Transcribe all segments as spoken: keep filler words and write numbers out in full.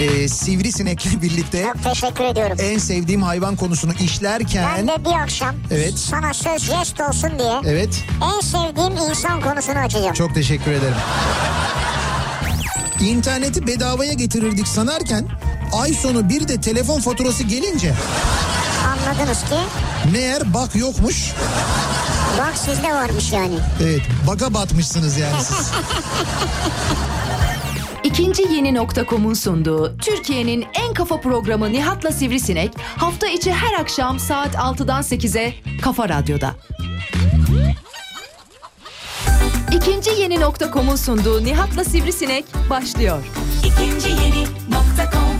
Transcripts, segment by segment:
Ee, sivrisinekle birlikte. Çok teşekkür ediyorum. En sevdiğim hayvan konusunu işlerken. Ben de bir akşam evet. sana söz jest olsun diye. Evet. En sevdiğim insan konusunu açacağım. Çok teşekkür ederim. İnterneti bedavaya getirirdik sanarken ay sonu bir de telefon faturası gelince. Anladınız ki. Meğer bak yokmuş. Bak sizde varmış yani. Evet, baka batmışsınız yani siz. İkinci Yeni nokta com'un sunduğu Türkiye'nin en kafa programı Nihat'la Sivrisinek hafta içi her akşam saat altıdan sekize Kafa Radyo'da. İkinci Yeni nokta com'un sunduğu Nihat'la Sivrisinek başlıyor. İkinci Yeni nokta com.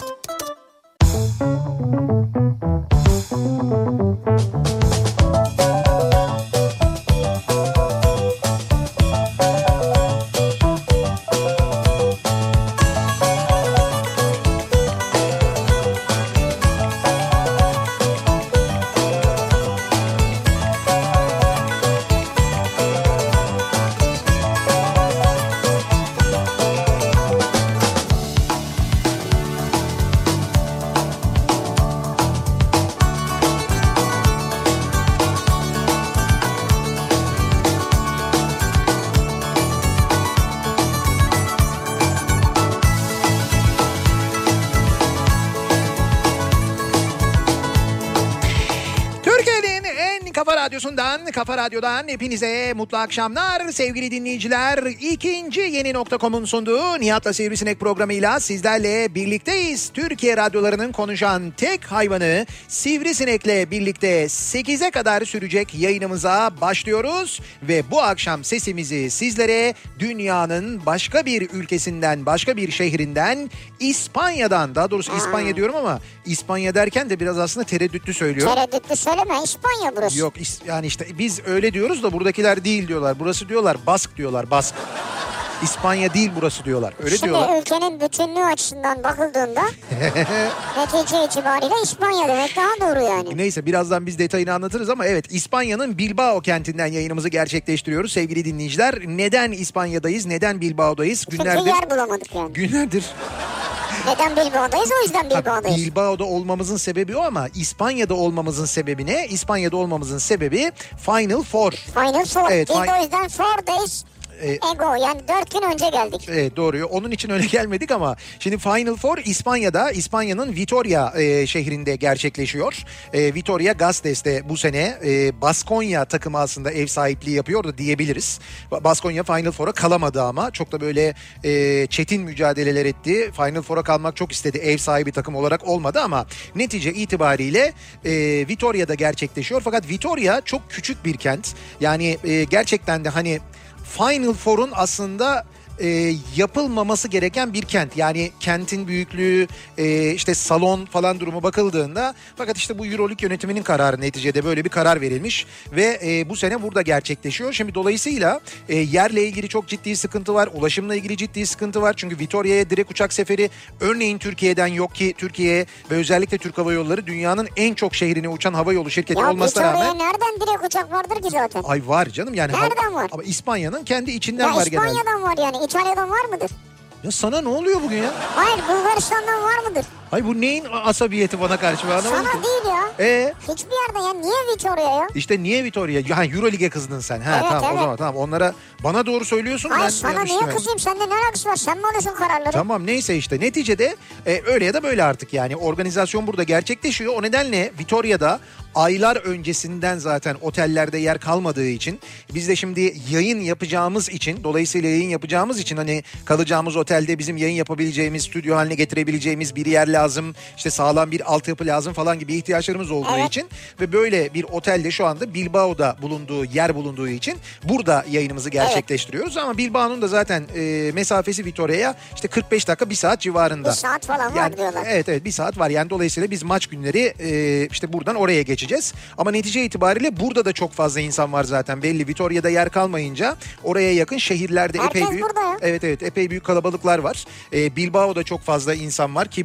Kafa Radyo'dan hepinize mutlu akşamlar sevgili dinleyiciler. İkinci Yeni nokta com'un sunduğu Nihat'la Sivrisinek programıyla sizlerle birlikteyiz. Türkiye radyolarının konuşan tek hayvanı Sivrisinek'le birlikte sekize kadar sürecek yayınımıza başlıyoruz. Ve bu akşam sesimizi sizlere dünyanın başka bir ülkesinden, başka bir şehrinden, İspanya'dan, daha doğrusu İspanya diyorum ama İspanya derken de biraz aslında tereddütlü söylüyorum. Tereddütlü söyleme, İspanya burası. Yok yani işte biz öyle diyoruz da buradakiler değil diyorlar. Burası diyorlar Bask diyorlar, Bask. İspanya değil burası diyorlar. Öyle Şimdi diyorlar. Şimdi ülkenin bütünlüğü açısından bakıldığında netice itibariyle İspanya demek daha doğru yani. Neyse birazdan biz detayını anlatırız ama evet, İspanya'nın Bilbao kentinden yayınımızı gerçekleştiriyoruz sevgili dinleyiciler. Neden İspanya'dayız? Neden Bilbao'dayız? Günlerdir, çünkü yer bulamadık yani. Günlerdir. Neden Bilbao'dayız? O yüzden Bilbao'dayız. Bilbao'da olmamızın sebebi o ama İspanya'da olmamızın sebebi ne? İspanya'da olmamızın sebebi Final Four. Final Four. Evet, biz fi- de o yüzden Four Days Ee, Ego yani dört gün önce geldik. Evet doğru, onun için öyle gelmedik ama şimdi Final Four İspanya'da, İspanya'nın Vitoria e, şehrinde gerçekleşiyor. E, Vitoria Gasteiz'de bu sene e, Baskonya takımı aslında ev sahipliği yapıyor da diyebiliriz. Baskonya Final Four'a kalamadı ama çok da böyle e, çetin mücadeleler etti. Final Four'a kalmak çok istedi, ev sahibi takım olarak olmadı ama netice itibariyle e, Vitoria'da gerçekleşiyor. Fakat Vitoria çok küçük bir kent. Yani e, gerçekten de hani Final Four'un aslında e, yapılmaması gereken bir kent. Yani kentin büyüklüğü, e, işte salon falan durumu bakıldığında, fakat işte bu Euroleague yönetiminin kararı, neticede böyle bir karar verilmiş ve e, bu sene burada gerçekleşiyor. Şimdi dolayısıyla e, yerle ilgili çok ciddi sıkıntı var. Ulaşımla ilgili ciddi sıkıntı var. Çünkü Vitoria'ya direkt uçak seferi örneğin Türkiye'den yok ki Türkiye ve özellikle Türk Hava Yolları dünyanın en çok şehrine uçan havayolu şirketi ya olmasına rağmen. Ya Vitoria'ya nereden direkt uçak vardır ki zaten? Ay var canım yani. Nereden var? Ama İspanya'nın kendi içinden ya var genelde. İspanya'dan var yani. İtalya'dan var mıdır? Ya sana ne oluyor bugün ya? Hayır, Bulgaristan'dan var mıdır? Hayır, bu neyin asabiyeti bana karşı? Ben sana ki. değil ya. Ee? Hiçbir yerde ya. Niye Vitoria ya? İşte niye Vitoria? Ha, Euroleague'e kızdın sen. Ha, evet, tamam evet. O zaman tamam, onlara bana doğru söylüyorsun. Hayır ben sana niye üstüme... kızayım? Sende ne alakası var? Sen mi alıyorsun kararları? Tamam neyse işte neticede e, öyle ya da böyle artık yani organizasyon burada gerçekleşiyor. O nedenle Vitoria'da aylar öncesinden zaten otellerde yer kalmadığı için, biz de şimdi yayın yapacağımız için, dolayısıyla yayın yapacağımız için hani kalacağımız otelde bizim yayın yapabileceğimiz, stüdyo haline getirebileceğimiz bir yer lazım. İşte sağlam bir altyapı lazım falan gibi ihtiyaçlarımız olduğu evet. için ve böyle bir otelde şu anda Bilbao'da bulunduğu yer bulunduğu için burada yayınımızı gerçekleştiriyoruz. Evet. Ama Bilbao'nun da zaten e, mesafesi Vitoria'ya işte kırk beş dakika bir saat civarında. Bir saat falan yani, var diyorlar. Evet evet bir saat var yani, dolayısıyla biz maç günleri e, işte buradan oraya geçeceğiz. Ama netice itibariyle burada da çok fazla insan var zaten belli. Vitoria'da yer kalmayınca oraya yakın şehirlerde herkes epey büyük. Burada ya. Evet evet epey büyük kalabalıklar var. E, Bilbao'da çok fazla insan var ki bugün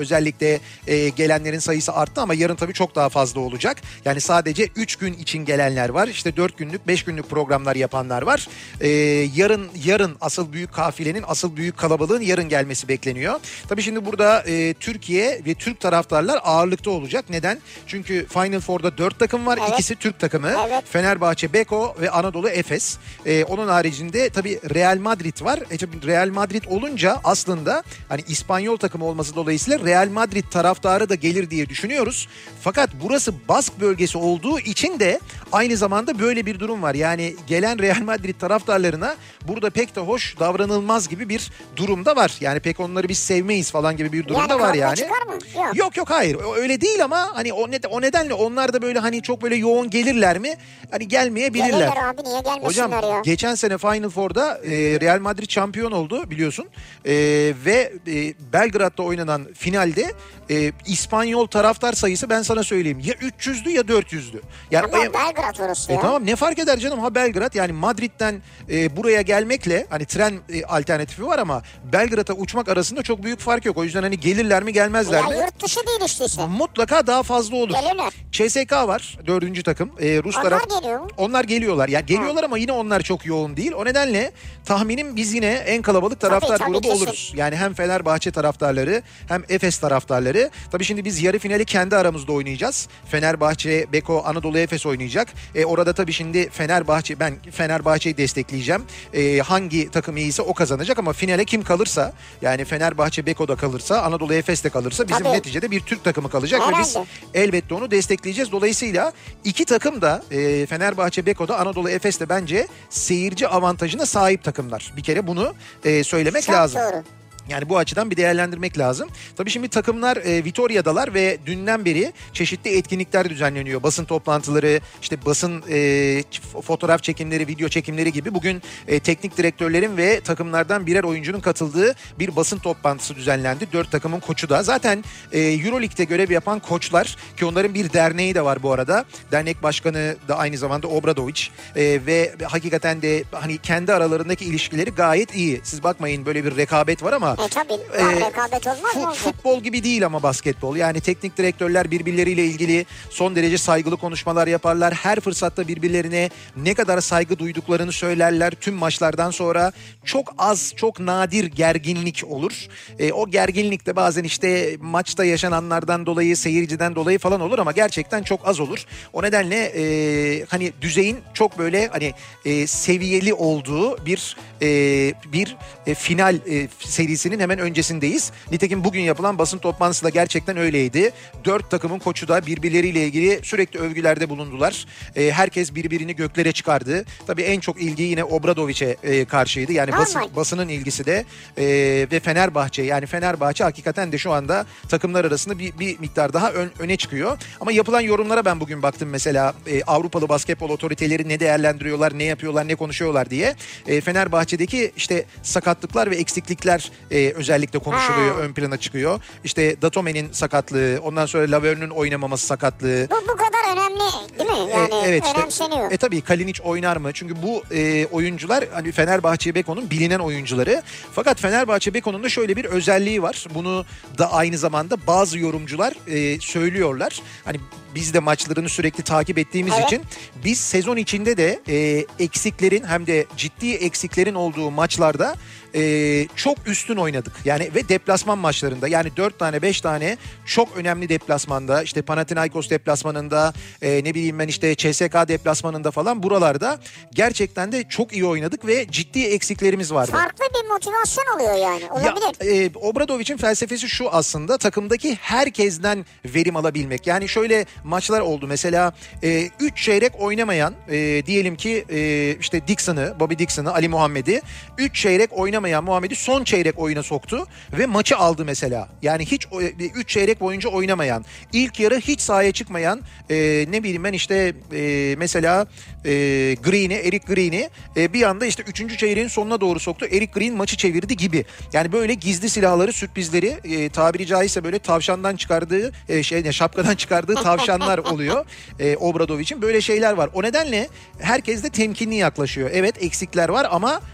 özellikle e, gelenlerin sayısı arttı ama yarın tabii çok daha fazla olacak. Yani sadece üç gün için gelenler var. İşte dört günlük, beş günlük programlar yapanlar var. E, yarın yarın asıl büyük kafilenin, asıl büyük kalabalığın yarın gelmesi bekleniyor. Tabii şimdi burada e, Türkiye ve Türk taraftarlar ağırlıkta olacak. Neden? Çünkü Final Four'da dört takım var. Evet. İkisi Türk takımı. Evet. Fenerbahçe, Beko ve Anadolu Efes. E, onun haricinde tabii Real Madrid var. E, Real Madrid olunca aslında hani İspanyol takımı olması dolayısıyla Real Madrid taraftarı da gelir diye düşünüyoruz. Fakat burası Bask bölgesi olduğu için de aynı zamanda böyle bir durum var. Yani gelen Real Madrid taraftarlarına burada pek de hoş davranılmaz gibi bir durum da var. Yani pek onları biz sevmeyiz falan gibi bir durum yani da var yani. Çıkar mı? Yok. yok yok hayır öyle değil ama hani o, ned- o nedenle onlar da böyle hani çok böyle yoğun gelirler mi? Hani gelmeyebilirler. Gelirler abi, niye gelmesinler Hocam, ya? Hocam geçen sene Final Four'da e, Real Madrid şampiyon oldu biliyorsun. E, ve e, Belgrad'da oynanan finalde e, İspanyol taraftar sayısı ben sana söyleyeyim ya üç yüzdü ya dört yüzdü. Yani, ama e, Belgrad orası e, ya. Tamam ne fark eder canım, ha Belgrad yani Madrid'den e, buraya gelmekle hani tren e, alternatifi var ama Belgrad'a uçmak arasında çok büyük fark yok. O yüzden hani gelirler mi gelmezler ya mi? Yurt dışı değil işte. işte. Mutlaka daha fazla olur. Gelirler. C S K var dördüncü takım. E, Rus onlar taraf... geliyor mu? Onlar geliyorlar. Ya geliyorlar ha. ama yine onlar çok yoğun değil. O nedenle tahminim biz yine en kalabalık taraftar tabii, tabii, grubu kesin. oluruz. Yani hem Fenerbahçe taraftarları hem Efes taraftarları. Tabii şimdi biz yarı finali kendi aramızda oynayacağız. Fenerbahçe, Beko, Anadolu Efes oynayacak. E, orada tabii şimdi Fenerbahçe, ben Fenerbahçe'yi destekleyeceğim. E, hangi takım iyiyse o kazanacak ama finale kim kalırsa, yani Fenerbahçe, Beko'da kalırsa, Anadolu Efes'te kalırsa bizim tabii. neticede bir Türk takımı kalacak herhalde. ve biz elbette onu destekleyeceğiz. Dolayısıyla iki takım da e, Fenerbahçe, Beko'da, Anadolu Efes'te bence seyirci avantajına sahip takımlar. Bir kere bunu e, söylemek çok lazım. Doğru. Yani bu açıdan bir değerlendirmek lazım. Tabii şimdi takımlar e, Vitoria'dalar ve dünden beri çeşitli etkinlikler düzenleniyor. Basın toplantıları, işte basın e, fotoğraf çekimleri, video çekimleri gibi. Bugün e, teknik direktörlerin ve takımlardan birer oyuncunun katıldığı bir basın toplantısı düzenlendi. Dört takımın koçu da. Zaten e, Euroleague'de görev yapan koçlar, ki onların bir derneği de var bu arada. Dernek başkanı da aynı zamanda Obradović e, ve hakikaten de hani kendi aralarındaki ilişkileri gayet iyi. Siz bakmayın böyle bir rekabet var ama E tabii e, rekabet olmaz mı? Futbol gibi değil ama basketbol. Yani teknik direktörler birbirleriyle ilgili son derece saygılı konuşmalar yaparlar. Her fırsatta birbirlerine ne kadar saygı duyduklarını söylerler. Tüm maçlardan sonra çok az, çok nadir gerginlik olur. E, o gerginlik de bazen işte maçta yaşananlardan dolayı, seyirciden dolayı falan olur ama gerçekten çok az olur. O nedenle e, hani düzeyin çok böyle hani e, seviyeli olduğu bir e, bir e, final e, serisi hemen öncesindeyiz. Nitekim bugün yapılan basın toplantısı da gerçekten öyleydi. Dört takımın koçu da birbirleriyle ilgili sürekli övgülerde bulundular. E, herkes birbirini göklere çıkardı. Tabii en çok ilgi yine Obradović'e e, karşıydı. Yani basın, basının ilgisi de e, ve Fenerbahçe, yani Fenerbahçe hakikaten de şu anda takımlar arasında bir, bir miktar daha ön, öne çıkıyor. Ama yapılan yorumlara ben bugün baktım mesela e, Avrupalı basketbol otoriteleri ne değerlendiriyorlar, ne yapıyorlar, ne konuşuyorlar diye. E, Fenerbahçe'deki işte sakatlıklar ve eksiklikler e, özellikle konuşuluyor, ha. ön plana çıkıyor. İşte Datome'nin sakatlığı, ondan sonra Laverne'ün oynamaması sakatlığı. Bu bu kadar önemli değil mi? Yani e, evet, önemseniyor. Işte, e tabii Kalinic oynar mı? Çünkü bu e, oyuncular hani Fenerbahçe Beko'nun bilinen oyuncuları. Fakat Fenerbahçe Beko'nun da şöyle bir özelliği var. Bunu da aynı zamanda bazı yorumcular e, söylüyorlar. Hani biz de maçlarını sürekli takip ettiğimiz evet. için biz sezon içinde de e, eksiklerin, hem de ciddi eksiklerin olduğu maçlarda e, çok üstün oynadık. Yani ve deplasman maçlarında, yani dört tane beş tane çok önemli deplasmanda, işte Panathinaikos deplasmanında, e, ne bileyim ben işte C S K deplasmanında falan, buralarda gerçekten de çok iyi oynadık ve ciddi eksiklerimiz vardı. Farklı bir motivasyon oluyor yani. Olabilir. Ya, e, Obradović'in felsefesi şu aslında: takımdaki herkesten verim alabilmek. Yani şöyle maçlar oldu mesela, üç e, çeyrek oynamayan e, diyelim ki e, işte Dixon'ı, Bobby Dixon'ı, Ali Muhammed'i, üç çeyrek oynamayan Muhammed'i son çeyrek oyuna soktu ve maçı aldı mesela. Yani hiç üç çeyrek boyunca oynamayan, ilk yarı hiç sahaya çıkmayan e, ne bileyim ben işte e, mesela e, Green'i, Eric Green'i e, bir anda işte üçüncü çeyreğin sonuna doğru soktu. Eric Green maçı çevirdi gibi. Yani böyle gizli silahları, sürprizleri, e, tabiri caizse böyle tavşandan çıkardığı e, şey, şapkadan çıkardığı tavşanlar oluyor. E, Obradović'in böyle şeyler var. O nedenle herkes de temkinli yaklaşıyor. Evet, eksikler var ama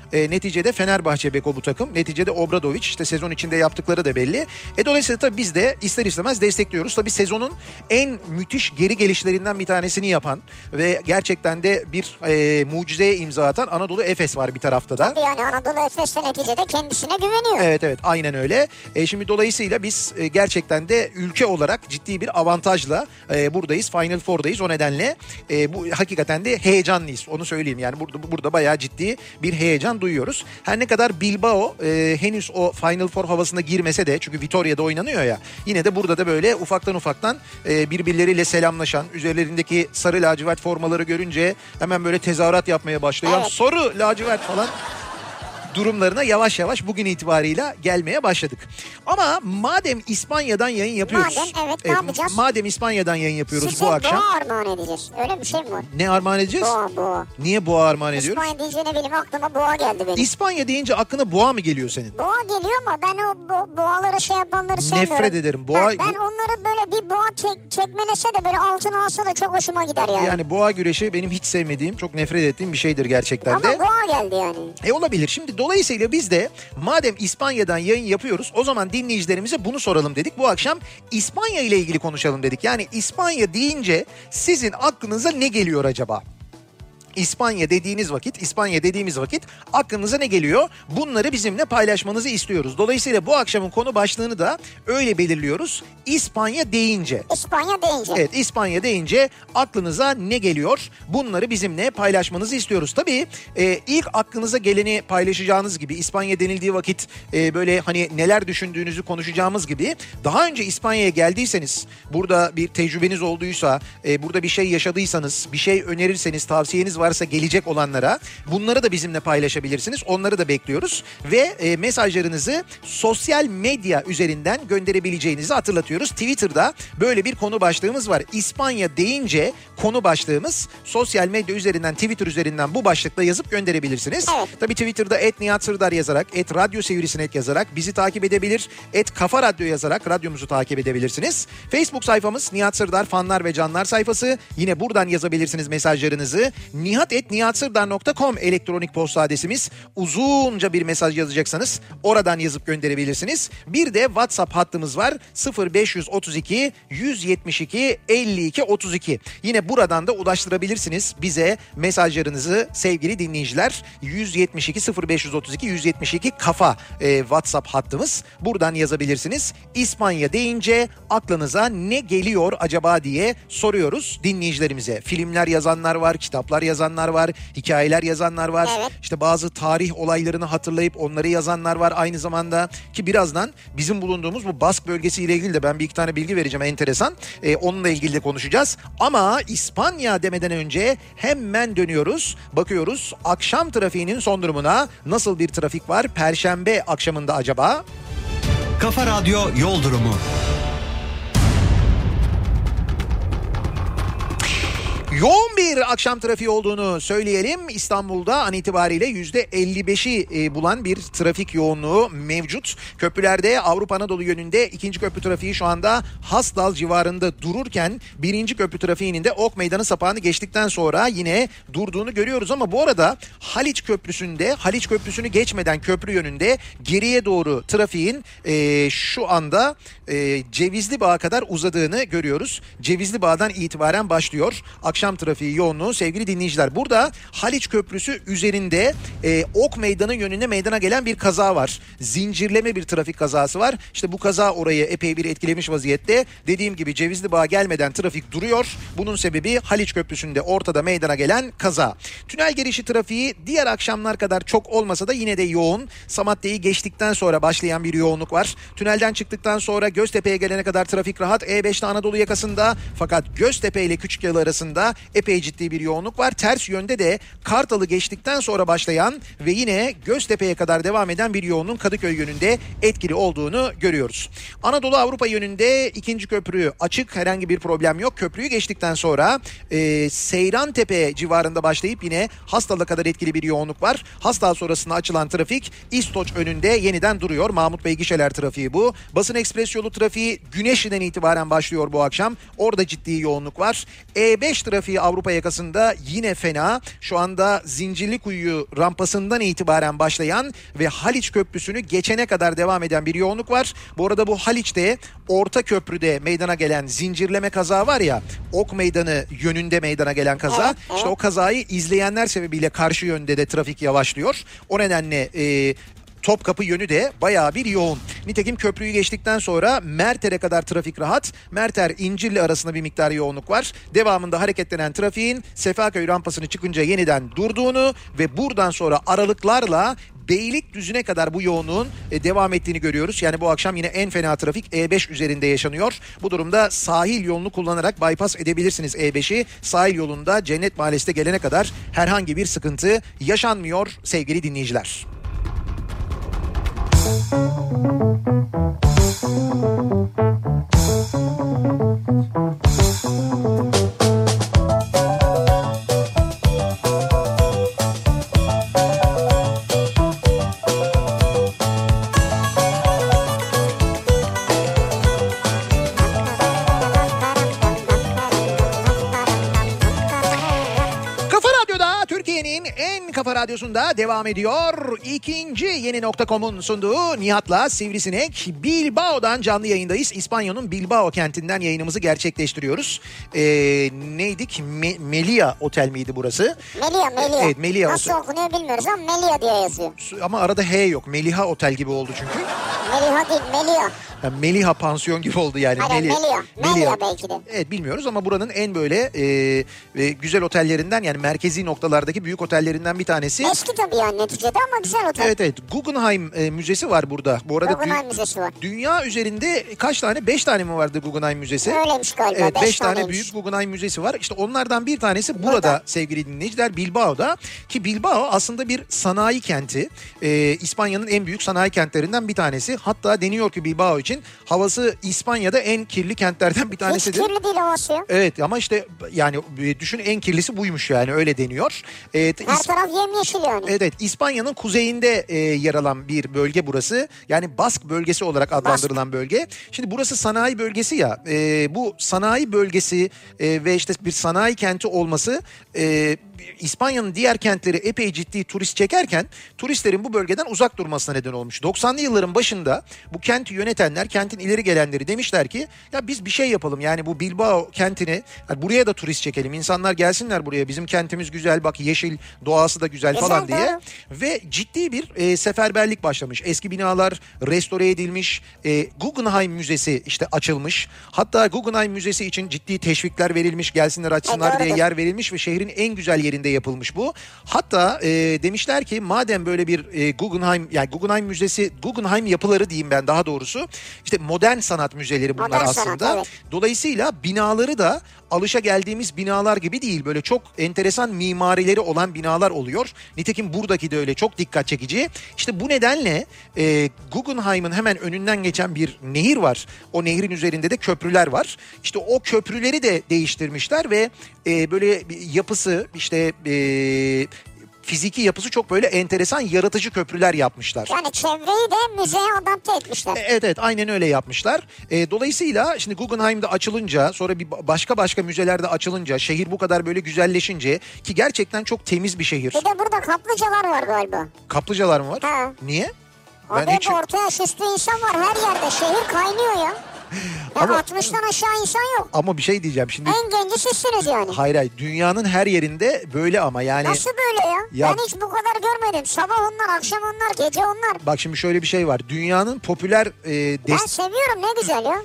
E, neticede Fenerbahçe beko bu takım. Neticede Obradović, işte sezon içinde yaptıkları da belli. E, dolayısıyla tabii biz de ister istemez destekliyoruz. Tabii sezonun en müthiş geri gelişlerinden bir tanesini yapan ve gerçekten de bir e, mucizeye imza atan Anadolu Efes var bir tarafta da. Tabii yani Anadolu Efes de neticede kendisine güveniyor. Evet evet aynen öyle. E, şimdi dolayısıyla biz e, gerçekten de ülke olarak ciddi bir avantajla e, buradayız. Final Four'dayız. O nedenle e, bu hakikaten de heyecanlıyız. Onu söyleyeyim yani burada burada bayağı ciddi bir heyecan duyuyoruz. Her ne kadar Bilbao e, henüz o Final Four havasına girmese de, çünkü Vitoria'da oynanıyor ya, yine de burada da böyle ufaktan ufaktan e, birbirleriyle selamlaşan, üzerlerindeki sarı lacivert formaları görünce hemen böyle tezahürat yapmaya başlıyor. Evet. Sarı lacivert falan durumlarına yavaş yavaş bugün itibarıyla gelmeye başladık. Ama madem İspanya'dan yayın yapıyoruz. Madem evet, ne yapacağız? Madem İspanya'dan yayın yapıyoruz Size bu akşam. boğa armağan edeceğiz. Öyle bir şey mi var? Ne armağan edeceğiz? Boğa boğa. Niye boğa armağan ediyoruz? İspanya deyince ne bileyim aklıma boğa geldi benim. İspanya deyince aklına boğa mı geliyor senin? Boğa geliyor ama ben o bo- boğaları şey yapanları sevmiyorum. Nefret ederim. Boğa... Ben, ben onları böyle bir boğa çek- çekmelese de böyle altına alsa da çok hoşuma gider yani. Yani boğa güreşi benim hiç sevmediğim, çok nefret ettiğim bir şeydir gerçekten ama de. Ama boğa geldi yani. E olabilir. Şimdi dolayısıyla biz de madem İspanya'dan yayın yapıyoruz, o zaman dinleyicilerimize bunu soralım dedik. Bu akşam İspanya ile ilgili konuşalım dedik. Yani İspanya deyince sizin aklınıza ne geliyor acaba? İspanya dediğiniz vakit, İspanya dediğimiz vakit aklınıza ne geliyor? Bunları bizimle paylaşmanızı istiyoruz. Dolayısıyla bu akşamın konu başlığını da öyle belirliyoruz. İspanya deyince. İspanya deyince. Evet, İspanya deyince aklınıza ne geliyor? Bunları bizimle paylaşmanızı istiyoruz. Tabii e, ilk aklınıza geleni paylaşacağınız gibi, İspanya denildiği vakit e, böyle hani neler düşündüğünüzü konuşacağımız gibi, daha önce İspanya'ya geldiyseniz, burada bir tecrübeniz olduysa, e, burada bir şey yaşadıysanız, bir şey önerirseniz, tavsiyeniz varsa gelecek olanlara, bunları da bizimle paylaşabilirsiniz. Onları da bekliyoruz ve e, mesajlarınızı sosyal medya üzerinden gönderebileceğinizi hatırlatıyoruz. Twitter'da böyle bir konu başlığımız var. İspanya deyince konu başlığımız, sosyal medya üzerinden, Twitter üzerinden bu başlıkla yazıp gönderebilirsiniz. Evet. Tabii Twitter'da et Nihat Sırdar yazarak, et Radyo Sivrisinek yazarak bizi takip edebilir. Et Kafa Radyo yazarak radyomuzu takip edebilirsiniz. Facebook sayfamız Nihat Sırdar fanlar ve canlar sayfası. Yine buradan yazabilirsiniz mesajlarınızı. nihat et nihat sırdar nokta com elektronik posta adresimiz. Uzunca bir mesaj yazacaksanız oradan yazıp gönderebilirsiniz. Bir de WhatsApp hattımız var. sıfır beş otuz iki yüz yetmiş iki elli iki otuz iki. Yine buradan da ulaştırabilirsiniz bize mesajlarınızı sevgili dinleyiciler. yüz yetmiş iki sıfır beş otuz iki yüz yetmiş iki kafa e, WhatsApp hattımız. Buradan yazabilirsiniz. İspanya deyince aklınıza ne geliyor acaba diye soruyoruz dinleyicilerimize. Filmler yazanlar var, kitaplar yazanlar var, hikayeler yazanlar var. Evet. İşte bazı tarih olaylarını hatırlayıp onları yazanlar var aynı zamanda, ki birazdan bizim bulunduğumuz bu Bask bölgesiyle ilgili de ben bir iki tane bilgi vereceğim enteresan. Ee, onunla ilgili de konuşacağız. Ama İspanya demeden önce hemen dönüyoruz. Bakıyoruz akşam trafiğinin son durumuna. Nasıl bir trafik var Perşembe akşamında acaba? Kafa Radyo Yol Durumu. Yoğun bir akşam trafiği olduğunu söyleyelim. İstanbul'da an itibariyle yüzde elli beşi bulan bir trafik yoğunluğu mevcut. Köprülerde Avrupa Anadolu yönünde ikinci köprü trafiği şu anda Hasdal civarında dururken birinci köprü trafiğinin de Ok Meydanı sapağını geçtikten sonra yine durduğunu görüyoruz. Ama bu arada Haliç Köprüsü'nde, Haliç Köprüsü'nü geçmeden köprü yönünde geriye doğru trafiğin e, şu anda e, Cevizli Bağ'a kadar uzadığını görüyoruz. Cevizli Bağ'dan itibaren başlıyor akşam trafiği yoğunluğu sevgili dinleyiciler. Burada Haliç Köprüsü üzerinde e, Ok Meydanı yönüne meydana gelen bir kaza var. Zincirleme bir trafik kazası var. İşte bu kaza orayı epey bir etkilemiş vaziyette. Dediğim gibi Cevizli Bağ'a gelmeden trafik duruyor. Bunun sebebi Haliç Köprüsü'nde ortada meydana gelen kaza. Tünel girişi trafiği diğer akşamlar kadar çok olmasa da yine de yoğun. Samatya'yı geçtikten sonra başlayan bir yoğunluk var. Tünelden çıktıktan sonra Göztepe'ye gelene kadar trafik rahat. E beşte Anadolu yakasında, fakat Göztepe ile Küçükyalı arasında epey ciddi bir yoğunluk var. Ters yönde de Kartal'ı geçtikten sonra başlayan ve yine Göztepe'ye kadar devam eden bir yoğunluğun Kadıköy yönünde etkili olduğunu görüyoruz. Anadolu Avrupa yönünde ikinci köprü açık, herhangi bir problem yok. Köprüyü geçtikten sonra e, Seyrantepe civarında başlayıp yine Hastal'a kadar etkili bir yoğunluk var. Hastal sonrasında açılan trafik İstoç önünde yeniden duruyor. Mahmut Bey gişeler trafiği bu. Basın Ekspres yolu trafiği Güneşli'den itibaren başlıyor bu akşam. Orada ciddi yoğunluk var. E beş trafiği trafiği Avrupa yakasında yine fena. Şu anda Zincirlikuyu rampasından itibaren başlayan ve Haliç Köprüsü'nü geçene kadar devam eden bir yoğunluk var. Bu arada bu Haliç'te Orta Köprü'de meydana gelen zincirleme kaza var ya, Ok Meydanı yönünde meydana gelen kaza. Evet, evet. İşte o kazayı izleyenler sebebiyle karşı yönde de trafik yavaşlıyor. O nedenle e, Topkapı yönü de bayağı bir yoğun. Nitekim köprüyü geçtikten sonra Merter'e kadar trafik rahat. Merter İncirli arasında bir miktar yoğunluk var. Devamında hareketlenen trafiğin Sefaköy rampasını çıkınca yeniden durduğunu ve buradan sonra aralıklarla Beylikdüzü'ne kadar bu yoğunluğun devam ettiğini görüyoruz. Yani bu akşam yine en fena trafik E beş üzerinde yaşanıyor. Bu durumda sahil yolunu kullanarak bypass edebilirsiniz E beşi. Sahil yolunda Cennet Mahallesi'ne gelene kadar herhangi bir sıkıntı yaşanmıyor sevgili dinleyiciler. Kafa Radyosu'nda devam ediyor. İkinci Yeni nokta com'un sunduğu Nihat'la Sivrisinek. Bilbao'dan canlı yayındayız. İspanya'nın Bilbao kentinden yayınımızı gerçekleştiriyoruz. Ee, neydik? Me- Melia Otel miydi burası? Melia, Melia. Evet, Melia Nasıl Otel. okunuyor bilmiyoruz ama Melia diye yazıyor. Ama arada H yok. Meliha Otel gibi oldu çünkü. Meliha değil, Melia. Yani Meliha pansiyon gibi oldu yani. Hayır, Melia. Melia. Melia. Melia belki de. Evet, bilmiyoruz ama buranın en böyle e, e, güzel otellerinden, yani merkezi noktalardaki büyük otellerinden bir tanesi. Eski tabii yani neticede ama güzel otel. Evet evet. Guggenheim e, Müzesi var burada. Bu arada Guggenheim dü- Müzesi var. Dünya üzerinde kaç tane? Beş tane mi vardı Guggenheim Müzesi? Öyleymiş galiba. Evet, beş, beş tane taneymiş. büyük Guggenheim Müzesi var. İşte onlardan bir tanesi burada, Burada. sevgili dinleyiciler, Bilbao'da. Ki Bilbao aslında bir sanayi kenti. Ee, İspanya'nın en büyük sanayi kentlerinden bir tanesi. Hatta deniyor ki Bilbao için havası İspanya'da en kirli kentlerden bir tanesidir. Hiç kirli değil havası ya. Evet ama işte yani düşün, en kirlisi buymuş yani, öyle deniyor. Evet, Her İs- taraf yemyeşil yani. Evet, evet, İspanya'nın kuzeyinde e, yer alan bir bölge burası. Yani Bask bölgesi olarak adlandırılan bölge. Şimdi burası sanayi bölgesi ya. E, bu sanayi bölgesi e, ve işte bir sanayi kenti olması e, İspanya'nın diğer kentleri epey ciddi turist çekerken turistlerin bu bölgeden uzak durmasına neden olmuş. doksanlı yılların başında bu kenti yönetenler, kentin ileri gelenleri demişler ki ya biz bir şey yapalım. Yani bu Bilbao kentini, yani buraya da turist çekelim. İnsanlar gelsinler buraya. Bizim kentimiz güzel, bak yeşil, doğası da güzel, Güzel, falan diye. doğru. Ve ciddi bir e, seferberlik başlamış. Eski binalar restore edilmiş. E, Guggenheim Müzesi işte açılmış. Hatta Guggenheim Müzesi için ciddi teşvikler verilmiş. Gelsinler açsınlar E, diye doğrudur. yer verilmiş ve şehrin en güzel yerinde yapılmış bu. Hatta e, demişler ki madem böyle bir e, Guggenheim, yani Guggenheim Müzesi, Guggenheim yapıları diyeyim ben daha doğrusu. İşte modern sanat müzeleri bunlar Modern aslında. sanat, evet. Dolayısıyla binaları da alışa geldiğimiz binalar gibi değil. Böyle çok enteresan mimarileri olan binalar oluyor. Nitekim buradaki de öyle, çok dikkat çekici. İşte bu nedenle e, Guggenheim'ın hemen önünden geçen bir nehir var. O nehrin üzerinde de köprüler var. İşte o köprüleri de değiştirmişler ve e, böyle yapısı işte... E, fiziki yapısı çok böyle enteresan, yaratıcı köprüler yapmışlar. Yani çevreyi de müzeye adapte etmişler. Evet evet, aynen öyle yapmışlar. E, dolayısıyla şimdi Guggenheim'de açılınca, sonra bir başka başka müzelerde açılınca, şehir bu kadar böyle güzelleşince, ki gerçekten çok temiz bir şehir. Bir de burada kaplıcalar var galiba. Kaplıcalar mı var? Ha. Niye? Abi hiç- ortaya süslü insan var her yerde. Şehir kaynıyor ya. Ya Ama- altmıştan aşağı insan yok. Ama bir şey diyeceğim şimdi. En genci sizsiniz yani. Hayır hayır, dünyanın her yerinde böyle ama yani. Nasıl böyle ya? Ya- Ben hiç bu kadar görmedim. Sabah onlar, akşam onlar, gece onlar. Bak şimdi şöyle bir şey var. Dünyanın popüler e, Ben des- seviyorum, ne güzel ya.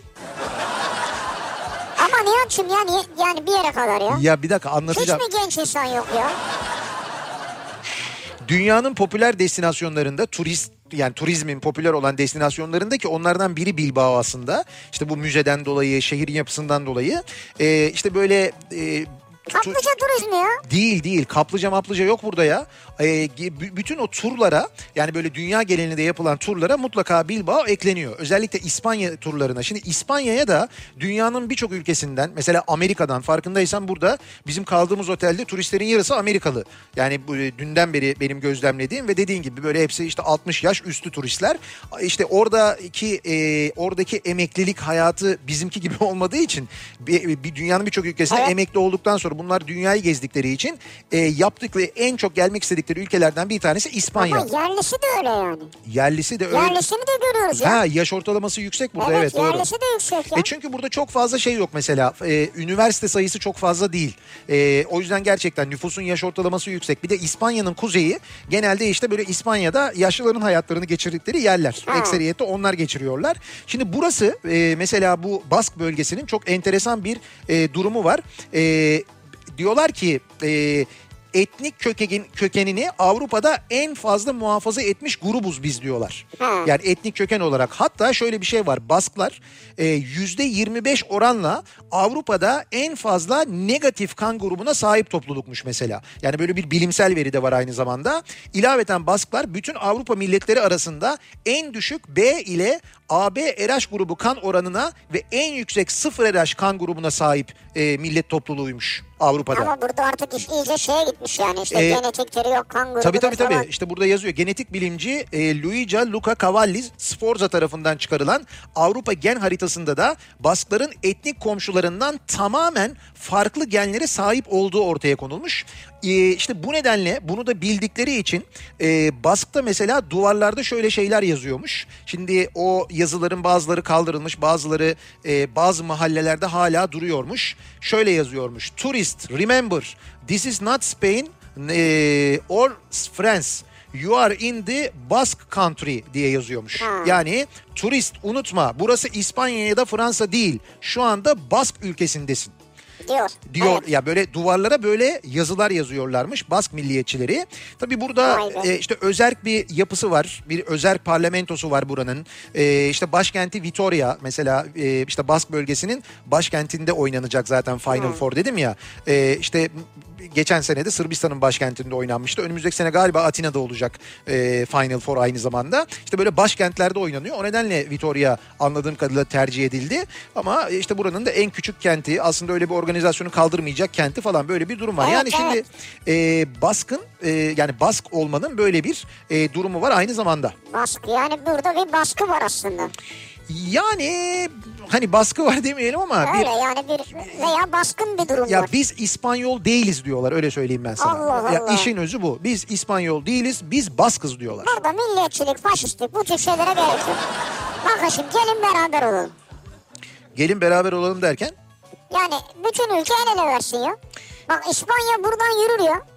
Ama Nihat'cığım yani, yani bir yere kadar ya. Ya bir dakika Hiç anlatacağım. mi genç insan yok ya? Dünyanın popüler destinasyonlarında, turist yani turizmin popüler olan destinasyonlarında, ki onlardan biri Bilbao aslında. İşte bu müzeden dolayı, şehrin yapısından dolayı. E, işte böyle... E, Kaplıca turizmi ya. Değil değil, kaplıca maplıca yok burada ya. Ee, b- bütün o turlara, yani böyle dünya genelinde yapılan turlara mutlaka Bilbao ekleniyor. Özellikle İspanya turlarına. Şimdi İspanya'ya da dünyanın birçok ülkesinden, mesela Amerika'dan, farkındaysan burada bizim kaldığımız otelde turistlerin yarısı Amerikalı. Yani bu, dünden beri benim gözlemlediğim ve dediğin gibi böyle hepsi işte altmış yaş üstü turistler. İşte oradaki e, oradaki emeklilik hayatı bizimki gibi olmadığı için bir, bir dünyanın birçok ülkesinde Evet. emekli olduktan sonra var. Bunlar dünyayı gezdikleri için e, yaptıkları en çok gelmek istedikleri ülkelerden bir tanesi İspanya. Ama yerlisi de öyle yani. Yerlisi de öyle. Yerlisini de görüyoruz ya. Ha, yaş ortalaması yüksek burada, Evet, evet, doğru. yerlisi de yüksek ya. E çünkü burada çok fazla şey yok mesela. E, üniversite sayısı çok fazla değil. E, o yüzden gerçekten nüfusun yaş ortalaması yüksek. Bir de İspanya'nın kuzeyi genelde işte böyle İspanya'da yaşlıların hayatlarını geçirdikleri yerler. Ha. Ekseriyette onlar geçiriyorlar. Şimdi burası e, mesela bu Bask bölgesinin çok enteresan bir e, durumu var. E, diyorlar ki... E, etnik kökenin, kökenini Avrupa'da en fazla muhafaza etmiş grubuz biz diyorlar. Ha. Yani etnik köken olarak. Hatta şöyle bir şey var. Basklar e, yüzde yirmi beş oranla Avrupa'da en fazla negatif kan grubuna sahip toplulukmuş mesela. Yani böyle bir bilimsel veri de var aynı zamanda. İlaveten Basklar bütün Avrupa milletleri arasında en düşük B ile A B R H grubu kan oranına ve en yüksek sıfır R H kan grubuna sahip e, millet topluluğuymuş Avrupa'da. Ama burada artık iş iyice şeye gitmiş yani işte Ee, genetikleri yok, kan grubu Tabii tabii falan. tabii. İşte burada yazıyor. Genetik bilimci e, Luigi Luca Cavalli Sforza tarafından çıkarılan Avrupa gen haritasında da Baskların etnik komşularından tamamen farklı genlere sahip olduğu ortaya konulmuş. E, işte bu nedenle bunu da bildikleri için e, Bask'ta mesela duvarlarda şöyle şeyler yazıyormuş. Şimdi o yazıların bazıları kaldırılmış, bazıları e, bazı mahallelerde hala duruyormuş. Şöyle yazıyormuş. Tourist, remember, this is not Spain e, or France. You are in the Basque country diye yazıyormuş. Ha. Yani turist unutma, burası İspanya ya da Fransa değil. Şu anda Bask ülkesindesin Diyor. diyor. Evet. Ya böyle duvarlara böyle yazılar yazıyorlarmış Bask milliyetçileri. Tabii burada Vay be. e, işte özerk bir yapısı var. Bir özerk parlamentosu var buranın. E, işte başkenti Vitoria mesela e, işte Bask bölgesinin başkentinde oynanacak zaten Final Four dedim ya. E, işte geçen sene de Sırbistan'ın başkentinde oynanmıştı. Önümüzdeki sene galiba Atina'da olacak e, Final Four aynı zamanda. İşte böyle başkentlerde oynanıyor. O nedenle Vitoria anladığım kadarıyla tercih edildi. Ama işte buranın da en küçük kenti, aslında öyle bir organizasyonu kaldırmayacak kenti falan, böyle bir durum var. Evet, yani şimdi evet. e, Bask'ın e, yani Bask olmanın böyle bir e, durumu var aynı zamanda. Baskı yani burada bir baskı var aslında. Yani hani baskı var demeyelim ama Öyle bir, yani bir veya baskın bir durum ya var. biz İspanyol değiliz diyorlar, öyle söyleyeyim ben sana. Allah Ya Allah. işin özü bu. Biz İspanyol değiliz, biz Baskız diyorlar. Burada milliyetçilik, faşistlik bu tür şeylere gerek yok. Bakın şimdi gelin beraber olalım. Gelin beraber olalım derken? Yani bütün ülke el ele versin ya. Bak İspanya buradan yürür ya.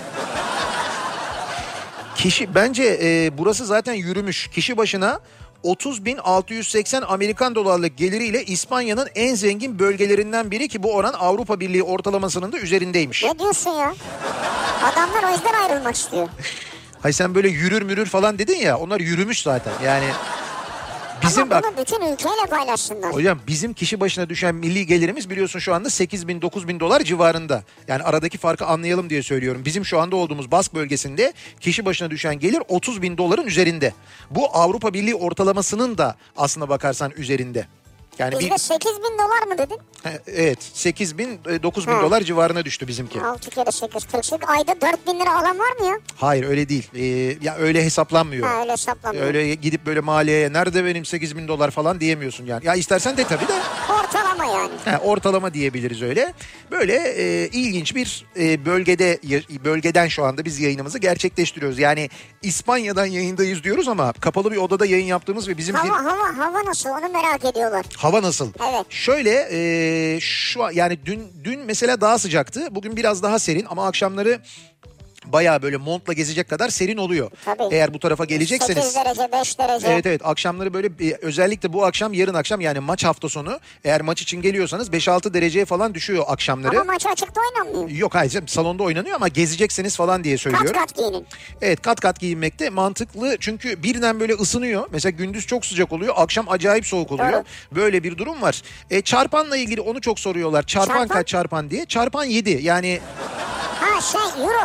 Kişi bence e, burası zaten yürümüş. Kişi başına otuz bin altı yüz seksen Amerikan dolarlık geliriyle İspanya'nın en zengin bölgelerinden biri ki bu oran Avrupa Birliği ortalamasının da üzerindeymiş. Ne diyorsun ya? Adamlar o yüzden ayrılmak istiyor. Hay sen böyle yürür mürür falan dedin ya, onlar yürümüş zaten. Yani bizim Ama bak bunu bütün ülkeyle paylaşsınlar. hocam, bizim kişi başına düşen milli gelirimiz biliyorsun şu anda sekiz bin dokuz bin dolar civarında. Yani aradaki farkı anlayalım diye söylüyorum. Bizim şu anda olduğumuz Bask bölgesinde kişi başına düşen gelir otuz bin doların üzerinde. Bu Avrupa Birliği ortalamasının da aslına bakarsan üzerinde. Yani Bizde sekiz bin dolar mı dedin? He, evet, sekiz bin dokuz bin Ha. dolar civarına düştü bizimki. altı kere sekiz kırk sekiz. Ayda dört bin lira alan var mı ya? Hayır öyle değil. Ee, ya öyle hesaplanmıyor. Ha öyle hesaplamıyor. Öyle gidip böyle maliyeye nerede benim sekiz bin dolar falan diyemiyorsun yani. Ya istersen de tabii de. Ortalama yani. He, ortalama diyebiliriz öyle. Böyle e, ilginç bir e, bölgede bölgeden şu anda biz yayınımızı gerçekleştiriyoruz. Yani İspanya'dan yayındayız diyoruz ama kapalı bir odada yayın yaptığımız ve bizim Hava hava hava nasıl onu merak ediyorlar. hava nasıl? Evet. Şöyle e, şu yani dün dün mesela daha sıcaktı. Bugün biraz daha serin ama akşamları bayağı böyle montla gezecek kadar serin oluyor. Tabii. Eğer bu tarafa gelecekseniz. sekiz derece beş derece. Evet evet, akşamları böyle e, özellikle bu akşam yarın akşam yani maç hafta sonu eğer maç için geliyorsanız beş altı dereceye falan düşüyor akşamları. Ama maç açıkta oynanmıyor. Yok hayır canım, salonda oynanıyor ama gezecekseniz falan diye söylüyorum. Kat kat giyinin. Evet, kat kat giyinmek de mantıklı çünkü birden böyle ısınıyor. Mesela gündüz çok sıcak oluyor, akşam acayip soğuk oluyor. Doğru. Böyle bir durum var. E, çarpanla ilgili onu çok soruyorlar. Çarpan, Çarpan? kaç çarpan diye. Çarpan yedi yani. Ha şey euro.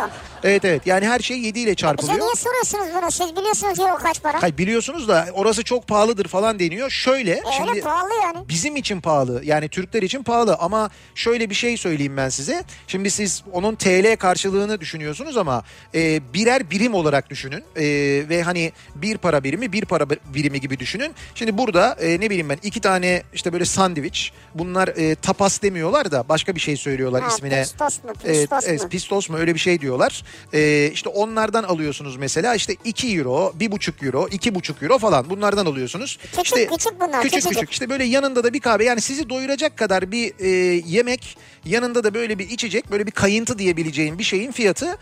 Evet evet, yani her şey yedi ile Bize çarpılıyor. niye soruyorsunuz bunu? Siz biliyorsunuz ya o kaç para? Hayır, biliyorsunuz da orası çok pahalıdır falan deniyor. Şöyle E, şimdi öyle pahalı yani. bizim için pahalı, yani Türkler için pahalı, ama şöyle bir şey söyleyeyim ben size. Şimdi siz onun T L karşılığını düşünüyorsunuz ama e, birer birim olarak düşünün. E, ve hani bir para birimi bir para birimi gibi düşünün. Şimdi burada e, ne bileyim ben iki tane işte böyle sandviç, bunlar e, tapas demiyorlar da başka bir şey söylüyorlar Ha, ismine. pistos mu, Evet, pistos evet, mu? pistos mu öyle bir şey diyorlar. E, işte onlardan alıyorsunuz mesela, işte iki euro, bir buçuk euro, iki buçuk euro falan, bunlardan alıyorsunuz. Küçük, işte, küçük bunlar, Küçük küçücük. küçük işte böyle yanında da bir kahve, yani sizi doyuracak kadar bir e, yemek, yanında da böyle bir içecek, böyle bir kayıntı diyebileceğin bir şeyin fiyatı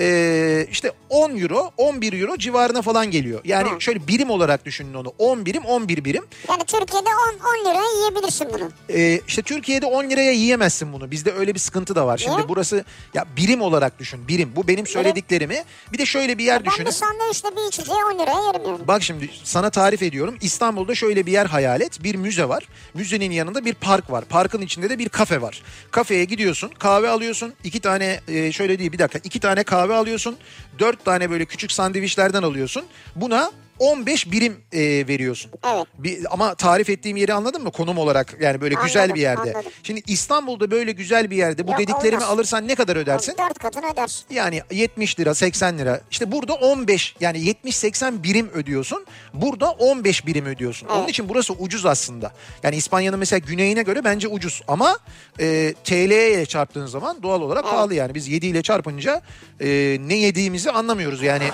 e, işte on euro, on bir euro civarına falan geliyor. Yani Hı. şöyle birim olarak düşünün onu, on birim, on bir birim. Yani Türkiye'de on, on liraya yiyebilirsin bunu. Ee, işte Türkiye'de on liraya yiyemezsin bunu. Bizde öyle bir sıkıntı da var. Şimdi Niye? burası ya birim olarak düşün. Birim. Bu benim söylediklerimi. Bir de şöyle bir yer Ben düşünün. bir sandviçle bir içeceği on liraya yerim yani. Bak şimdi sana tarif ediyorum. İstanbul'da şöyle bir yer hayal et. Bir müze var. Müzenin yanında bir park var. Parkın içinde de bir kafe var. Kafeye gidiyorsun, kahve alıyorsun. İki tane e, şöyle değil bir dakika. iki tane kahve alıyorsun. Dört tane böyle küçük sandviçlerden alıyorsun. Buna on beş birim e, veriyorsun. Evet. Bir, ama tarif ettiğim yeri anladın mı? Konum olarak yani böyle güzel Anladım, bir yerde. anladım. Şimdi İstanbul'da böyle güzel bir yerde bu Yok, dediklerimi olmaz. alırsan ne kadar ödersin? Dört katını ödersin. Yani yetmiş lira, seksen lira. İşte burada on beş, yani yetmiş seksen birim ödüyorsun. Burada on beş birim ödüyorsun. Evet. Onun için burası ucuz aslında. Yani İspanya'nın mesela güneyine göre bence ucuz. Ama e, T L'ye çarptığın zaman doğal olarak Evet. pahalı yani. Biz yedi ile çarpınca e, ne yediğimizi anlamıyoruz yani.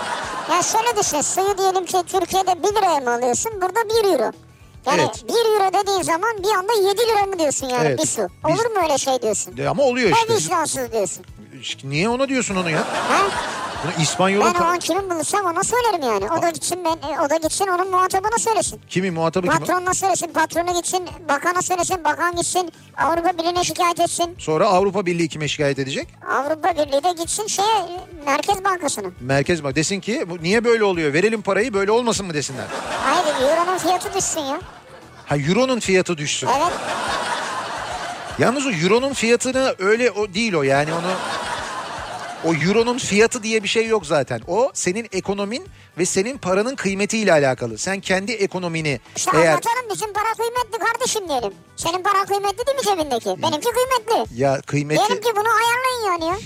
Ya şöyle düşün, suyu diyelim ki Türkiye'de bir liraya mı alıyorsun, burada bir euro. Yani Evet. bir euro dediğin zaman bir anda yedi lira mı diyorsun yani Evet. bir su? Biz- Olur mu öyle şey diyorsun? E, ama oluyor Ne işte. vicdansız diyorsun. Niye ona diyorsun onu ya? Ha? Bunu İspanyol'un... Ben o an kimin bulursam ona söylerim yani. O da gitsin ben, e, o da gitsin onun muhatabına söylesin. Kimi muhatabı kim? Patronuna söylesin, patronu gitsin, bakana söylesin, bakan gitsin, Avrupa Birliği'ne şikayet etsin. Sonra Avrupa Birliği kime şikayet edecek? Avrupa Birliği de gitsin şeye, Merkez Bankası'na. Merkez Bank desin ki bu niye böyle oluyor? Verelim parayı, böyle olmasın mı desinler. Hayır, Euro'nun fiyatı düşsün ya. Ha, Euro'nun fiyatı düşsün. Evet. Yalnız o Euro'nun fiyatını öyle o değil o yani onu... O Euro'nun fiyatı diye bir şey yok zaten. O senin ekonomin ve senin paranın kıymetiyle alakalı. Sen kendi ekonomini İşte eğer... anlatalım, bizim para kıymetli kardeşim diyelim. Senin para kıymetli değil mi cebindeki? Benimki kıymetli. Ya kıymeti... Diyelim ki bunu ayarlayın yani ya.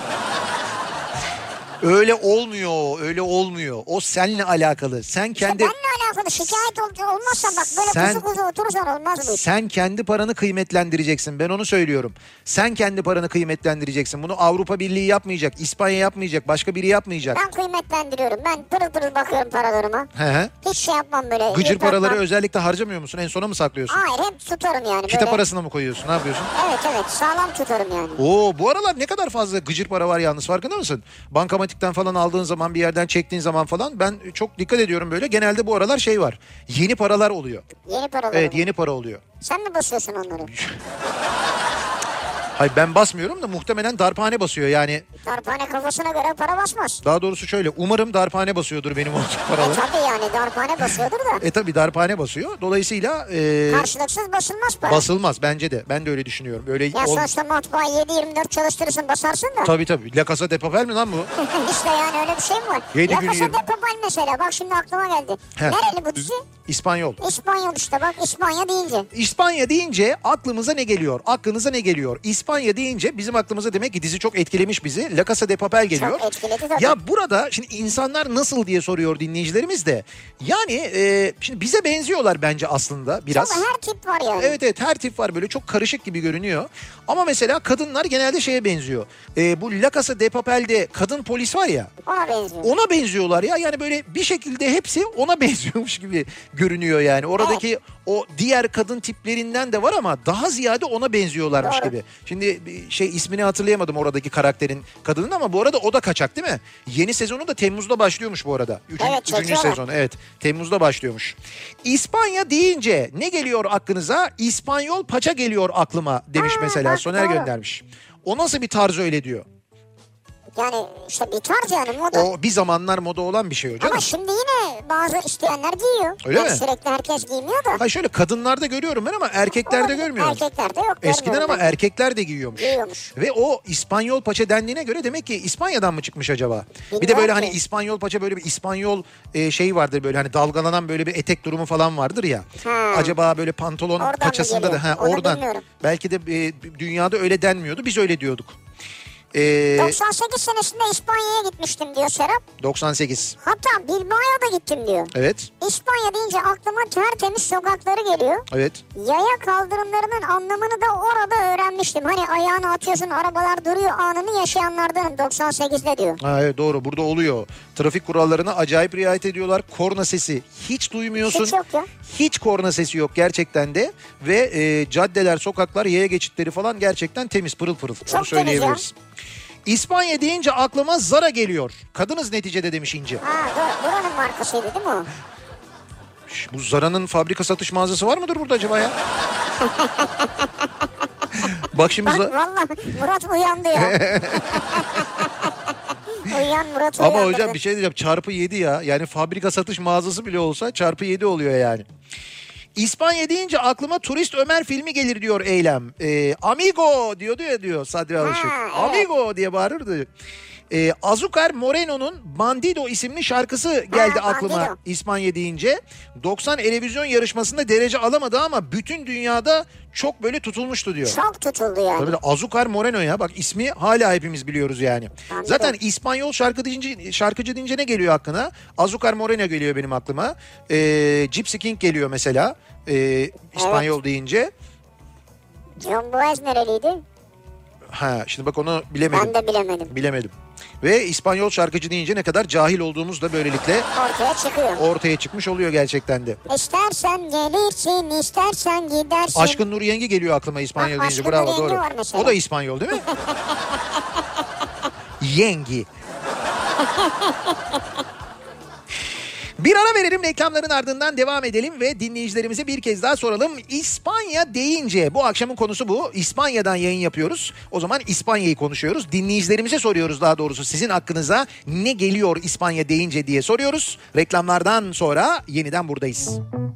Öyle olmuyor, öyle olmuyor. O seninle alakalı. Sen kendi... İşte benimle alakalı şikayet ol- olmazsa bak böyle Sen- kuzu kuzu oturursan olmaz bu iş. Sen kendi paranı kıymetlendireceksin. Ben onu söylüyorum. Sen kendi paranı kıymetlendireceksin. Bunu Avrupa Birliği yapmayacak, İspanya yapmayacak, başka biri yapmayacak. Ben kıymetlendiriyorum. Ben pırıl pırıl bakıyorum paralarıma. He he. Hiç şey yapmam böyle. Gıcır yıpratmam. paraları özellikle harcamıyor musun? En sona mı saklıyorsun? Hayır, hep tutarım yani. Kitap böyle. arasına mı koyuyorsun? Ne yapıyorsun? Evet evet, sağlam tutarım yani. Oo, bu aralar ne kadar fazla gıcır para var yalnız, farkında mısın? Bankamatikten falan aldığın zaman, bir yerden çektiğin zaman falan ben çok dikkat ediyorum böyle. Genelde bu aralar şey var. Yeni paralar oluyor. Yeni paraları. Evet, yeni para oluyor. Sen mi basıyorsun onları? Hayır, ben basmıyorum da muhtemelen darphane basıyor yani. Darphane kafasına göre para basmaz. Daha doğrusu şöyle, umarım darphane basıyordur benim o E paralar. tabii yani darphane basıyordur da. E tabi darphane basıyor. Dolayısıyla e, Karşılıksız basılmaz para. basılmaz bence de. Ben de öyle düşünüyorum. Böyle Ya ol... sonuçta matbaayı yedi yirmi dört çalıştırırsın basarsın da. Tabii tabii. La Casa de Papel mi lan bu? İşte yani öyle bir şey mi var? Yedi La gün Casa yirmi- de Papel mesela, bak şimdi aklıma geldi. He. Nereli bu dizi? İspanyol. İspanyol işte, bak İspanya deyince. İspanya deyince aklımıza ne geliyor? Aklınıza ne geliyor? İspanya deyince bizim aklımıza demek ki dizi çok etkilemiş bizi. La Casa de Papel geliyor. Çok etkiledi tabii. Ya burada şimdi insanlar nasıl diye soruyor dinleyicilerimiz de. Yani e, şimdi bize benziyorlar bence aslında biraz. Ama her tip var yani. Evet evet, her tip var, böyle çok karışık gibi görünüyor. Ama mesela kadınlar genelde şeye benziyor. E, bu La Casa de Papel'de kadın polis var ya. Ona benziyor. Ona benziyorlar ya, yani böyle bir şekilde hepsi ona benziyormuş gibi görünüyor yani. Oradaki o diğer kadın tiplerinden de var ama daha ziyade ona benziyorlarmış Doğru. gibi. Şimdi bir şey, ismini hatırlayamadım oradaki karakterin, kadının, ama bu arada o da kaçak değil mi? Yeni sezonu da Temmuz'da başlıyormuş bu arada. Üçüncü, Evet, üçüncü çekiyorlar. sezon, evet, Temmuz'da başlıyormuş. İspanya deyince ne geliyor aklınıza? İspanyol paça geliyor aklıma demiş Ha, mesela, bak, Soner doğru. göndermiş. O nasıl bir tarz öyle diyor. Yani işte bir tarz yani moda. O bir zamanlar moda olan bir şey hocam. Ama şimdi yine bazı isteyenler giyiyor. Öyle yani mi? Sürekli herkes giymiyor da. Ha şöyle kadınlarda görüyorum ben ama erkeklerde Olabilir. görmüyorum. Erkeklerde yok. Eskiden ama görmüyorum ben. erkekler de giyiyormuş. Giyiyormuş. Ve o İspanyol paça dendiğine göre demek ki İspanya'dan mı çıkmış acaba? Bir de Bilmiyorum böyle ki. hani İspanyol paça böyle bir İspanyol e, şeyi vardır böyle hani dalgalanan böyle bir etek durumu falan vardır ya. Ha. Acaba böyle pantolon Oradan mı paçasında geliyor? da ha Onu oradan. bilmiyorum. Belki de e, dünyada öyle denmiyordu. Biz öyle diyorduk. E, doksan sekiz senesinde İspanya'ya gitmiştim diyor Serap. doksan sekiz. Hatta Bilbao'ya da gittim diyor. Evet. İspanya deyince aklıma tertemiz sokakları geliyor. Evet. Yaya kaldırımlarının anlamını da orada öğrenmiştim. Hani ayağını atıyorsun arabalar duruyor anını yaşayanlardanım doksan sekizde diyor. Ha, evet doğru burada oluyor. Trafik kurallarına acayip riayet ediyorlar. Korna sesi hiç duymuyorsun. Hiç yok ya. Hiç korna sesi yok gerçekten de. Ve e, caddeler, sokaklar, yaya geçitleri falan gerçekten temiz, pırıl pırıl. Onu temiz söyleyebiliriz. İspanya deyince aklıma Zara geliyor. Kadınız neticede demiş İnci. Ha dur, buranın markasıydı değil mi o? Şş, bu Zara'nın fabrika satış mağazası var mıdır burada acaba ya? Bak şimdi... Bak Za- valla Murat uyandı ya. Uyan Murat Ama uyandırdı. hocam bir şey diyeceğim çarpı yedi ya. Yani fabrika satış mağazası bile olsa çarpı yedi oluyor yani. İspanya deyince aklıma Turist Ömer filmi gelir diyor Eylem. Ee, Amigo diyordu ya diyor Sadri Alışık. evet. Amigo diye bağırırdı. Ee, Azúcar Moreno'nun Bandido isimli şarkısı geldi Ha, aklıma Bandido. İspanya deyince. doksan televizyon yarışmasında derece alamadı ama bütün dünyada çok böyle tutulmuştu diyor. Çok tutuldu yani. Tabii de Azúcar Moreno ya bak ismi hala hepimiz biliyoruz yani. Bandido. Zaten İspanyol şarkı deyince, şarkıcı deyince ne geliyor aklına? Azúcar Moreno geliyor benim aklıma. Ee, Gypsy King geliyor mesela ee, İspanyol deyince. John Baez nereliydi? Ha şimdi bak onu bilemedim. Ben de bilemedim. Bilemedim. Ve İspanyol şarkıcı deyince ne kadar cahil olduğumuz da böylelikle Ortaya çıkıyor. ortaya çıkmış oluyor gerçekten de. İstersen gelirsin, istersen gidersin. Aşkın Nur Yengi geliyor aklıma İspanyol Bak, deyince. Aşkın Bravo Nur Yengi doğru. var mesela. O da İspanyol değil mi? Yengi. Bir ara verelim, reklamların ardından devam edelim ve dinleyicilerimize bir kez daha soralım. İspanya deyince bu akşamın konusu bu. İspanya'dan yayın yapıyoruz. O zaman İspanya'yı konuşuyoruz. Dinleyicilerimize soruyoruz daha doğrusu. Sizin hakkınıza ne geliyor İspanya deyince diye soruyoruz. Reklamlardan sonra yeniden buradayız.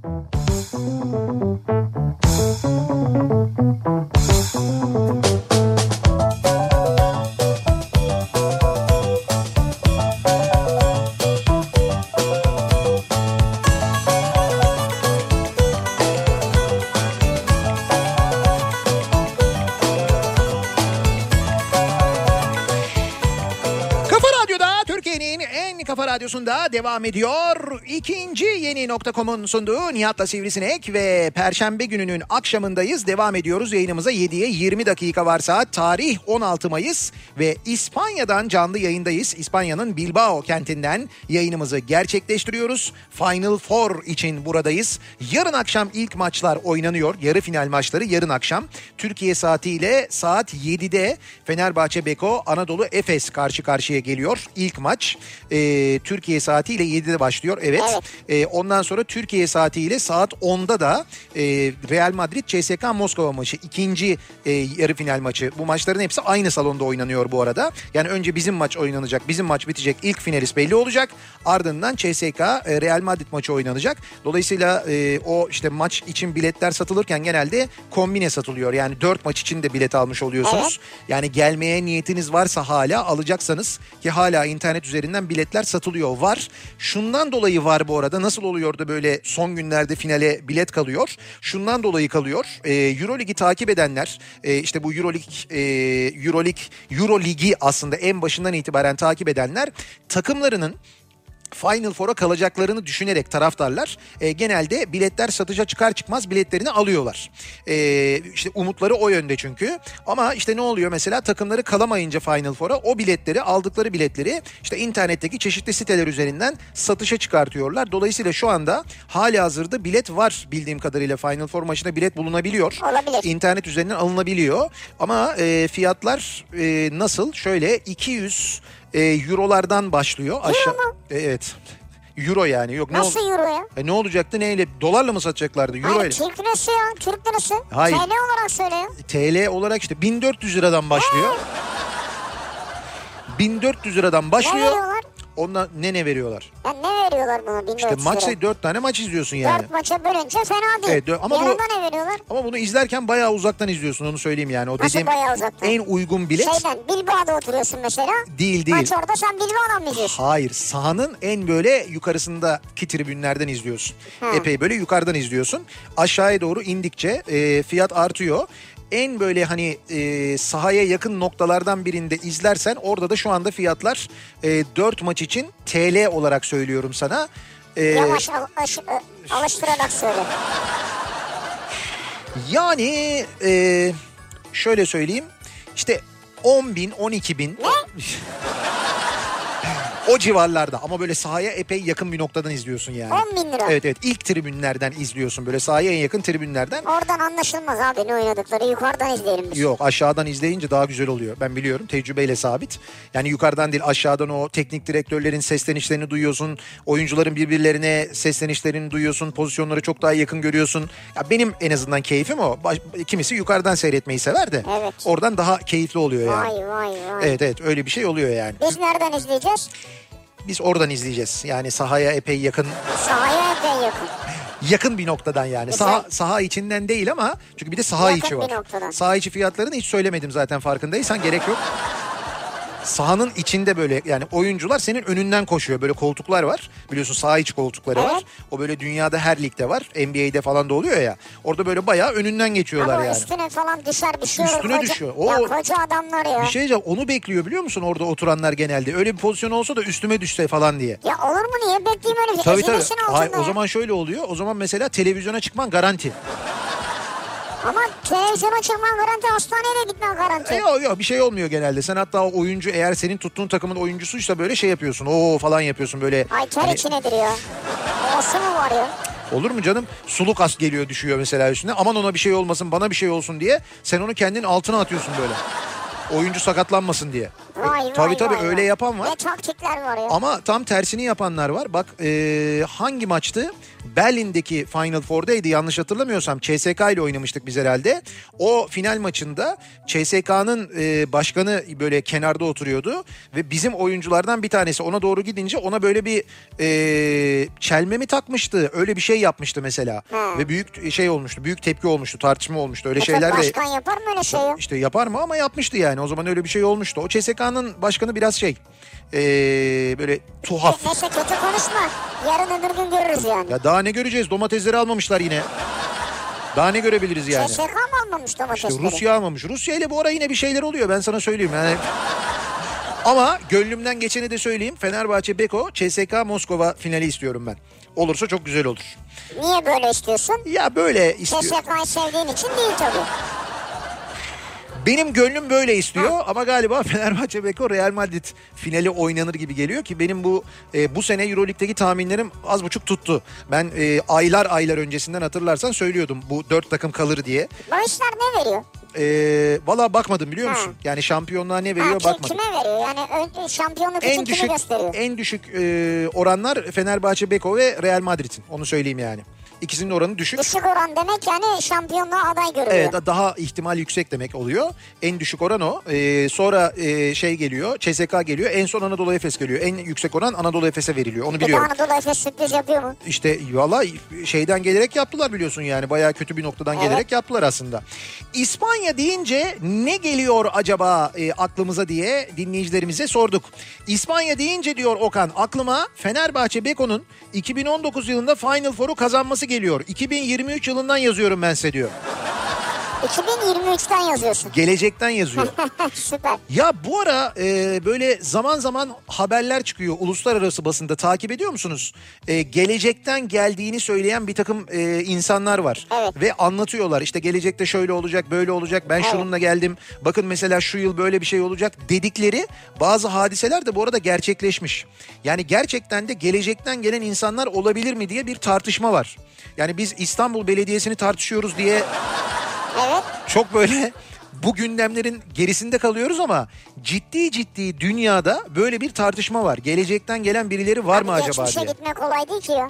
Kafa Radyosu'nda devam ediyor. İkinci yeni nokta com'un sunduğu Nihat'la Sivrisinek ve Perşembe gününün akşamındayız. Devam ediyoruz yayınımıza. Yediye yirmi dakika var saat. Tarih on altı Mayıs ve İspanya'dan canlı yayındayız. İspanya'nın Bilbao kentinden yayınımızı gerçekleştiriyoruz. Final Four için buradayız. Yarın akşam ilk maçlar oynanıyor. Yarı final maçları yarın akşam. Türkiye saatiyle saat yedide Fenerbahçe Beko Anadolu Efes karşı karşıya geliyor. İlk maç Ee, Türkiye saatiyle yedide başlıyor. Evet. evet. Ee, ondan sonra Türkiye saatiyle saat onda da e, Real Madrid C S K A Moskova maçı. İkinci e, yarı final maçı. Bu maçların hepsi aynı salonda oynanıyor bu arada. Yani önce bizim maç oynanacak. Bizim maç bitecek. İlk finalist belli olacak. Ardından C S K A e, Real Madrid maçı oynanacak. Dolayısıyla e, o işte maç için biletler satılırken genelde kombine satılıyor. Yani dört maç için de bilet almış oluyorsunuz. Evet. Yani gelmeye niyetiniz varsa hala alacaksanız ki hala internet üzerinden biletler satılıyor. Var. Şundan dolayı var bu arada. Nasıl oluyor da böyle son günlerde finale bilet kalıyor? Şundan dolayı kalıyor. Ee, Euroligi takip edenler, e, işte bu Eurolig, e, Eurolig, Euroligi aslında en başından itibaren takip edenler takımlarının Final Four'a kalacaklarını düşünerek taraftarlar e, genelde biletler satışa çıkar çıkmaz biletlerini alıyorlar. E, işte umutları o yönde çünkü. Ama işte ne oluyor mesela takımları kalamayınca Final Four'a o biletleri aldıkları biletleri işte internetteki çeşitli siteler üzerinden satışa çıkartıyorlar. Dolayısıyla şu anda halihazırda bilet var bildiğim kadarıyla Final Four maçına bilet bulunabiliyor. Olabilir. İnternet üzerinden alınabiliyor. Ama e, fiyatlar e, nasıl? Şöyle iki yüz E, eurolardan başlıyor. Aşağı. Euro mu? E, evet. Euro yani. Yok Nasıl ne ol- euro ya? E, ne olacaktı neyle? Dolarla mı satacaklardı? Euro Hayır ile. Türk lirası ya. Türk lirası. Hayır. T L olarak söyle ya. T L olarak işte bin dört yüz liradan başlıyor. bin dört yüz liradan Ne başlıyor. veriyorlar? Ondan ne ne veriyorlar? Ya ne veriyorlar buna bin dört yüz İşte lira? maçta dört tane maç izliyorsun yani. Dört maça bölünce fena değil. Evet, dö- ama bu- Yanında ne veriyorlar? Ama bunu izlerken bayağı uzaktan izliyorsun, onu söyleyeyim yani. O Nasıl dediğim bayağı uzaktan? en uygun bilet Şeyden Bilbao'da oturuyorsun mesela. değil değil. Maç orada, sen Bilbao'dan mı izliyorsun? Hayır, sahanın en böyle yukarısındaki tribünlerden izliyorsun. Ha. Epey böyle yukarıdan izliyorsun. Aşağıya doğru indikçe e, fiyat artıyor. En böyle hani e, sahaya yakın noktalardan birinde izlersen orada da şu anda fiyatlar e, dört maç için T L olarak söylüyorum sana. E, Yavaş al, aş, ö, alıştırarak söyle. Yani e, şöyle söyleyeyim, işte on bin on iki bin o civarlarda, ama böyle sahaya epey yakın bir noktadan izliyorsun yani. on bin lira. Evet evet, ilk tribünlerden izliyorsun, böyle sahaya en yakın tribünlerden. Oradan anlaşılmaz abi ne oynadıkları, yukarıdan izleyelim biz. Yok, aşağıdan izleyince daha güzel oluyor. Ben biliyorum, tecrübeyle sabit. Yani yukarıdan değil, aşağıdan o teknik direktörlerin seslenişlerini duyuyorsun. Oyuncuların birbirlerine seslenişlerini duyuyorsun. Pozisyonları çok daha yakın görüyorsun. Ya benim en azından keyfim o. Baş- Kimisi yukarıdan seyretmeyi sever de. Evet. Oradan daha keyifli oluyor yani. Vay vay vay. Evet evet, öyle bir şey oluyor yani. Biz nereden izleyeceğiz? Biz oradan izleyeceğiz. Yani sahaya epey yakın Sahaya epey yakın. yakın bir noktadan yani. Güzel. Saha, saha içinden değil ama çünkü bir de saha Yakın içi bir var. noktadan. Saha içi fiyatlarını hiç söylemedim zaten, farkındaysan, gerek yok. Sahanın içinde böyle, yani oyuncular senin önünden koşuyor. Böyle koltuklar var. Biliyorsun, saha içi koltukları Evet. var. O böyle dünyada her ligde var. N B A'de falan da oluyor ya. Orada böyle bayağı önünden geçiyorlar Ama yani. üstüne falan düşer bir şey olur. Üstüne koca, düşüyor. Ya O- koca adamlar ya. Bir şey diyeceğim, onu bekliyor biliyor musun orada oturanlar genelde. Öyle bir pozisyon olsa da üstüme düşse falan diye. Ya olur mu, niye bekleyeyim öyle bir şey? Tabii tabii. Ezilirsin altında Hayır, o ya. zaman şöyle oluyor. O zaman mesela televizyona çıkman garanti. Ama televizyona çıkman garanti, hastaneye de gitmen garanti. E, Yok yok, bir şey olmuyor genelde. Sen hatta o oyuncu, eğer senin tuttuğun takımın oyuncusuysa böyle şey yapıyorsun. Oo falan yapıyorsun böyle. Ay ter Hani, içinedir ya. Olsun mu var ya? olur mu canım? Suluk as geliyor, düşüyor mesela üstüne. Aman ona bir şey olmasın, bana bir şey olsun diye. Sen onu kendin altına atıyorsun böyle. Oyuncu sakatlanmasın diye. Vay E, vay tabii tabii, vay öyle vay. yapan var. Ne taktikler var ya. Ama tam tersini yapanlar var. Bak e, hangi maçtı? Berlin'deki Final Four'daydı yanlış hatırlamıyorsam. C S K ile oynamıştık biz herhalde. O final maçında C S K'nın e, başkanı böyle kenarda oturuyordu. Ve bizim oyunculardan bir tanesi ona doğru gidince ona böyle bir e, çelme mi takmıştı? Öyle bir şey yapmıştı mesela. Ha. Ve büyük şey olmuştu. Büyük tepki olmuştu. Tartışma olmuştu. Öyle E, şeyler de... Başkan yapar mı öyle şey ya? İşte yapar mı, ama yapmıştı yani. O zaman öyle bir şey olmuştu. O C S K'nın başkanı biraz şey... e, böyle tuhaf. Neyse kötü konuşma. Yarın öbür gün görürüz yani. Ya daha ne göreceğiz? Domatesleri almamışlar yine. Daha ne görebiliriz yani? C S K mı almamış domatesleri? İşte Rusya almamış. Rusya ile bu ara yine bir şeyler oluyor, ben sana söyleyeyim. Yani... Ama gönlümden geçeni de söyleyeyim. Fenerbahçe Beko C S K Moskova finali istiyorum ben. Olursa çok güzel olur. Niye böyle istiyorsun? Ya böyle C istiyor. S K'yı sevdiğin için değil tabii. Benim gönlüm böyle istiyor ama galiba Fenerbahçe Beko Real Madrid finali oynanır gibi geliyor ki benim bu e, bu sene Euroleague'deki tahminlerim az buçuk tuttu. Ben e, aylar aylar öncesinden hatırlarsan söylüyordum bu dört takım kalır diye. Bahisler ne veriyor? E, Valla bakmadım, biliyor Ha. musun? Yani şampiyonluğa ne Ha, veriyor ki- bakmadım. kime veriyor? Yani ön- şampiyonluk için En kimi düşük gösteriyor? en düşük e, oranlar Fenerbahçe Beko ve Real Madrid'in. Onu söyleyeyim yani. İkisinin oranı düşük. Düşük oran demek yani şampiyonluğa aday görülüyor. Evet, daha ihtimal yüksek demek oluyor. En düşük oran o. Ee, sonra e, şey geliyor, C S K geliyor. En son Anadolu Efes geliyor. En yüksek oran Anadolu Efes'e veriliyor. Onu Bir de biliyorum. Anadolu Efes sürpriz yapıyor mu? İşte valla şeyden gelerek yaptılar biliyorsun yani. Bayağı kötü bir noktadan Evet. gelerek yaptılar aslında. İspanya deyince ne geliyor acaba e, aklımıza diye dinleyicilerimize sorduk. İspanya deyince diyor Okan, aklıma Fenerbahçe Beko'nun iki bin on dokuz yılında Final Four'u kazanması geliyor. iki bin yirmi üç yılından yazıyorum ben size diyor. iki bin yirmi üçten yazıyorsun. Gelecekten yazıyor. Süper. Ya bu ara e, böyle zaman zaman haberler çıkıyor uluslararası basında, takip ediyor musunuz? E, gelecekten geldiğini söyleyen bir takım e, insanlar var. Evet. Ve anlatıyorlar işte gelecekte şöyle olacak, böyle olacak, ben Evet. şununla geldim. Bakın mesela şu yıl böyle bir şey olacak dedikleri bazı hadiseler de bu arada gerçekleşmiş. Yani gerçekten de gelecekten gelen insanlar olabilir mi diye bir tartışma var. Yani biz İstanbul Belediyesi'ni tartışıyoruz diye... Evet. Çok böyle bu gündemlerin gerisinde kalıyoruz ama ciddi ciddi dünyada böyle bir tartışma var. Gelecekten gelen birileri var mı Abi acaba geçmişe diye. gitmek kolay değil ki ya.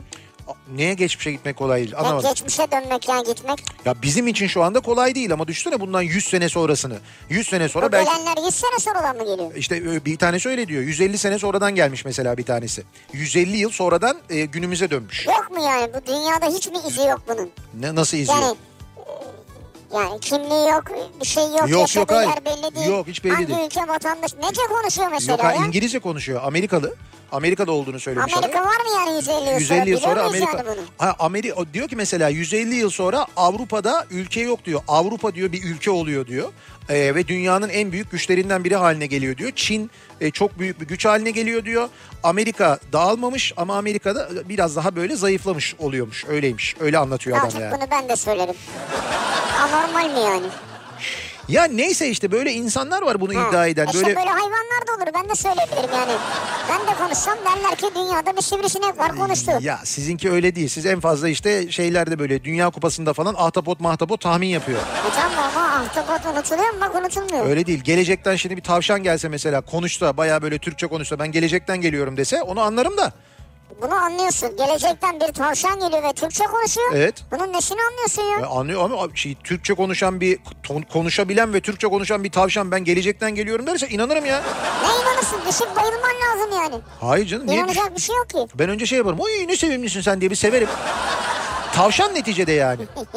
Neye geçmişe gitmek kolay değil Ya anlamadım. geçmişe dönmek yani gitmek. Ya bizim için şu anda kolay değil ama düşünsene bundan yüz sene sonrasını. yüz sene sonra O belki... gelenler yüz sene sonradan mı geliyor? İşte bir tanesi öyle diyor. yüz elli sene sonradan gelmiş mesela bir tanesi. yüz elli yıl sonradan e, günümüze dönmüş. Yok mu yani? Bu dünyada hiç mi izi yok bunun? Ne, nasıl izliyor? Yani yani kimliği yok, bir şey yok, Yok, yaşadığı yok, hayır. yer belli değil. Yok, hiç belli Hangi değil. ülke vatandaş? Nece konuşuyor mesela Yok ha, ya? İngilizce konuşuyor. Amerikalı. Amerika'da olduğunu söylemiş. Amerika adam. var mı yani yüz elli yıl yüz sonra? elli yıl Biliyor sonra muyuz Amerika. yani bunu? Ha, Amerika o diyor ki mesela yüz elli yıl sonra Avrupa'da ülke yok diyor. Avrupa diyor bir ülke oluyor diyor. Ee, ve dünyanın en büyük güçlerinden biri haline geliyor diyor. Çin e, çok büyük bir güç haline geliyor diyor. Amerika dağılmamış ama Amerika'da biraz daha böyle zayıflamış oluyormuş. Öyleymiş. Öyle anlatıyor adam Artık yani. bunu ben de söylerim. Anormal mi yani? Ya neyse işte böyle insanlar var bunu Ha, iddia eden. işte Böyle böyle hayvanlar da olur. Ben de söyleyebilirim yani. Ben de konuşsam derler ki dünyada bir sivrisinek var konuştu. Ya sizinki öyle değil. Siz en fazla işte şeylerde böyle Dünya Kupası'nda falan ahtapot mahtapot tahmin yapıyor. E tamam ama ahtapot unutuluyor mu? Bak unutulmuyor. Öyle değil. Gelecekten şimdi bir tavşan gelse mesela konuşsa bayağı böyle Türkçe konuşsa ben gelecekten geliyorum dese onu anlarım da. Bunu anlıyorsun. Gelecekten bir tavşan geliyor ve Türkçe konuşuyor. Evet. Bunun nesini anlıyorsun ya? E, anlıyor ama şey, Türkçe konuşan bir ton- konuşabilen ve Türkçe konuşan bir tavşan ben gelecekten geliyorum derse inanırım ya. Ne inanırsın? Düşüp bayılman lazım yani. Hayır canım. Niye düş- İnanacak bir şey yok ki. Ben önce şey yaparım. Oy ne sevimlisin sen diye bir severim. Tavşan neticede yani.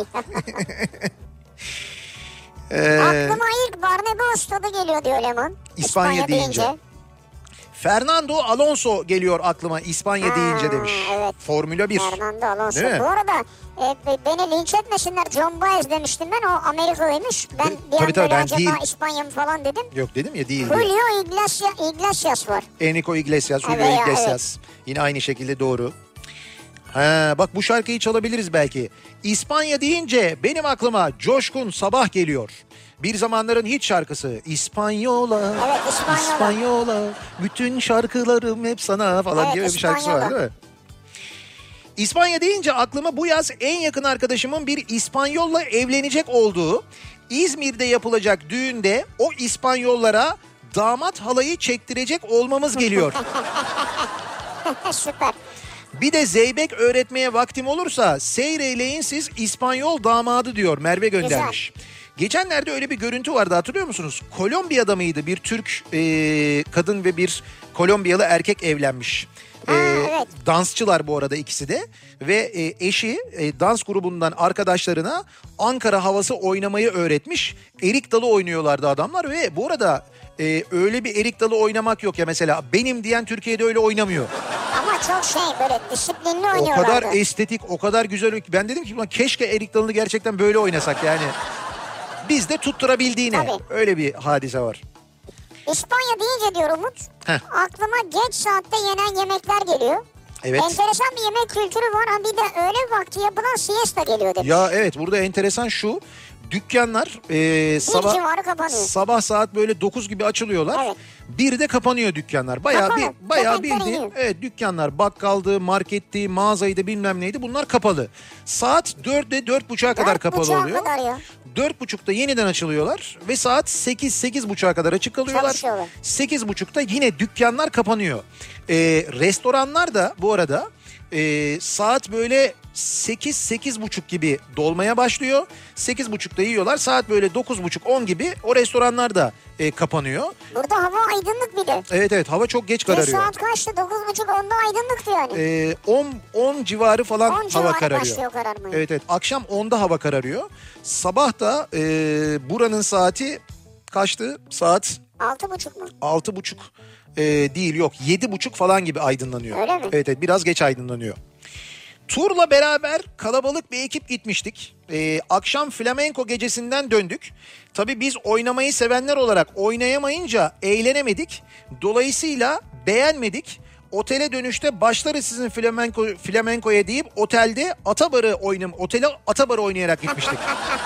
Ee, Aklıma ilk Barnabas tadı geliyor diyor Leman. İspanya deyince. Fernando Alonso geliyor aklıma İspanya Ha, deyince demiş. evet. Formula bir. Fernando Alonso. Değil mi? Bu arada e, beni linç etmesinler. John Baez demiştim ben. O Amerikalıymış. Ben Tabii, bir an tabii, böyle ben acaba değil. İspanya mı falan dedim. Yok dedim ya değil diye. Julio Iglesias, Iglesias var. Enrico Iglesias, Julio Evet, Iglesias. Yine aynı şekilde doğru. Ha, bak bu şarkıyı çalabiliriz belki. İspanya deyince benim aklıma Coşkun Sabah geliyor. Bir zamanların hit şarkısı İspanyola, Evet, İspanyola. İspanyola, bütün şarkılarım hep sana falan Evet, diye bir şarkısı var İspanyola. değil mi? İspanya deyince aklıma bu yaz en yakın arkadaşımın bir İspanyolla evlenecek olduğu, İzmir'de yapılacak düğünde o İspanyollara damat halayı çektirecek olmamız geliyor. Süper. Bir de zeybek öğretmeye vaktim olursa seyreyleyin siz İspanyol damadı diyor Merve göndermiş. Geçenlerde öyle bir görüntü vardı hatırlıyor musunuz? Kolombiya'da mıydı bir Türk e, kadın ve bir Kolombiyalı erkek evlenmiş. Ha, E, evet. Dansçılar bu arada ikisi de ve e, eşi e, dans grubundan arkadaşlarına Ankara havası oynamayı öğretmiş. Erik dalı oynuyorlardı adamlar ve bu arada e, öyle bir erik dalı oynamak yok ya mesela benim diyen Türkiye'de öyle oynamıyor. Ama çok şey böyle disiplinli O oynuyorlardı. kadar estetik, o kadar güzel. Ben dedim ki ulan keşke erik dalını gerçekten böyle oynasak yani. Biz de tutturabildiğine. Tabii. Öyle bir hadise var. İspanya deyince diyor Umut. Heh. Aklıma geç saatte yenen yemekler geliyor. Evet. Enteresan bir yemek kültürü var. Ha bir de öğle vakti yapılan siesta geliyor demiş. Ya evet burada enteresan şu. Dükkanlar e, sabah civarı kapanıyor. sabah saat böyle dokuz gibi açılıyorlar. Evet. Bir de kapanıyor dükkanlar. Bayağı Kapalı. bir bayağı Kepenkler bildiğin iniyor. evet dükkanlar bakkaldı, marketti, mağazaydı bilmem neydi bunlar kapalı. Saat dörtte dört buçuğa kadar Dört kapalı buçuğa oluyor. kadar ya. Dört buçukta yeniden açılıyorlar ve saat sekiz sekiz buçuğa kadar açık kalıyorlar. Çalışıyorlar. Sekiz buçukta yine dükkanlar kapanıyor. Ee, restoranlar da bu arada e, saat böyle sekiz sekiz buçuk gibi dolmaya başlıyor. Sekiz buçukta yiyorlar. Saat böyle dokuz buçuk on gibi o restoranlar da e, kapanıyor. Burada hava aydınlık bir de. Evet evet hava çok geç Ve kararıyor. saat kaçtı? dokuz buçuk onda aydınlıktı yani. Ee, on on civarı falan on hava civarı kararıyor. başlıyor kararmaya. Evet evet akşam onda hava kararıyor. Sabah da e, buranın saati kaçtı? Saat Altı buçuk mu? altı buçuk e, değil yok yedi buçuk falan gibi aydınlanıyor. Öyle mi? Evet evet biraz geç aydınlanıyor. Turla beraber kalabalık bir ekip gitmiştik. Ee, akşam flamenko gecesinden döndük. Tabii biz oynamayı sevenler olarak oynayamayınca eğlenemedik. Dolayısıyla beğenmedik. Otele dönüşte başlarız sizin flamenko flamenkoya deyip otelde atabarı oynam otele atabarı oynayarak gitmiştik.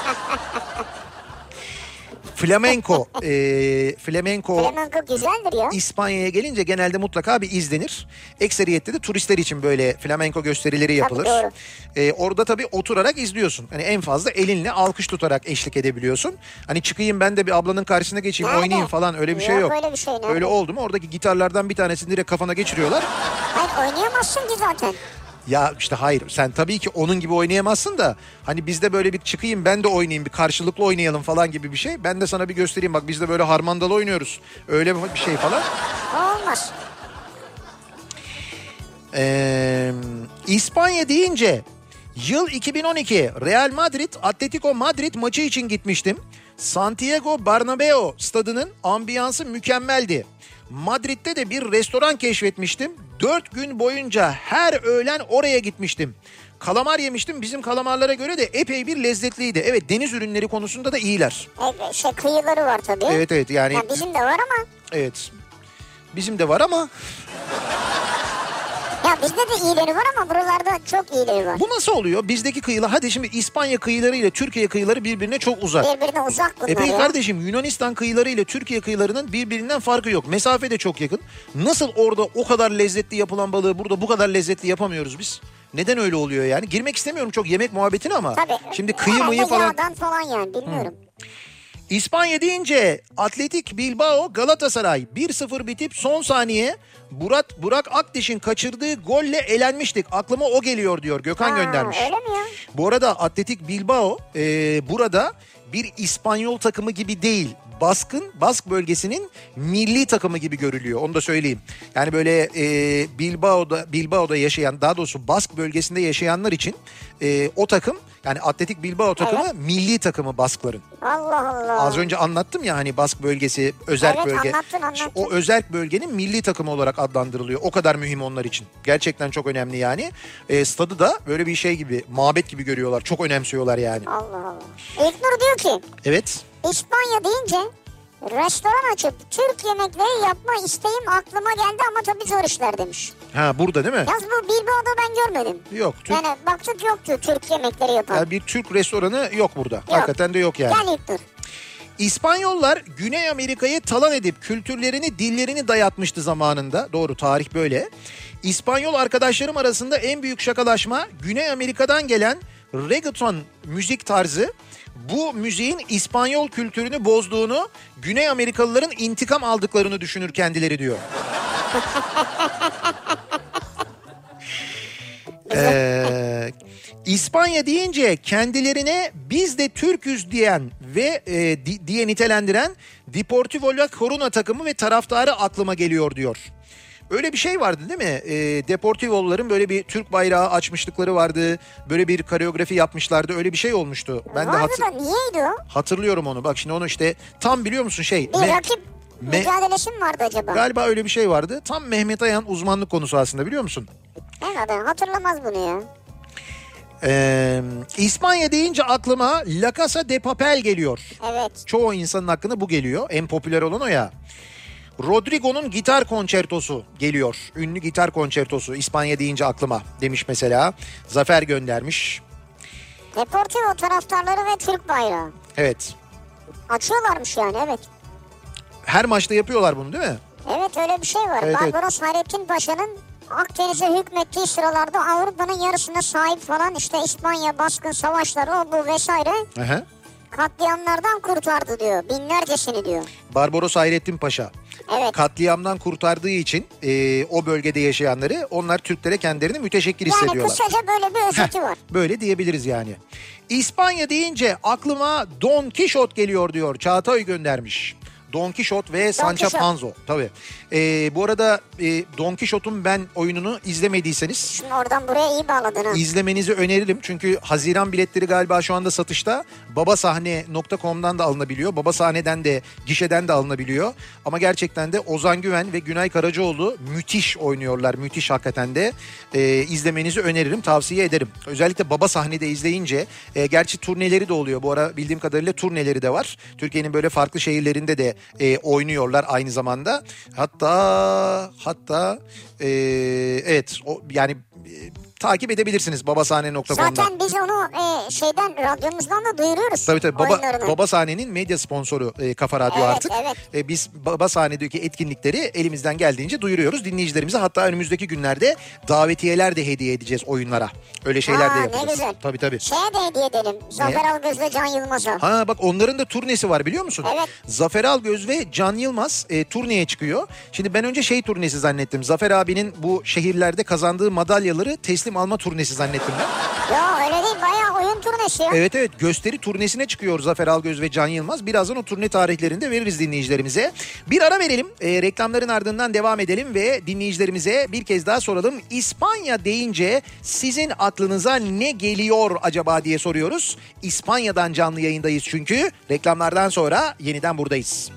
Flamenko, e, flamenko Flamenco güzeldir ya. İspanya'ya gelince genelde mutlaka bir izlenir. Ekseriyette de turistler için böyle flamenko gösterileri yapılır. doğru. Ee, orada tabii oturarak izliyorsun. Hani en fazla elinle alkış tutarak eşlik edebiliyorsun. Hani çıkayım ben de bir ablanın karşısına geçeyim Nerede? oynayayım falan öyle bir şey Yok, yok. öyle bir şey, nerede? Öyle oldu mu oradaki gitarlardan bir tanesini direkt kafana geçiriyorlar. Hayır oynayamazsın ki zaten. Ya işte hayır, sen tabii ki onun gibi oynayamazsın da hani bizde böyle bir çıkayım ben de oynayayım, bir karşılıklı oynayalım falan gibi bir şey. Ben de sana bir göstereyim, bak biz de böyle harmandalı oynuyoruz. Öyle bir şey falan. Olmaz. Ee, İspanya deyince yıl iki bin on iki Real Madrid Atletico Madrid maçı için gitmiştim. Santiago Bernabéu stadının ambiyansı mükemmeldi. Madrid'de de bir restoran keşfetmiştim. Dört gün boyunca her öğlen oraya gitmiştim. Kalamar yemiştim. Bizim kalamarlara göre de epey bir lezzetliydi. Evet, deniz ürünleri konusunda da iyiler. Evet, şey kıyıları var tabii. Evet evet yani. Ya bizim de var ama. Evet. Bizim de var ama. Ya bizde de iyileri var ama buralarda çok iyileri var. Bu nasıl oluyor? Bizdeki kıyılar, hadi şimdi İspanya kıyıları ile Türkiye kıyıları birbirine çok uzak. Birbirine uzak bunlar E peki ya. kardeşim, Yunanistan kıyıları ile Türkiye kıyılarının birbirinden farkı yok. Mesafe de çok yakın. Nasıl orada o kadar lezzetli yapılan balığı burada bu kadar lezzetli yapamıyoruz biz? Neden öyle oluyor yani? Girmek istemiyorum çok yemek muhabbetine ama. Tabii. Şimdi kıyı Herhalde mıyı falan. yağdan falan yani bilmiyorum. Hı. İspanya deyince Atletik Bilbao Galatasaray bir sıfır bitip son saniye Burak, Burak Akdeş'in kaçırdığı golle elenmiştik. Aklıma o geliyor diyor, Gökhan Ha, göndermiş. öyle mi ya? Bu arada Atletik Bilbao e, burada bir İspanyol takımı gibi değil. Baskın, Bask bölgesinin milli takımı gibi görülüyor. Onu da söyleyeyim. Yani böyle e, Bilbao'da Bilbao'da yaşayan, daha doğrusu Bask bölgesinde yaşayanlar için e, o takım, yani Atletik Bilbao takımı Evet. milli takımı Baskların. Allah Allah. Az önce anlattım ya hani Bask bölgesi, özerk Evet, bölge. anlattın, anlattın. O özerk bölgenin milli takımı olarak adlandırılıyor. O kadar mühim onlar için. Gerçekten çok önemli yani. E, stadı da böyle bir şey gibi, mabet gibi görüyorlar. Çok önemsiyorlar yani. Allah Allah. İlknur diyor ki Evet. İspanya deyince restoran açıp Türk yemekleri yapma isteğim aklıma geldi ama tabii zor işler demiş. Ha, burada değil mi? Yalnız bu Bilbao'da ben görmedim. Yok. Türk, Yani baktık yoktu Türk yemekleri yapan. yani bir Türk restoranı yok burada. Hakikaten de yok yani. Gel İlknur. İspanyollar Güney Amerika'yı talan edip kültürlerini, dillerini dayatmıştı zamanında. Doğru, tarih böyle. İspanyol arkadaşlarım arasında en büyük şakalaşma Güney Amerika'dan gelen reggaeton müzik tarzı. Bu müziğin İspanyol kültürünü bozduğunu, Güney Amerikalıların intikam aldıklarını düşünür kendileri diyor. Ee, İspanya deyince kendilerine biz de Türk'üz diyen ve e, di, diye nitelendiren Deportivo La Coruna takımı ve taraftarı aklıma geliyor diyor. Öyle bir şey vardı değil mi? E, Deportivo'luların böyle bir Türk bayrağı açmışlıkları vardı. Böyle bir koreografi yapmışlardı. Öyle bir şey olmuştu. Ben Vardı de hatır- da niyeydi o? hatırlıyorum onu. Bak şimdi onu işte tam biliyor musun şey? Bir Me- rakip Me- mücadelesi mi vardı acaba? Galiba öyle bir şey vardı. Tam Mehmet Ayan uzmanlık konusu aslında, biliyor musun? Herhalde hatırlamaz bunu ya. Ee, İspanya deyince aklıma La Casa de Papel geliyor. Evet. Çoğu insanın aklına bu geliyor. En popüler olan o ya. Rodrigo'nun gitar konçertosu geliyor. Ünlü gitar konçertosu İspanya deyince aklıma demiş mesela. Zafer göndermiş. Deportivo taraftarları ve Türk bayrağı. Evet. Açıyorlarmış yani, evet. Her maçta yapıyorlar bunu değil mi? Evet, öyle bir şey var. Evet, evet. Barbaros Hayrettin Paşa'nın Akdeniz'e hükmettiği sıralarda Avrupa'nın yarısına sahip falan işte İspanya baskın savaşları o bu vesaire Aha. katliamlardan kurtardı diyor. Binlercesini diyor. Barbaros Hayrettin Paşa. Evet. Katliamdan kurtardığı için e, o bölgede yaşayanları, onlar Türklere kendilerini müteşekkir Yani hissediyorlar. kısaca böyle bir özeti var. Böyle diyebiliriz yani. İspanya deyince aklıma Don Kişot geliyor diyor. Çağatay göndermiş. Don Kişot ve Sancho Kişot. Panza. Tabii. Ee, bu arada e, Don Kişot'un ben oyununu izlemediyseniz Şimdi oradan buraya iyi bağladın ha. izlemenizi öneririm. Çünkü Haziran biletleri galiba şu anda satışta. babasahne nokta com'dan da alınabiliyor. Babasahne'den de, gişeden de alınabiliyor. Ama gerçekten de Ozan Güven ve Günay Karacaoğlu müthiş oynuyorlar. Müthiş hakikaten de. Ee, izlemenizi öneririm, tavsiye ederim. Özellikle Babasahne'de izleyince, e, gerçi turneleri de oluyor. Bu ara bildiğim kadarıyla turneleri de var. Türkiye'nin böyle farklı şehirlerinde de e, oynuyorlar aynı zamanda. Hatta hatta e, evet o, yani e, takip edebilirsiniz babasahne nokta com'dan. Zaten biz onu e, şeyden radyomuzdan da duyuruyoruz. Tabii tabii. Baba, oyunlarını. Babasahne'nin medya sponsoru e, Kafa Radyo Evet, artık. evet. E, biz Babasahne'deki etkinlikleri elimizden geldiğince duyuruyoruz dinleyicilerimize. Hatta önümüzdeki günlerde davetiyeler de hediye edeceğiz oyunlara. Öyle şeyler Aa, de ne yapacağız. güzel. Tabii tabii. Şeye de hediye edelim. Zafer Algöz'le Can Yılmaz'a. Ha bak, onların da turnesi var biliyor musun? Evet. Zafer Algöz ve Can Yılmaz e, turneye çıkıyor. Şimdi ben önce şey turnesi zannettim. Zafer abinin bu şehirlerde kazandığı madalyaları teslim teslim alma turnesi zannettim ben. Ya öyle değil, bayağı oyun turnesi ya. Evet evet, gösteri turnesine çıkıyor Zafer Algöz ve Can Yılmaz. Birazdan o turne tarihlerini de veririz dinleyicilerimize. Bir ara verelim. E, reklamların ardından devam edelim ve dinleyicilerimize bir kez daha soralım. İspanya deyince sizin aklınıza ne geliyor acaba diye soruyoruz. İspanya'dan canlı yayındayız çünkü. Reklamlardan sonra yeniden buradayız.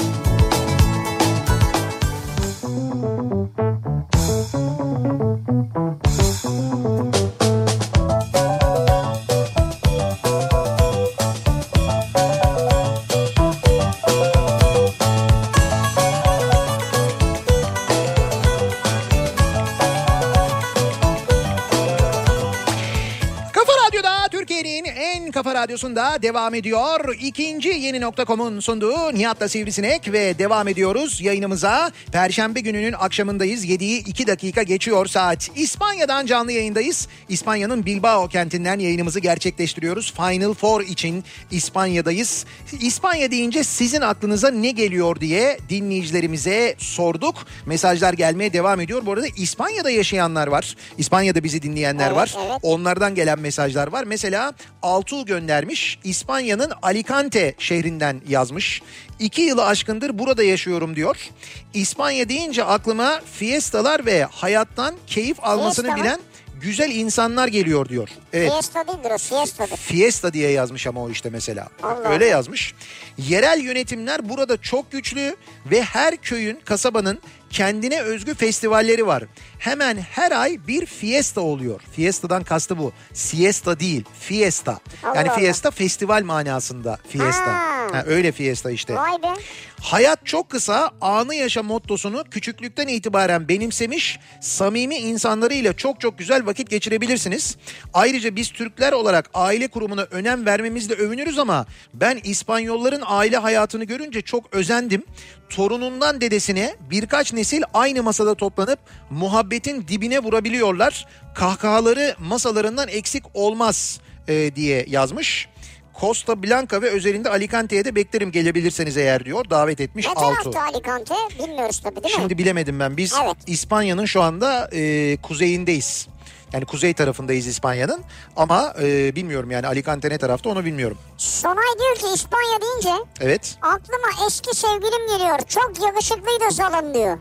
Kafa Radyosu'nda devam ediyor. İkinci Yeni nokta com'un sunduğu Nihat'la Sivrisinek ve devam ediyoruz yayınımıza. Perşembe gününün akşamındayız. yediyi iki dakika geçiyor saat. İspanya'dan canlı yayındayız. İspanya'nın Bilbao kentinden yayınımızı gerçekleştiriyoruz. Final Four için İspanya'dayız. İspanya deyince sizin aklınıza ne geliyor diye dinleyicilerimize sorduk. Mesajlar gelmeye devam ediyor. Bu arada İspanya'da yaşayanlar var. İspanya'da bizi dinleyenler evet, var. Evet. Onlardan gelen mesajlar var. Mesela Altuğ göndermiş. İspanya'nın Alicante şehrinden yazmış. İki yılı aşkındır burada yaşıyorum diyor. İspanya deyince aklıma fiestalar ve hayattan keyif almasını Fiesta bilen güzel insanlar geliyor diyor. Evet. Fiesta değildir o, fiestadır. Fiesta diye yazmış ama o işte mesela. Allah Öyle Allah. yazmış. Yerel yönetimler burada çok güçlü ve her köyün, kasabanın kendine özgü festivalleri var. Hemen her ay bir fiesta oluyor. Fiesta'dan kastı bu. Siesta değil, fiesta. Allah Yani Allah. fiesta festival manasında fiesta. Ha. Ha, öyle fiesta işte. Vay be. Hayat çok kısa, anı yaşa mottosunu küçüklükten itibaren benimsemiş, samimi insanlarıyla çok çok güzel vakit geçirebilirsiniz. Ayrıca biz Türkler olarak aile kurumuna önem vermemizle övünürüz ama ben İspanyolların aile hayatını görünce çok özendim. Torunundan dedesine birkaç nesil aynı masada toplanıp muhabbetin dibine vurabiliyorlar. Kahkahaları masalarından eksik olmaz e, diye yazmış. Costa Blanca ve özelinde Alicante'ye de beklerim gelebilirseniz eğer diyor. Davet etmiş Ne Altuğ. tarafta Alicante bilmiyoruz tabii değil mi? Şimdi bilemedim ben. Biz Evet. İspanya'nın şu anda e, kuzeyindeyiz. Yani kuzey tarafındayız İspanya'nın. Ama e, bilmiyorum yani Alicante ne tarafta onu bilmiyorum. Sonay diyor ki İspanya deyince Evet. aklıma eski sevgilim geliyor. Çok yakışıklıydı zalim diyor.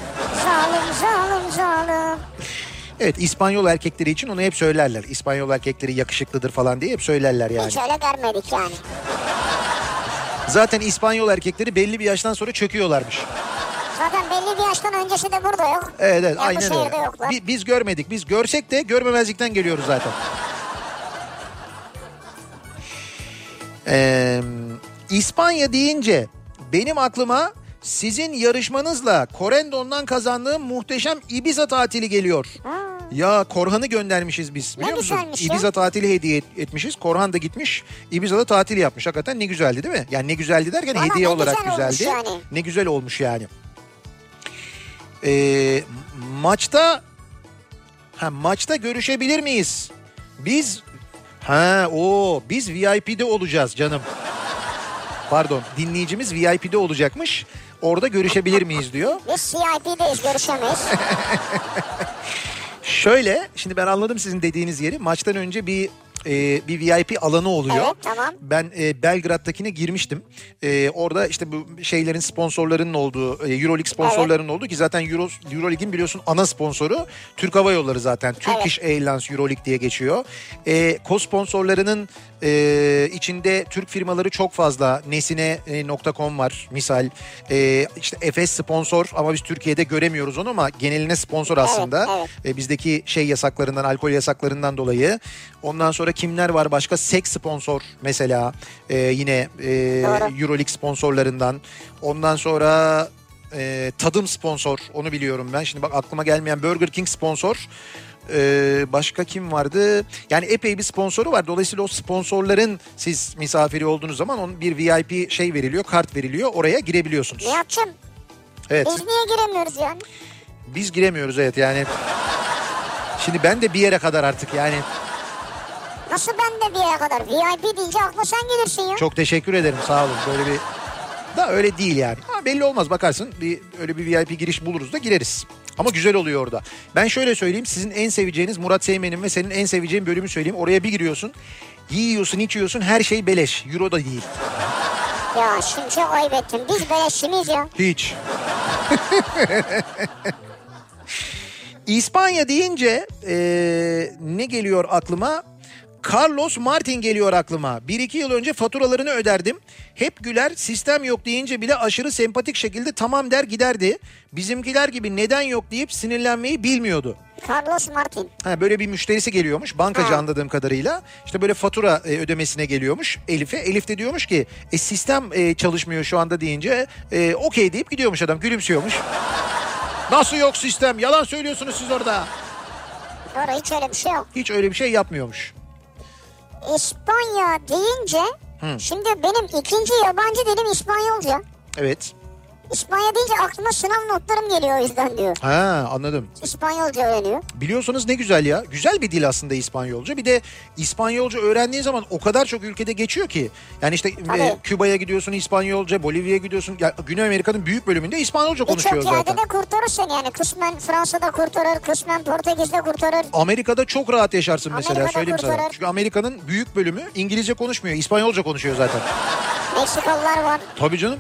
Zalim zalim zalim. Evet, İspanyol erkekleri için onu hep söylerler. İspanyol erkekleri yakışıklıdır falan diye hep söylerler yani. Hiç öyle görmedik yani. Zaten İspanyol erkekleri belli bir yaştan sonra çöküyorlarmış. Zaten belli bir yaştan öncesi de burada yok. Evet evet Ya bu aynen şehirde öyle. yoklar. Bi- Biz görmedik. Biz görsek de görmemezlikten geliyoruz zaten. Ee, İspanya deyince benim aklıma sizin yarışmanızla Corendon'dan kazandığım muhteşem Ibiza tatili geliyor. Ha. Ya Korhan'ı göndermişiz biz biliyor Ne musun? güzelmiş ya. Ibiza tatili hediye et- etmişiz. Korhan da gitmiş Ibiza'da tatil yapmış. Hakikaten ne güzeldi değil mi? Yani ne güzeldi derken Valla hediye ne olarak güzel olmuş güzeldi. yani. Ne güzel olmuş yani. Ee, maçta ha, maçta görüşebilir miyiz? Biz ha o biz V I P'de olacağız canım. Pardon, dinleyicimiz V I P'de olacakmış. Orada görüşebilir miyiz diyor. Biz V I P'deyiz, görüşemeyiz. Şöyle, şimdi ben anladım sizin dediğiniz yeri. Maçtan önce bir e, bir V I P alanı oluyor. Evet, tamam. Ben e, Belgrad'dakine girmiştim. E, orada işte bu şeylerin sponsorlarının olduğu, e, Euroleague sponsorlarının olduğu ki zaten Euro, Euroleague'in biliyorsun ana sponsoru Türk Hava Yolları zaten. Turkish Airlines Euroleague diye geçiyor. E, co-sponsorlarının e, içinde Türk firmaları çok fazla. Nesine nokta com var misal. E, işte Efes sponsor ama biz Türkiye'de göremiyoruz onu ama geneline sponsor aslında. Evet, evet. E, bizdeki şey yasaklarından, alkol yasaklarından dolayı. Ondan sonra kimler var başka? Sek sponsor mesela e, yine e, Euroleague sponsorlarından. Ondan sonra e, Tadım sponsor, onu biliyorum ben. Şimdi bak aklıma gelmeyen Burger King sponsor. Ee, başka kim vardı? Yani epey bir sponsoru var. Dolayısıyla o sponsorların siz misafiri olduğunuz zaman onun bir V I P şey veriliyor, kart veriliyor. Oraya girebiliyorsunuz. Nihat'cığım, Evet. biz niye giremiyoruz yani? Biz giremiyoruz evet yani. Şimdi ben de bir yere kadar artık yani. Nasıl ben de bir yere kadar? V I P deyince akla sen gelirsin ya. Çok teşekkür ederim, sağ olun. Böyle bir da öyle değil yani. Ha, belli olmaz, bakarsın bir öyle bir V I P giriş buluruz da gireriz. Ama güzel oluyor orada. Ben şöyle söyleyeyim, sizin en seveceğiniz Murat Seymen'in ve senin en seveceğin bölümü söyleyeyim. Oraya bir giriyorsun, yiyorsun içiyorsun, her şey beleş. Euro da değil. Ya şimdi çok ayıp ettin. Biz beleşçi miyiz ya? Hiç. İspanya deyince ee, ne geliyor aklıma? Carlos Martin geliyor aklıma. Bir iki yıl önce faturalarını öderdim. Hep güler, sistem yok deyince bile aşırı sempatik şekilde tamam der giderdi. Bizimkiler gibi neden yok deyip sinirlenmeyi bilmiyordu. Carlos Martin. Ha, böyle bir müşterisi geliyormuş bankacı, ha. anladığım kadarıyla. İşte böyle fatura e, ödemesine geliyormuş Elif'e. Elif de diyormuş ki e, sistem e, çalışmıyor şu anda deyince e, okey deyip gidiyormuş adam, gülümsüyormuş. Nasıl yok sistem? Yalan söylüyorsunuz siz orada. Doğru, hiç öyle bir şey yok. Hiç öyle bir şey yapmıyormuş. İspanya deyince Hı. şimdi benim ikinci yabancı dilim İspanyolca. Evet. İspanya deyince aklıma sınav notlarım geliyor o yüzden diyor. Ha, anladım. İspanyolca öğreniyor. Biliyorsanız ne güzel ya. Güzel bir dil aslında İspanyolca. Bir de İspanyolca öğrendiğin zaman o kadar çok ülkede geçiyor ki. Yani işte e, Küba'ya gidiyorsun İspanyolca, Bolivya'ya gidiyorsun. Ya, Güney Amerika'nın büyük bölümünde İspanyolca konuşuyor zaten. zaten. Birçok yerde de kurtarır seni yani. Kısmen Fransa'da kurtarır, kısmen Portekiz'de kurtarır. Amerika'da çok rahat yaşarsın mesela, Amerika'da söyleyeyim kurtarır. sana. Çünkü Amerika'nın büyük bölümü İngilizce konuşmuyor. İspanyolca konuşuyor zaten. Meksikalılar var. Tabii canım.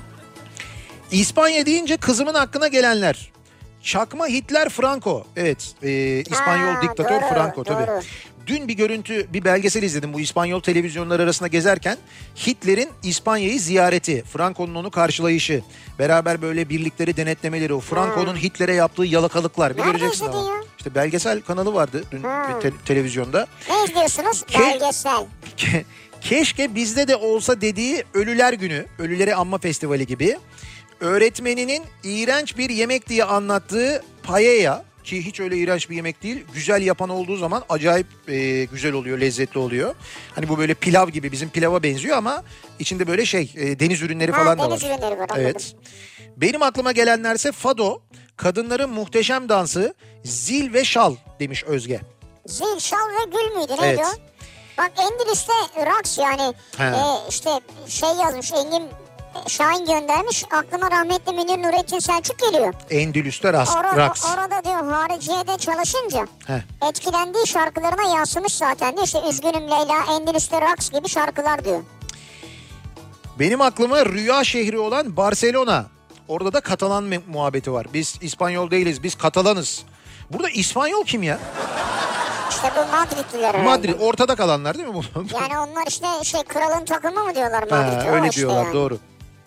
İspanya deyince kızımın aklına gelenler. Çakma Hitler Franco. Evet, e, İspanyol Ha, diktatör doğru, Franco tabii. doğru. Dün bir görüntü, bir belgesel izledim bu İspanyol televizyonları arasında gezerken. Hitler'in İspanya'yı ziyareti, Franco'nun onu karşılayışı, beraber böyle birlikleri denetlemeleri, o Franco'nun Hitler'e yaptığı yalakalıklar. Bir Nerede göreceksin ama. izledin ya? İşte belgesel kanalı vardı dün Ha. te- televizyonda. Ne izliyorsunuz? Ke- Belgesel. Ke- Keşke bizde de olsa dediği Ölüler Günü, Ölüleri Anma Festivali gibi. Öğretmeninin iğrenç bir yemek diye anlattığı paella, ki hiç öyle iğrenç bir yemek değil. Güzel yapan olduğu zaman acayip e, güzel oluyor, lezzetli oluyor. Hani bu böyle pilav gibi, bizim pilava benziyor ama içinde böyle şey e, deniz ürünleri Ha, falan da var. deniz ürünleri var, anladım. Evet. Benim aklıma gelenlerse fado, kadınların muhteşem dansı, zil ve şal demiş Özge. Zil, şal ve gül müydü? Neydi Evet. o? Bak Endülüs'te raks yani He. e, işte şey yazmış Engin Şahin göndermiş. Aklıma rahmetli Münir Nurettin Selçuk geliyor. Endülüs'te ras, Orada, raks. orada diyor hariciyede çalışınca Heh. etkilendiği şarkılarına yansımış zaten diyor. İşte Üzgünüm Leyla, Endülüs'te raks gibi şarkılar diyor. Benim aklıma rüya şehri olan Barcelona. Orada da Katalan me- muhabbeti var. Biz İspanyol değiliz, biz Katalanız. Burada İspanyol kim ya? İşte bu Madridliler herhalde. Madrid, ortada kalanlar değil mi bu? Yani onlar işte şey kralın takımı mı diyorlar Ha, Madrid'e? öyle O işte diyorlar, yani. doğru.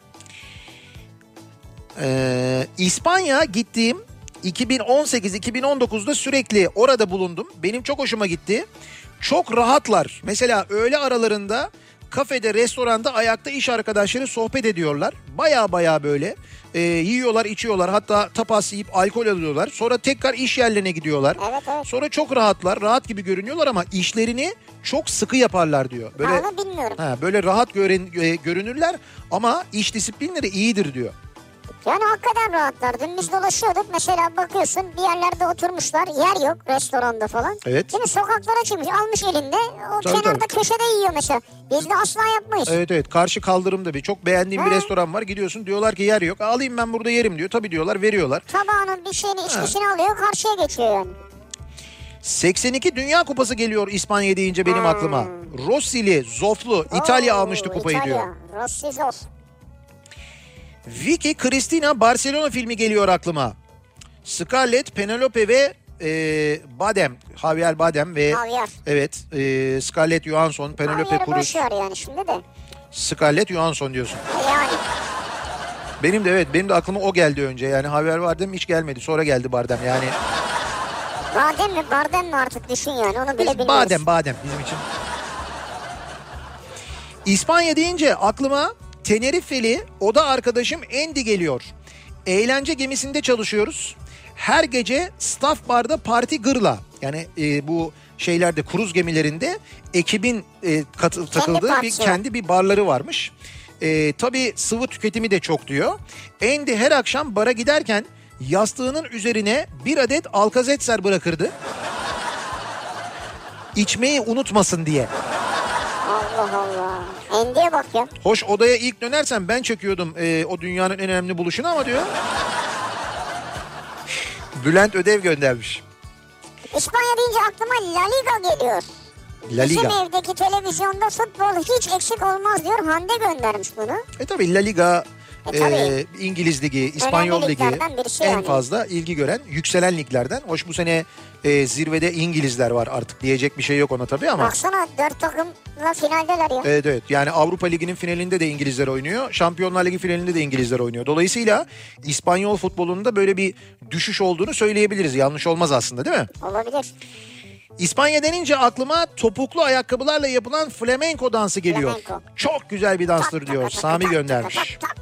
Ee, İspanya gittiğim iki bin on sekiz iki bin on dokuzda sürekli orada bulundum. Benim çok hoşuma gitti. Çok rahatlar. Mesela öğle aralarında kafede, restoranda ayakta iş arkadaşları sohbet ediyorlar. Baya baya böyle e, yiyorlar, içiyorlar. Hatta tapas yiyip alkol alıyorlar. Sonra tekrar iş yerlerine gidiyorlar. Evet, evet. Sonra çok rahatlar, rahat gibi görünüyorlar ama işlerini çok sıkı yaparlar diyor. Böyle, Ha, onu bilmiyorum. ha, böyle rahat gören, e, görünürler ama iş disiplinleri iyidir diyor. Yani hakikaten rahatlar. Dün biz dolaşıyorduk. Mesela bakıyorsun bir yerlerde oturmuşlar. Yer yok restoranda falan. Evet. Değil mi? Sokaklara çıkmış. Almış elinde. O Tabii, kenarda tabii. köşede yiyor mesela. Biz de asla yapmayız. Evet evet, karşı kaldırımda bir çok beğendiğim bir Ha. restoran var. Gidiyorsun, diyorlar ki yer yok. Alayım ben burada yerim diyor. Tabii diyorlar, veriyorlar. Tabağının bir şeyini içkisini alıyor. Karşıya geçiyor yani. seksen iki Dünya Kupası geliyor İspanya deyince benim Hmm. aklıma. Rossi'li, Zoflu, İtalya Oo, almıştı kupayı İtalya. diyor. Rossi Zof. Vicky Cristina Barcelona filmi geliyor aklıma. Scarlett, Penelope ve e, Badem, Javier Badem ve Javier. evet e, Scarlett Johansson, Penelope Javier'i Cruz. boş ver yani şimdi de. Scarlett Johansson diyorsun. Yani. Benim de evet, benim de aklıma o geldi önce. Yani Javier Bardem hiç gelmedi. Sonra geldi Bardem yani. Badem mi Bardem mi artık düşün yani onu bile Biz bilmiyoruz. badem badem bizim için. İspanya deyince aklıma Tenerifeli oda arkadaşım Andy geliyor. Eğlence gemisinde çalışıyoruz. Her gece staff barda parti gırla. Yani e, bu şeylerde, kruz gemilerinde ekibin e, katı, takıldığı bir partisi. kendi bir barları varmış. E, tabii sıvı tüketimi de çok diyor. Andy her akşam bara giderken yastığının üzerine bir adet Alka-Seltzer bırakırdı. İçmeyi unutmasın diye. Allah Allah. Endiye bak ya. Hoş, odaya ilk dönersen ben çöküyordum e, o dünyanın en önemli buluşunu ama diyor. Bülent Ödev göndermiş. İspanya deyince aklıma La Liga geliyor. La Liga. Bizim evdeki televizyonda futbol hiç eksik olmaz diyor. Hande göndermiş bunu. E tabii La Liga, E, tabii. e, İngiliz Ligi, İspanyol Ligi birisi en yani. fazla ilgi gören yükselen liglerden. Hoş bu sene e, zirvede İngilizler var artık, diyecek bir şey yok ona tabii ama. Baksana dört takımla finaldeler ya. Evet evet, yani Avrupa Ligi'nin finalinde de İngilizler oynuyor. Şampiyonlar Ligi finalinde de İngilizler oynuyor. Dolayısıyla İspanyol futbolunda böyle bir düşüş olduğunu söyleyebiliriz. Yanlış olmaz aslında, değil mi? Olabilir. İspanya denince aklıma topuklu ayakkabılarla yapılan flamenco dansı geliyor. Flamenco. Çok güzel bir danstır Tak, diyor. tak, tak, Sami tak, göndermiş. tak, tak, tak.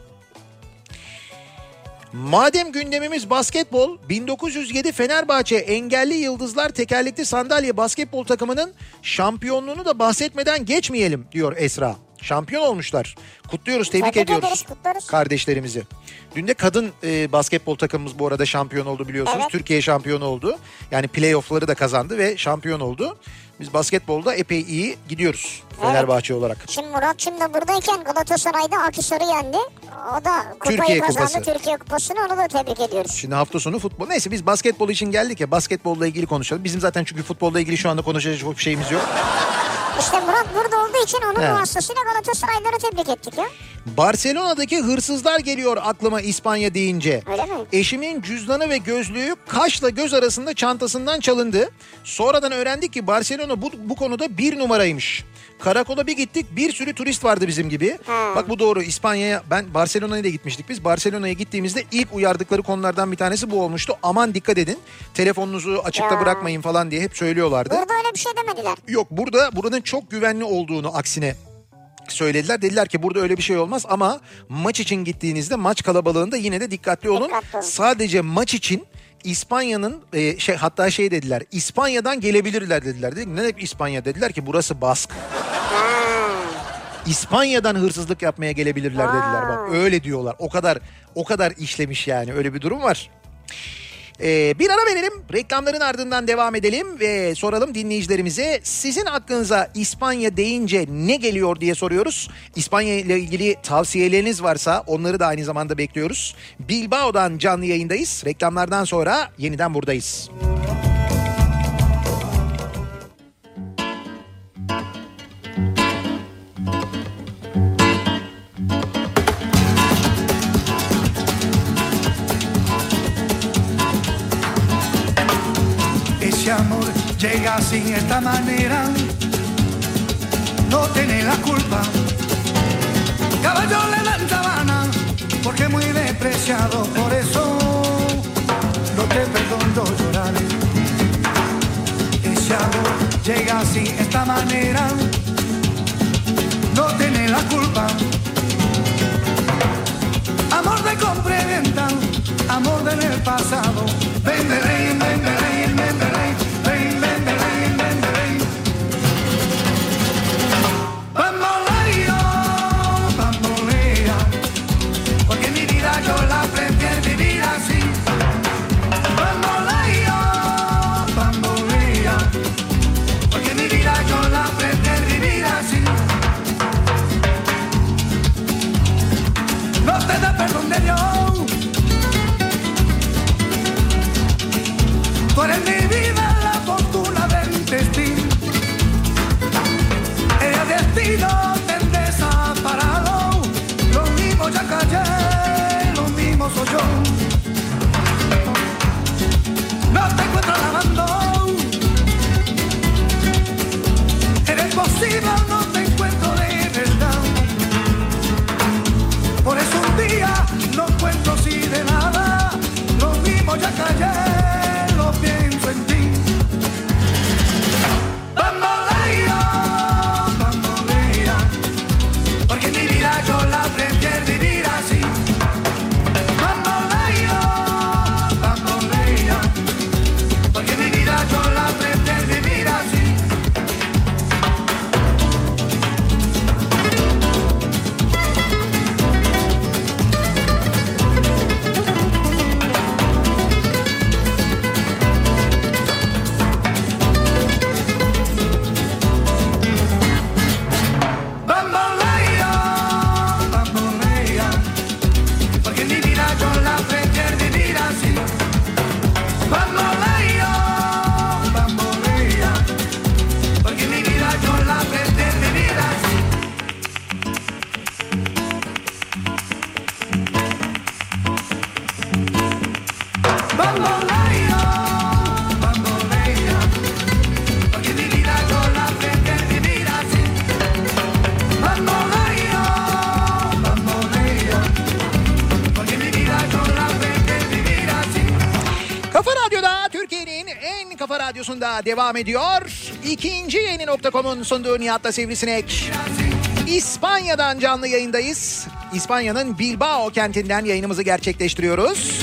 Madem gündemimiz basketbol, bin dokuz yüz yedi Fenerbahçe Engelli Yıldızlar Tekerlekli Sandalye basketbol takımının şampiyonluğunu da bahsetmeden geçmeyelim diyor Esra. Şampiyon olmuşlar. Kutluyoruz, tebrik Tebrik ediyoruz ederiz, kutlarız. kardeşlerimizi. Dün de kadın e, basketbol takımımız bu arada şampiyon oldu biliyorsunuz. Evet. Türkiye şampiyonu oldu. Yani playoff'ları da kazandı ve şampiyon oldu. Biz basketbolda epey iyi gidiyoruz Fenerbahçe olarak. Şimdi Muratçım da buradayken Galatasaray'da Akhisar'ı yendi. O da kupayı Türkiye kazandı. Kupası. Türkiye Kupası'nı, onu da tebrik ediyoruz. Şimdi hafta sonu futbol. Neyse biz basketbol için geldik ya, basketbolla ilgili konuşalım. Bizim zaten çünkü futbolla ilgili şu anda konuşacak çok bir şeyimiz yok. İşte Murat burada olduğu için onun Evet. vasıtasıyla Galatasaraylıları tebrik ettik ya. Barcelona'daki hırsızlar geliyor aklıma İspanya deyince. Öyle mi? Eşimin cüzdanı ve gözlüğü kaşla göz arasında çantasından çalındı. Sonradan öğrendik ki Barcelona bu, bu konuda bir numaraymış. Karakola bir gittik, bir sürü turist vardı bizim gibi. Ha. Bak bu doğru, İspanya'ya, ben Barcelona'ya da gitmiştik biz. Barcelona'ya gittiğimizde ilk uyardıkları konulardan bir tanesi bu olmuştu. Aman dikkat edin, telefonunuzu açıkta Ya. bırakmayın falan diye hep söylüyorlardı. Burada öyle bir şey demediler. Yok, burada buranın çok güvenli olduğunu aksine söylediler. Dediler ki burada öyle bir şey olmaz ama maç için gittiğinizde, maç kalabalığında yine de dikkatli olun. Dikkatli olun. Sadece maç için İspanya'nın e, şey hatta şey dediler, İspanya'dan gelebilirler dediler. Dedik, ne demek İspanya? Dediler ki burası Bask. İspanya'dan hırsızlık yapmaya gelebilirler dediler. Bak öyle diyorlar. O kadar o kadar işlemiş yani, öyle bir durum var. Ee, bir ara verelim, reklamların ardından devam edelim ve soralım dinleyicilerimize, sizin aklınıza İspanya deyince ne geliyor diye soruyoruz. İspanya ile ilgili tavsiyeleriniz varsa onları da aynı zamanda bekliyoruz. Bilbao'dan canlı yayındayız. Reklamlardan sonra yeniden buradayız. Ese amor llega sin esta manera, no tiene la culpa. Caballo le dan sabana, porque muy despreciado, por eso no te perdono llorar. Ese amor llega sin esta manera, no tiene la culpa. Amor de compra y venta, amor del pasado. Ven, ven, ven, ven, ven, ven, ven, ven, ven, ven, ven, ven, ven. Bamboleo, bambolea, porque mi vida yo la prefiero vivir así. Bamboleo, bambolea, porque mi vida yo la prefiero vivir así. No te da perdón de Dios. Radyosu'nda devam ediyor. İkinci yeni nokta com'un sunduğu Nihat'la Sivrisinek. İspanya'dan canlı yayındayız. İspanya'nın Bilbao kentinden yayınımızı gerçekleştiriyoruz.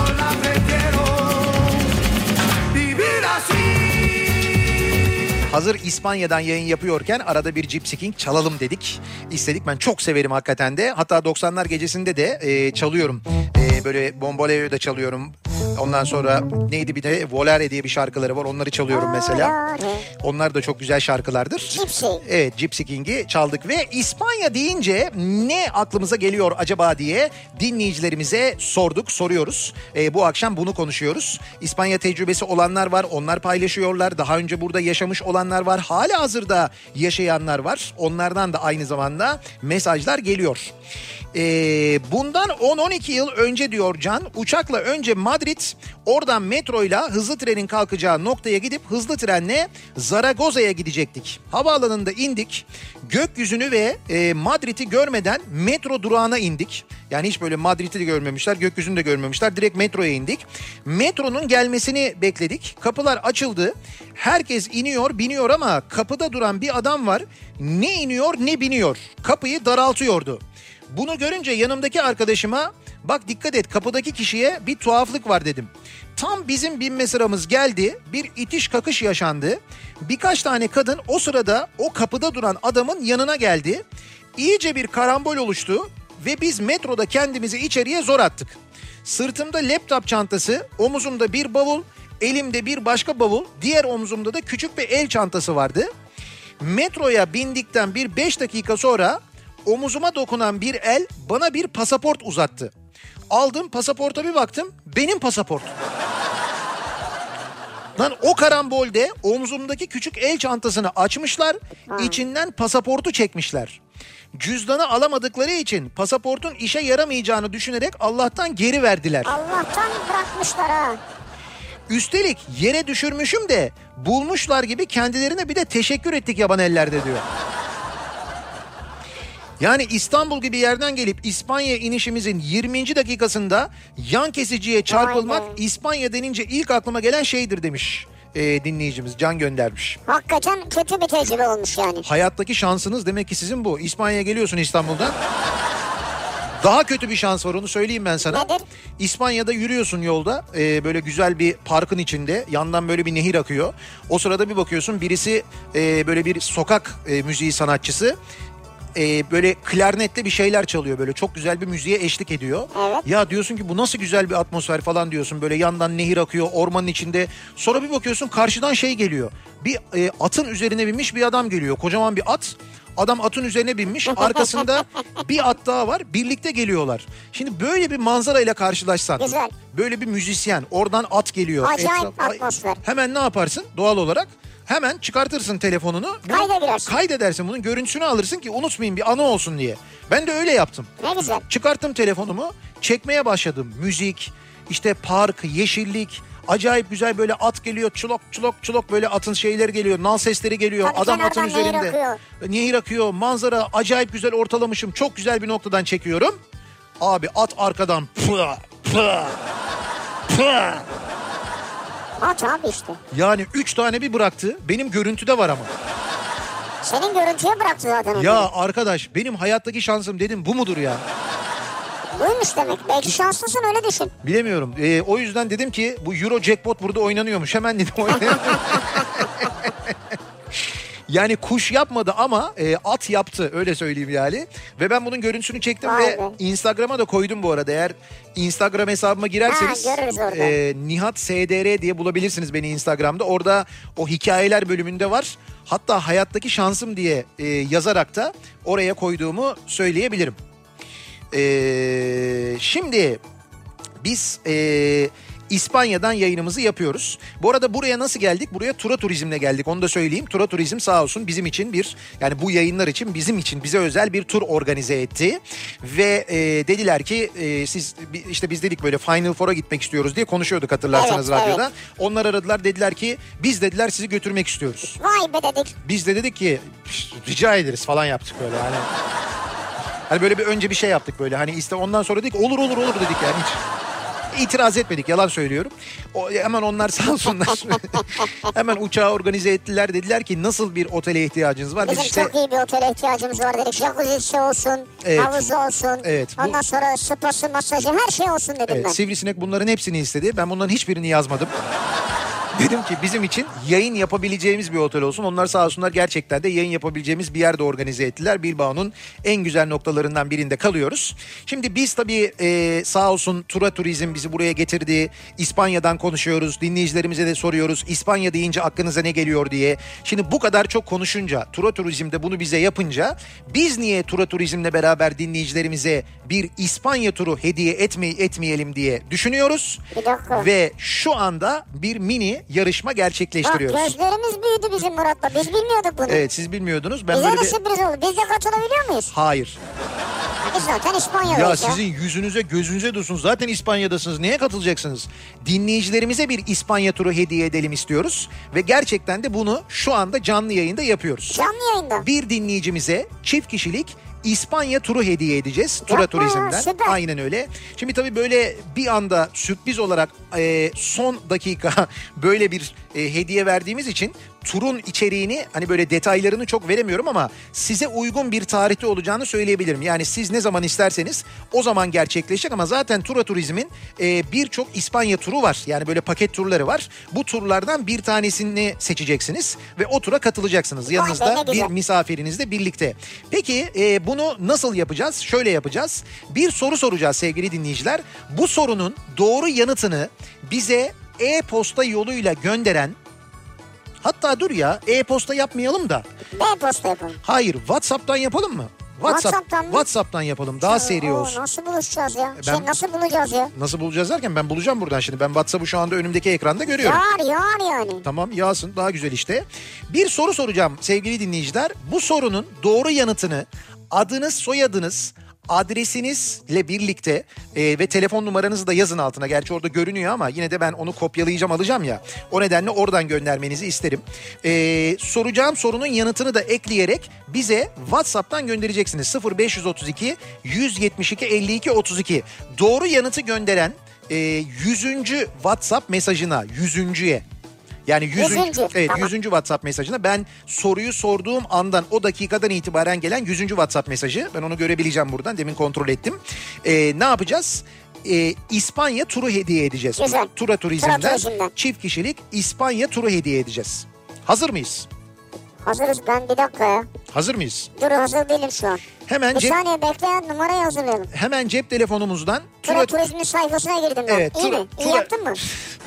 Hazır İspanya'dan yayın yapıyorken arada bir Gypsy King çalalım dedik. İstedik, ben çok severim hakikaten de. Hatta doksanlar gecesinde de e, çalıyorum. E, böyle Bomboleo'yu da çalıyorum. Ondan sonra neydi bir de Volare diye bir şarkıları var, onları çalıyorum mesela. Onlar da çok güzel şarkılardır. Gypsy. Evet, Gypsy King'i çaldık ve İspanya deyince ne aklımıza geliyor acaba diye dinleyicilerimize sorduk, soruyoruz. E, bu akşam bunu konuşuyoruz. İspanya tecrübesi olanlar var, onlar paylaşıyorlar. Daha önce burada yaşamış olanlar var, hala hazırda yaşayanlar var. Onlardan da aynı zamanda mesajlar geliyor. Ee, bundan on on iki yıl önce diyor Can, uçakla önce Madrid, oradan metroyla hızlı trenin kalkacağı noktaya gidip hızlı trenle Zaragoza'ya gidecektik. Havaalanında indik, gökyüzünü ve e, Madrid'i görmeden metro durağına indik. Yani hiç böyle Madrid'i de görmemişler, gökyüzünü de görmemişler, direkt metroya indik. Metronun gelmesini bekledik, kapılar açıldı, herkes iniyor biniyor ama kapıda duran bir adam var, ne iniyor ne biniyor, kapıyı daraltıyordu. Bunu görünce yanımdaki arkadaşıma, bak dikkat et kapıdaki kişiye bir tuhaflık var dedim. Tam bizim binme sıramız geldi, bir itiş kakış yaşandı. Birkaç tane kadın o sırada o kapıda duran adamın yanına geldi. İyice bir karambol oluştu ve biz metroda kendimizi içeriye zor attık. Sırtımda laptop çantası, omuzumda bir bavul, elimde bir başka bavul, diğer omzumda da küçük bir el çantası vardı. Metroya bindikten bir beş dakika sonra omuzuma dokunan bir el bana bir pasaport uzattı. Aldım, pasaporta bir baktım, benim pasaport. Lan o karambolde omzumdaki küçük el çantasını açmışlar, içinden pasaportu çekmişler. Cüzdanı alamadıkları için pasaportun işe yaramayacağını düşünerek Allah'tan geri verdiler. Allah'tan bırakmışlar ha. Üstelik yere düşürmüşüm de bulmuşlar gibi kendilerine bir de teşekkür ettik yaban ellerde diyor. Yani İstanbul gibi yerden gelip İspanya inişimizin yirminci dakikasında yan kesiciye çarpılmak İspanya denince ilk aklıma gelen şeydir demiş e, dinleyicimiz. Can göndermiş. Hakikaten kötü bir tecrübe olmuş yani. Hayattaki şansınız demek ki sizin bu. İspanya'ya geliyorsun İstanbul'dan. Daha kötü bir şans var, onu söyleyeyim ben sana. Nedir? İspanya'da yürüyorsun yolda, e, böyle güzel bir parkın içinde, yandan böyle bir nehir akıyor. O sırada bir bakıyorsun birisi e, böyle bir sokak e, müziği sanatçısı. Ee, böyle klarnetle bir şeyler çalıyor, böyle çok güzel bir müziğe eşlik ediyor. Evet. Ya diyorsun ki bu nasıl güzel bir atmosfer falan diyorsun, böyle yandan nehir akıyor ormanın içinde. Sonra bir bakıyorsun karşıdan şey geliyor, bir e, atın üzerine binmiş bir adam geliyor, kocaman bir at. Adam atın üzerine binmiş, arkasında bir at daha var, birlikte geliyorlar. Şimdi böyle bir manzarayla karşılaşsan, güzel, böyle bir müzisyen, oradan at geliyor. Acayip etraf, atmosfer. Hemen ne yaparsın doğal olarak? Hemen çıkartırsın telefonunu. Kayda girersin. Kaydedersin, bunun görüntüsünü alırsın ki unutmayayım, bir anı olsun diye. Ben de öyle yaptım. Ne güzel. Çıkarttım telefonumu, çekmeye başladım. Müzik, işte park, yeşillik, acayip güzel, böyle at geliyor, çulok çulok çulok, böyle atın şeyleri geliyor, nal sesleri geliyor. Tabii adam atın kenardan nehir üzerinde. akıyor. Nehir akıyor, manzara acayip güzel ortalamışım. Çok güzel bir noktadan çekiyorum. Abi at arkadan pıh pıh pıh. At abi işte. Yani üç tane bir bıraktı. Benim görüntüde var ama. Senin görüntüye bıraktı zaten. Ya onu. Arkadaş, benim hayattaki şansım dedim bu mudur ya? Buymuş demek. Belki şanslısın, öyle düşün. Bilemiyorum. Ee, o yüzden dedim ki bu Euro Jackpot burada oynanıyormuş. Hemen dedim oynayalım. Yani kuş yapmadı ama e, at yaptı, öyle söyleyeyim yani. Ve ben bunun görüntüsünü çektim Vay ve be. Instagram'a da koydum bu arada. Eğer Instagram hesabıma girerseniz ha, görürüz orada. e, Nihat S D R diye bulabilirsiniz beni Instagram'da. Orada o hikayeler bölümünde var. Hatta hayattaki şansım diye e, yazarak da oraya koyduğumu söyleyebilirim. E, şimdi biz... E, İspanya'dan yayınımızı yapıyoruz. Bu arada buraya nasıl geldik? Buraya Tura Turizm'le geldik, onu da söyleyeyim. Tura Turizm sağ olsun bizim için bir, yani bu yayınlar için bizim için bize özel bir tur organize etti. Ve e, dediler ki e, siz işte biz dedik böyle Final Four'a gitmek istiyoruz diye konuşuyorduk, hatırlarsanız evet, radyoda. Evet. Onlar aradılar, dediler ki biz dediler sizi götürmek istiyoruz. Vay be dedik. Biz de dedik ki rica ederiz falan yaptık böyle hani. Hani böyle bir önce bir şey yaptık böyle hani, işte ondan sonra dedik olur olur olur dedik yani hiç. İtiraz etmedik, yalan söylüyorum. O, hemen onlar sağ olsunlar. Hemen uçağı organize ettiler, dediler ki nasıl bir otele ihtiyacınız var? Bizim Biz işte... çok iyi bir otele ihtiyacımız var dedik. Jacuzzi'si olsun, evet. havuzu olsun. Evet, bu... Ondan sonra spası, masajı, her şey olsun dedim evet, ben. Sivrisinek bunların hepsini istedi. Ben bunların hiçbirini yazmadım. Dedim ki bizim için yayın yapabileceğimiz bir otel olsun. Onlar sağ olsunlar gerçekten de yayın yapabileceğimiz bir yerde organize ettiler. Bilbao'nun en güzel noktalarından birinde kalıyoruz. Şimdi biz tabii e, sağ olsun Tura Turizm bizi buraya getirdi. İspanya'dan konuşuyoruz. Dinleyicilerimize de soruyoruz. İspanya deyince aklınıza ne geliyor diye. Şimdi bu kadar çok konuşunca, Tura Turizm de bunu bize yapınca biz niye Tura Turizm'le beraber dinleyicilerimize bir İspanya turu hediye etme, etmeyelim diye düşünüyoruz. Bir dakika. Ve şu anda bir mini yarışma gerçekleştiriyoruz. Bak gözlerimiz büyüdü bizim Murat'la. Biz bilmiyorduk bunu. Evet, siz bilmiyordunuz. Ben Bize böyle de bir... sürpriz oldu. Biz de katılabiliyor muyuz? Hayır. Biz zaten İspanya'dayız ya. Ya sizin yüzünüze gözünüze dursun. Zaten İspanya'dasınız. Neye katılacaksınız? Dinleyicilerimize bir İspanya turu hediye edelim istiyoruz. Ve gerçekten de bunu şu anda canlı yayında yapıyoruz. Canlı yayında. Bir dinleyicimize çift kişilik İspanya turu hediye edeceğiz. Tura Yapma Turizm'den. Ya, süper. Aynen öyle. Şimdi tabii böyle bir anda sürpriz olarak e, son dakika böyle bir e, hediye verdiğimiz için turun içeriğini hani böyle detaylarını çok veremiyorum ama size uygun bir tarihte olacağını söyleyebilirim. Yani siz ne zaman isterseniz o zaman gerçekleşecek ama zaten Tura Turizm'in e, birçok İspanya turu var. Yani böyle paket turları var. Bu turlardan bir tanesini seçeceksiniz ve o tura katılacaksınız. Yanınızda bir misafirinizle birlikte. Peki e, bunu nasıl yapacağız? Şöyle yapacağız. Bir soru soracağız sevgili dinleyiciler. Bu sorunun doğru yanıtını bize e-posta yoluyla gönderen, hatta dur ya e-posta yapmayalım da. E-posta yapalım. Hayır, WhatsApp'tan yapalım mı? WhatsApp, WhatsApp'tan mı? WhatsApp'tan yapalım. Daha seri Oo, olsun. Nasıl buluşacağız ya? Ben, şey, nasıl bulacağız ya? Nasıl bulacağız derken ben bulacağım buradan şimdi. Ben WhatsApp'ı şu anda önümdeki ekranda görüyorum. Yağar yağar yani. Tamam, yağsın, daha güzel işte. Bir soru soracağım sevgili dinleyiciler. Bu sorunun doğru yanıtını adınız, soyadınız, adresinizle birlikte e, ve telefon numaranızı da yazın altına. Gerçi orada görünüyor ama yine de ben onu kopyalayacağım, alacağım ya. O nedenle oradan göndermenizi isterim. E, soracağım sorunun yanıtını da ekleyerek bize WhatsApp'tan göndereceksiniz. sıfır beş otuz iki yüz yetmiş iki elli iki otuz iki. Doğru yanıtı gönderen e, yüzüncü WhatsApp mesajına, yüzüncüye. Yani yüzüncü, yüzüncü. evet, Tamam. yüzüncü WhatsApp mesajına ben soruyu sorduğum andan, o dakikadan itibaren gelen yüzüncü WhatsApp mesajı, ben onu görebileceğim buradan, demin kontrol ettim. Ee, ne yapacağız? Ee, İspanya turu hediye edeceğiz. Güzel. Tura Turizm'den, Tura Turizm'den çift kişilik İspanya turu hediye edeceğiz. Hazır mıyız? Hazırız, ben bir dakika ya. Hazır mıyız? Dur, hazır değilim şu an. Hemen bir cep, saniye bekleyen numarayı hazırlayalım. hemen cep telefonumuzdan Tura, Tura Turizm'in sayfasına girdim ben. Evet, İyi tura, mi? İyi tura... yaptın mı?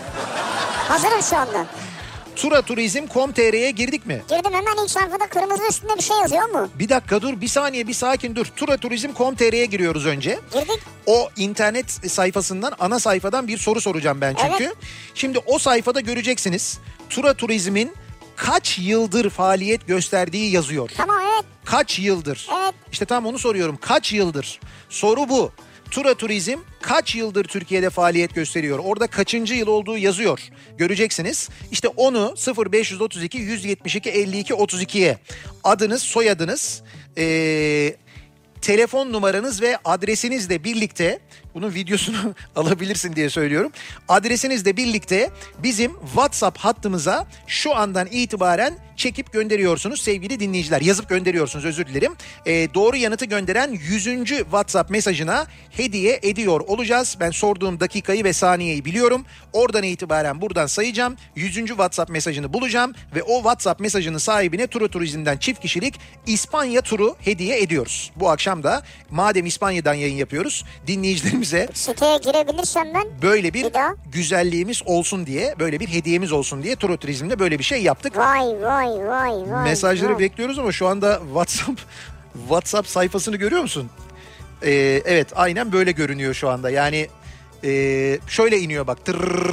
Hazırım şu anda. turaturizm nokta com nokta tr'ye girdik mi? Girdim, hemen ilk sayfada kırmızı üstünde bir şey yazıyor mu? Bir dakika dur, bir saniye, bir sakin dur. turaturizm nokta com nokta tr'ye giriyoruz önce. Girdik. O internet sayfasından, ana sayfadan bir soru soracağım ben çünkü. Evet. Şimdi o sayfada göreceksiniz. Tura Turizm'in kaç yıldır faaliyet gösterdiği yazıyor. Tamam, evet. Kaç yıldır? Evet. İşte tam onu soruyorum. Kaç yıldır? Soru bu. Tura Turizm kaç yıldır Türkiye'de faaliyet gösteriyor? Orada kaçıncı yıl olduğu yazıyor. Göreceksiniz. İşte onu sıfır beş otuz iki yüz yetmiş iki elli iki otuz ikiye adınız, soyadınız, ee, telefon numaranız ve adresinizle birlikte, bunun videosunu alabilirsin diye söylüyorum. Adresinizle birlikte bizim WhatsApp hattımıza şu andan itibaren çekip gönderiyorsunuz sevgili dinleyiciler. Yazıp gönderiyorsunuz, özür dilerim. Ee, doğru yanıtı gönderen yüzüncü WhatsApp mesajına hediye ediyor olacağız. Ben sorduğum dakikayı ve saniyeyi biliyorum. Oradan itibaren buradan sayacağım. yüzüncü WhatsApp mesajını bulacağım ve o WhatsApp mesajının sahibine Tura Turizm'den çift kişilik İspanya turu hediye ediyoruz. Bu akşam da madem İspanya'dan yayın yapıyoruz, dinleyicilerimize siteye girebilirsem ben böyle bir, bir daha güzelliğimiz olsun diye, böyle bir hediyemiz olsun diye Tura Turizm'de böyle bir şey yaptık. Vay vay vay vay. Mesajları vay. bekliyoruz ama şu anda WhatsApp WhatsApp sayfasını görüyor musun? Ee, evet, aynen böyle görünüyor şu anda. Yani e, şöyle iniyor bak.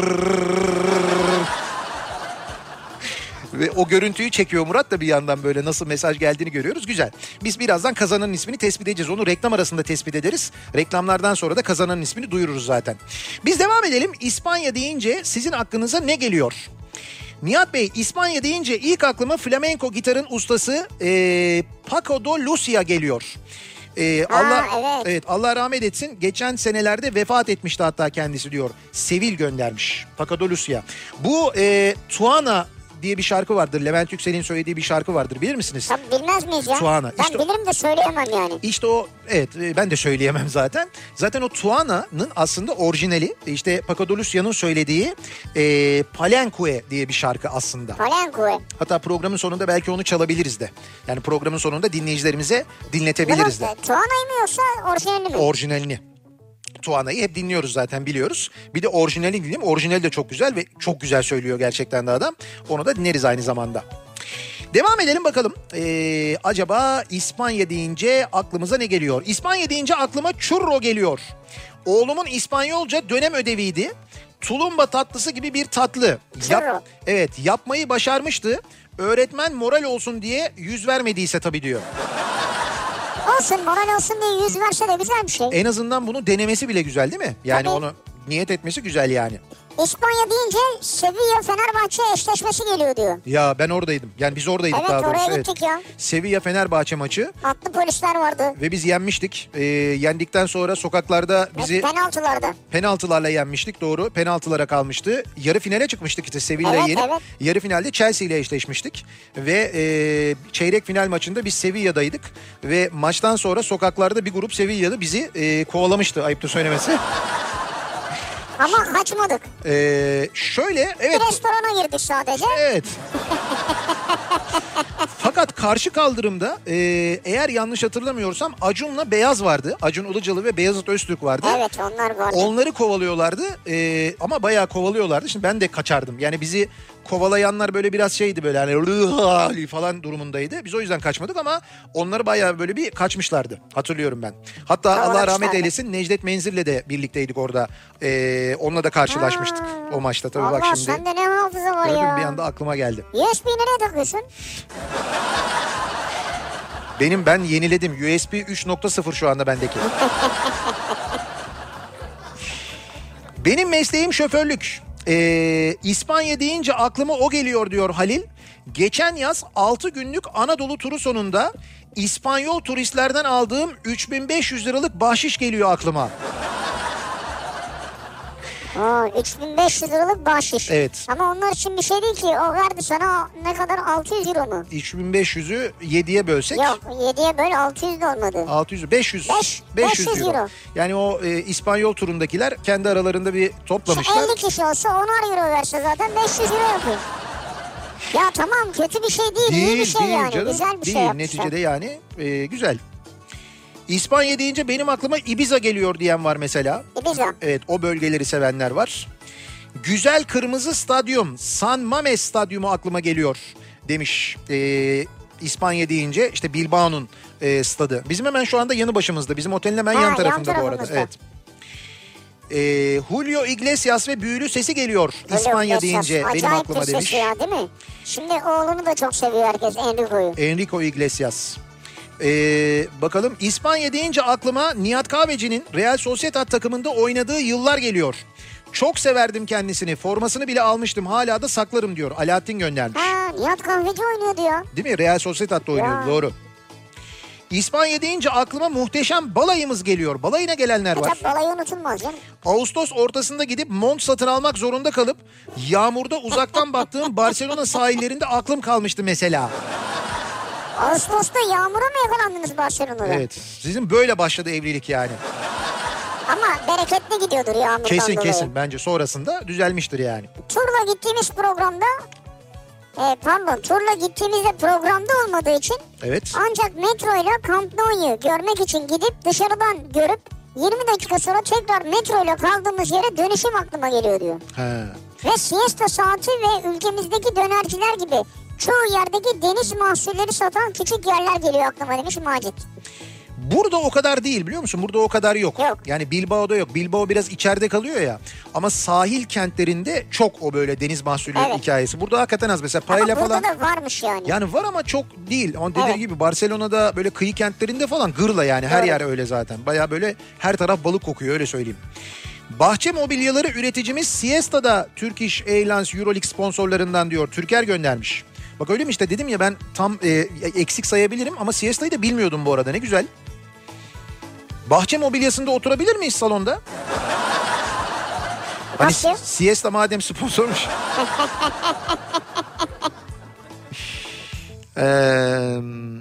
Ve o görüntüyü çekiyor Murat da bir yandan, böyle nasıl mesaj geldiğini görüyoruz. Güzel. Biz birazdan kazananın ismini tespit edeceğiz. Onu reklam arasında tespit ederiz. Reklamlardan sonra da kazananın ismini duyururuz zaten. Biz devam edelim. İspanya deyince sizin aklınıza ne geliyor? Nihat Bey, İspanya deyince ilk aklıma flamenco gitarın ustası ee, Paco de Lucia geliyor. Ee, Ha, Allah evet. evet Allah rahmet etsin. Geçen senelerde vefat etmişti hatta kendisi diyor. Sevil göndermiş. Papadopoulos. Bu e, Tuana diye bir şarkı vardır. Levent Yüksel'in söylediği bir şarkı vardır. Bilir misiniz? Tabii bilmez miyiz ya? Tuana. Ben İşte- bilirim de söyleyemem yani. İşte o evet e, ben de söyleyemem zaten. Zaten o Tuana'nın aslında orijinali işte Papadopoulo'nun söylediği e, Palenque diye bir şarkı aslında. Palenque. Hatta programın sonunda belki onu çalabiliriz de. Yani programın sonunda dinleyicilerimize dinletebiliriz de. Tuana'yı mı yoksa orijinalini mi? Orijinalini. Tuana'yı hep dinliyoruz zaten biliyoruz. Bir de orijinali dinleyelim. Orijinali de çok güzel ve çok güzel söylüyor gerçekten de adam. Onu da dinleriz aynı zamanda. Devam edelim bakalım. Ee, acaba İspanya deyince aklımıza ne geliyor? İspanya deyince aklıma churro geliyor. Oğlumun İspanyolca dönem ödeviydi. Tulumba tatlısı gibi bir tatlı. Churro. Evet, yapmayı başarmıştı. Öğretmen moral olsun diye yüz vermediyse tabii diyor. Olsun, moral olsun diye yüz verse de güzel bir şey. En azından bunu denemesi bile güzel değil mi? Yani Tabii. onu niyet etmesi güzel yani. İspanya deyince Sevilla Fenerbahçe eşleşmesi geliyor diyor. Ya ben oradaydım. Yani biz oradaydık Evet, daha doğrusu. oraya gittik ya. Sevilla Fenerbahçe maçı Atlı polisler vardı. ve biz yenmiştik. Ee, yendikten sonra sokaklarda bizi Penaltılarda. penaltılarla yenmiştik, doğru. Penaltılara kalmıştı. Yarı finale çıkmıştık işte Sevilla'yı Evet, yenip. evet. Yarı finalde Chelsea ile eşleşmiştik. Ve e, çeyrek final maçında biz Sevilla'daydık. Ve maçtan sonra sokaklarda bir grup Sevillalı bizi e, kovalamıştı, ayıptır söylemesi. Ama kaçmadık. Ee, şöyle evet. Bir restorana girdik sadece. Evet. Fakat karşı kaldırımda e, eğer yanlış hatırlamıyorsam Acun'la Beyaz vardı. Acun Ilıcalı ve Beyazıt Öztürk vardı. Evet, onlar vardı. Onları kovalıyorlardı e, ama bayağı kovalıyorlardı. Şimdi ben de kaçardım. Yani bizi kovalayanlar böyle biraz şeydi, böyle hani falan durumundaydı. Biz o yüzden kaçmadık ama onları bayağı böyle bir kaçmışlardı. Hatırlıyorum ben. Hatta Allah rahmet Kovalamışlardı. eylesin, Necdet Menzil'le de birlikteydik orada. E, onunla da karşılaşmıştık Ha. o maçta. Tabii Allah, bak şimdi. sende ne hafıza var Gördün mü? ya. Bir anda aklıma geldi. U S B'yi nereye takıyorsun? Benim ben yeniledim. U S B üç nokta sıfır şu anda bendeki. Benim mesleğim şoförlük. Ee, İspanya deyince aklıma o geliyor diyor Halil. Geçen yaz altı günlük Anadolu turu sonunda İspanyol turistlerden aldığım üç bin beş yüz liralık bahşiş geliyor aklıma. Aa, üç bin beş yüz liralık bahşiş. Evet. Ama onlar için bir şey değil ki. O verdi sana ne kadar, altı yüz euro mu? üç bin beş yüzü yediye bölsek. Yok, yediye böyle altı yüz de olmadı. altı yüz, beş yüz, Beş- beş yüz beş yüz euro. euro. Yani o e, İspanyol turundakiler kendi aralarında bir toplamışlar. elli kişi olsa onar euro verse zaten beş yüz euro yapıyor. Ya tamam, kötü bir şey değil, iyi bir şey yani. canım, Güzel bir değil. şey yapmışlar. Neticede yani e, güzel. İspanya deyince benim aklıma Ibiza geliyor diyen var mesela. Ibiza. Evet, o bölgeleri sevenler var. Güzel kırmızı stadyum, San Mames stadyumu aklıma geliyor demiş. E, İspanya deyince işte Bilbao'nun e, stadı. Bizim hemen şu anda yanı başımızda. Bizim otelin hemen Ha, yan yan tarafında bu arada. tarafımızda. Evet. E, Julio Iglesias ve büyülü sesi geliyor Öyle İspanya Iglesias, deyince benim acayip aklıma bir demiş. sesi ya, değil mi? Şimdi oğlunu da çok seviyor herkes, Enrico'yu. Enrico Iglesias. Ee, bakalım İspanya deyince aklıma Nihat Kahveci'nin Real Sociedad takımında oynadığı yıllar geliyor. Çok severdim kendisini. Formasını bile almıştım. Hala da saklarım diyor. Alaaddin göndermiş. Ha, Nihat Kahveci oynuyordu ya. Değil mi? Real Sociedad'da oynuyordu. Ya. Doğru. İspanya deyince aklıma muhteşem balayımız geliyor. Balayına gelenler var. Tabii balayı unutulmaz canım. Ağustos ortasında gidip mont satın almak zorunda kalıp yağmurda uzaktan baktığım Barcelona sahillerinde aklım kalmıştı mesela. Ağustos'ta yağmura mı yakalandınız Barcelona'da? Evet. Sizin böyle başladı evlilik yani. Ama bereketli gidiyordur yağmurdan Kesin dolayı. kesin. Bence sonrasında düzelmiştir yani. Turla gittiğimiz programda e, pardon turla gittiğimizde programda olmadığı için Evet. ancak metro ile Camp Nou'yu görmek için gidip dışarıdan görüp yirmi dakika sonra tekrar metro ile kaldığımız yere dönüşüm aklıma geliyor diyor. He. Ve siesta saati ve ülkemizdeki dönerciler gibi çoğu yerdeki deniz mahsulleri satan küçük yerler geliyor aklıma demiş Macit. Burada o kadar değil, biliyor musun? Burada o kadar yok. Yok. Yani Bilbao'da yok. Bilbao biraz içeride kalıyor ya. Ama sahil kentlerinde çok o böyle deniz mahsulleri Evet. hikayesi. Burada hakikaten az. Mesela Ama paella burada falan. da varmış yani. Yani var ama çok değil. Ama dediğim Evet. gibi Barcelona'da böyle kıyı kentlerinde falan gırla yani. Her Evet. yer öyle zaten. Baya böyle her taraf balık kokuyor, öyle söyleyeyim. Bahçe mobilyaları üreticimiz Siesta'da Turkish Airlines Euroleague sponsorlarından diyor. Türker göndermiş. Bak öyle mi işte, dedim ya ben tam e, eksik sayabilirim ama Siesta'yı da bilmiyordum bu arada, ne güzel. Bahçe mobilyasında oturabilir miyiz salonda? Hani Nasıl? siesta madem sponsormuş. Eee...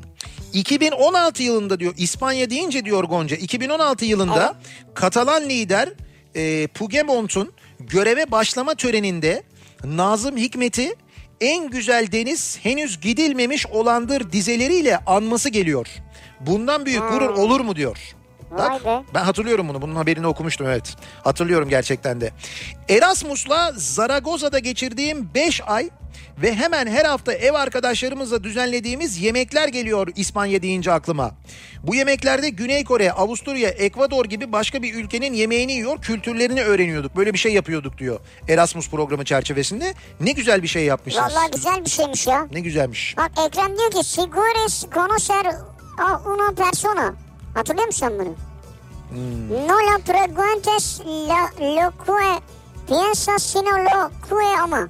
iki bin on altı yılında diyor, İspanya deyince diyor Gonca, iki bin on altı yılında evet. Katalan lider e, Puigdemont'un göreve başlama töreninde Nazım Hikmet'i en güzel deniz henüz gidilmemiş olandır dizeleriyle anması geliyor. Bundan büyük gurur olur mu diyor. Bak, ben hatırlıyorum bunu. Bunun haberini okumuştum, evet. Hatırlıyorum gerçekten de. Erasmus'la Zaragoza'da geçirdiğim beş ay ve hemen her hafta ev arkadaşlarımızla düzenlediğimiz yemekler geliyor İspanya deyince aklıma. Bu yemeklerde Güney Kore, Avusturya, Ekvador gibi başka bir ülkenin yemeğini yiyor, kültürlerini öğreniyorduk. Böyle bir şey yapıyorduk diyor Erasmus programı çerçevesinde. Ne güzel bir şey yapmışsınız. Vallahi güzel bir şeymiş ya. Ne güzelmiş. Bak Ekrem diyor ki Sigures conocer a una persona. Hatırlıyor musun bunu? Hmm. No la preguntes la, lo que piensas sino lo que ama.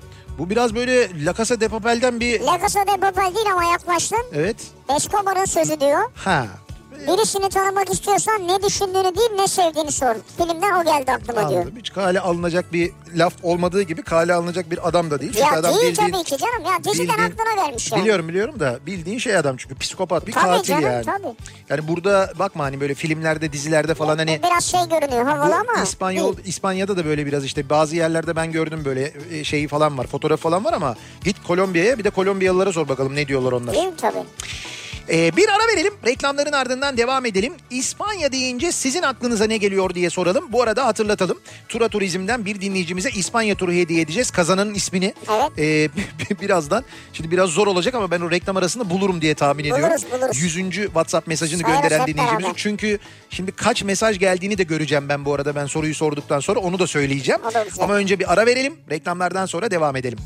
Bu biraz böyle La Casa de Papel'den bir... La Casa de Papel değil ama yaklaştın. Evet. Escobar'ın sözü diyor. Ha. Birisini tanımak istiyorsan ne düşündüğünü değil ne sevdiğini sor. Filmden o geldi aklıma Anladım. diyor. Hiç kale alınacak bir laf olmadığı gibi kale alınacak bir adam da değil. Ya adam değil bildiğin, tabii ki canım. Ya diziden bildiğin, aklına vermiş yani. Biliyorum biliyorum da bildiğin şey adam çünkü psikopat bir tabii katil canım, yani. Tabii. Yani burada bakma hani böyle filmlerde dizilerde falan ya, hani. Biraz şey görünüyor havalı ama. İspanyol, değil. İspanya'da da böyle biraz işte bazı yerlerde ben gördüm böyle şeyi falan var, fotoğraf falan var ama git Kolombiya'ya, bir de Kolombiyalılara sor bakalım ne diyorlar onlar. Değil tabii. Ee, bir ara verelim, reklamların ardından devam edelim. İspanya deyince sizin aklınıza ne geliyor diye soralım. Bu arada hatırlatalım, Tura Turizm'den bir dinleyicimize İspanya turu hediye edeceğiz. Kazananın ismini evet. e, birazdan, şimdi biraz zor olacak ama ben o reklam arasında bulurum diye tahmin ediyorum. Buluruz, buluruz. yüzüncü WhatsApp mesajını Sayarız gönderen dinleyicimizin. beraber. Çünkü şimdi kaç mesaj geldiğini de göreceğim ben bu arada, ben soruyu sorduktan sonra onu da söyleyeceğim. Ama önce bir ara verelim, reklamlardan sonra devam edelim.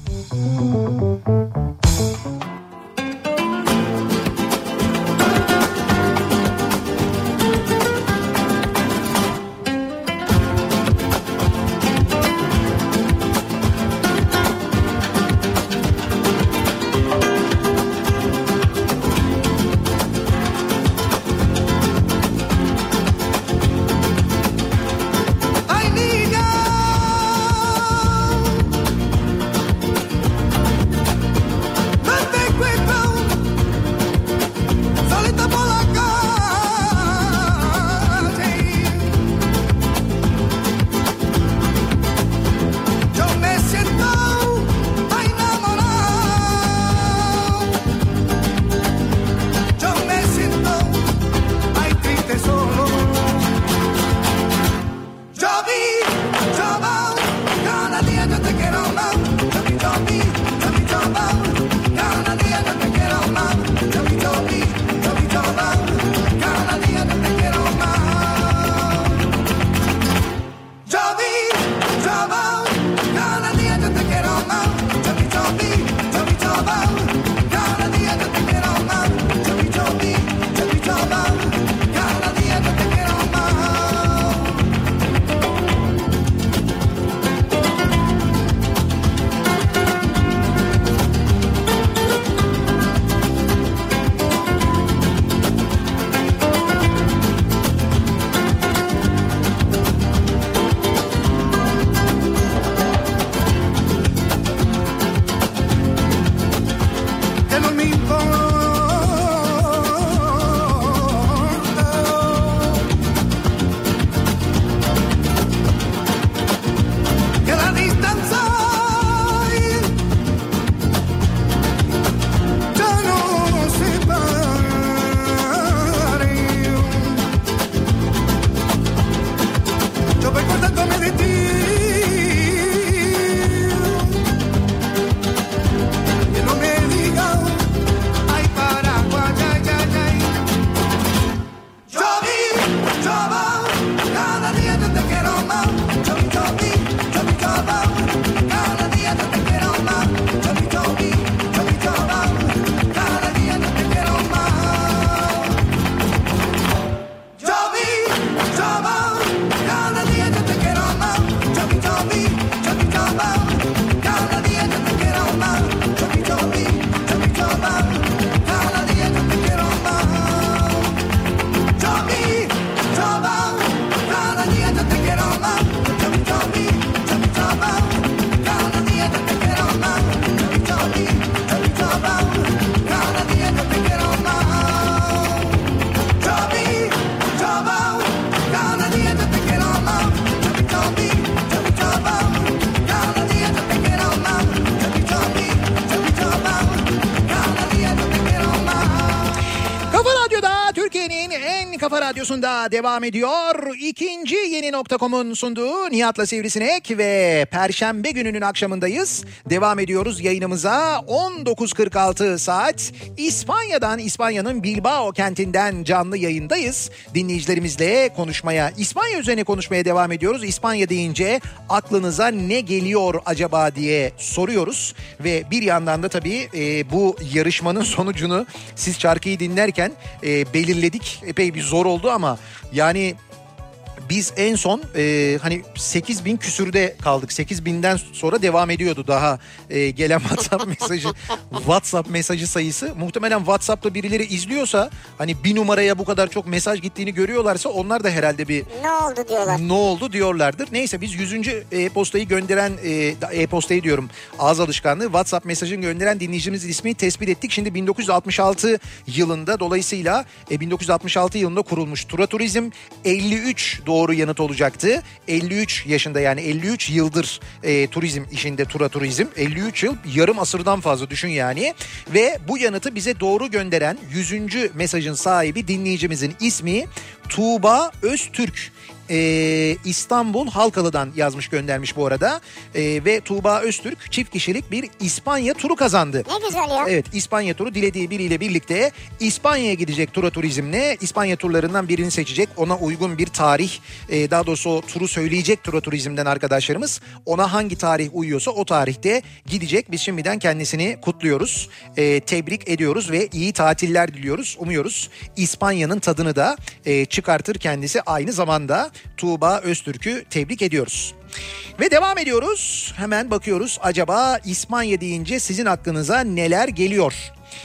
Modern Kafa Radyosu'nda devam ediyor. İkinci yeni nokta com'un sunduğu Nihat'la Sivrisinek ve Perşembe gününün akşamındayız. Devam ediyoruz yayınımıza. on dokuz kırk altı saat İspanya'dan, İspanya'nın Bilbao kentinden canlı yayındayız. Dinleyicilerimizle konuşmaya, İspanya üzerine konuşmaya devam ediyoruz. İspanya deyince aklınıza ne geliyor acaba diye soruyoruz. Ve bir yandan da tabii e, bu yarışmanın sonucunu siz şarkıyı dinlerken e, belirledik. Epey bir zor oldu ama yani biz en son e, hani sekiz bin küsürde kaldık. sekiz binden sonra devam ediyordu daha e, gelen WhatsApp mesajı. WhatsApp mesajı sayısı. Muhtemelen WhatsApp'ta birileri izliyorsa hani bir numaraya bu kadar çok mesaj gittiğini görüyorlarsa onlar da herhalde bir ne oldu diyorlar. Ne oldu diyorlardır. Neyse biz yüzüncü e-postayı gönderen e, e-postayı diyorum ağız alışkanlığı WhatsApp mesajını gönderen dinleyicimizin ismini tespit ettik. Şimdi bin dokuz yüz altmış altı yılında dolayısıyla e, bin dokuz yüz altmış altı yılında kurulmuş Tura Turizm elli üç doğru yanıt olacaktı. elli üç yaşında yani elli üç yıldır e, turizm işinde Tura Turizm. elli üç yıl yarım asırdan fazla düşün yani. Ve bu yanıtı bize doğru gönderen yüzüncü mesajın sahibi dinleyicimizin ismi Tuğba Öztürk. Ee, İstanbul Halkalı'dan yazmış göndermiş bu arada ee, ve Tuğba Öztürk çift kişilik bir İspanya turu kazandı. Ne güzel ya. Evet, İspanya turu dilediği biriyle birlikte İspanya'ya gidecek Tura Turizm'le. İspanya turlarından birini seçecek, ona uygun bir tarih, e, daha doğrusu o turu söyleyecek Tura Turizm'den arkadaşlarımız, ona hangi tarih uyuyorsa o tarihte gidecek. Biz şimdiden kendisini kutluyoruz, e, tebrik ediyoruz ve iyi tatiller diliyoruz. Umuyoruz İspanya'nın tadını da e, çıkartır kendisi. Aynı zamanda Tuğba Öztürk'ü tebrik ediyoruz. Ve devam ediyoruz. Hemen bakıyoruz acaba İspanya deyince sizin aklınıza neler geliyor?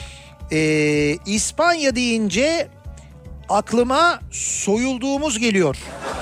Ee, İspanya deyince aklıma soyulduğumuz geliyor.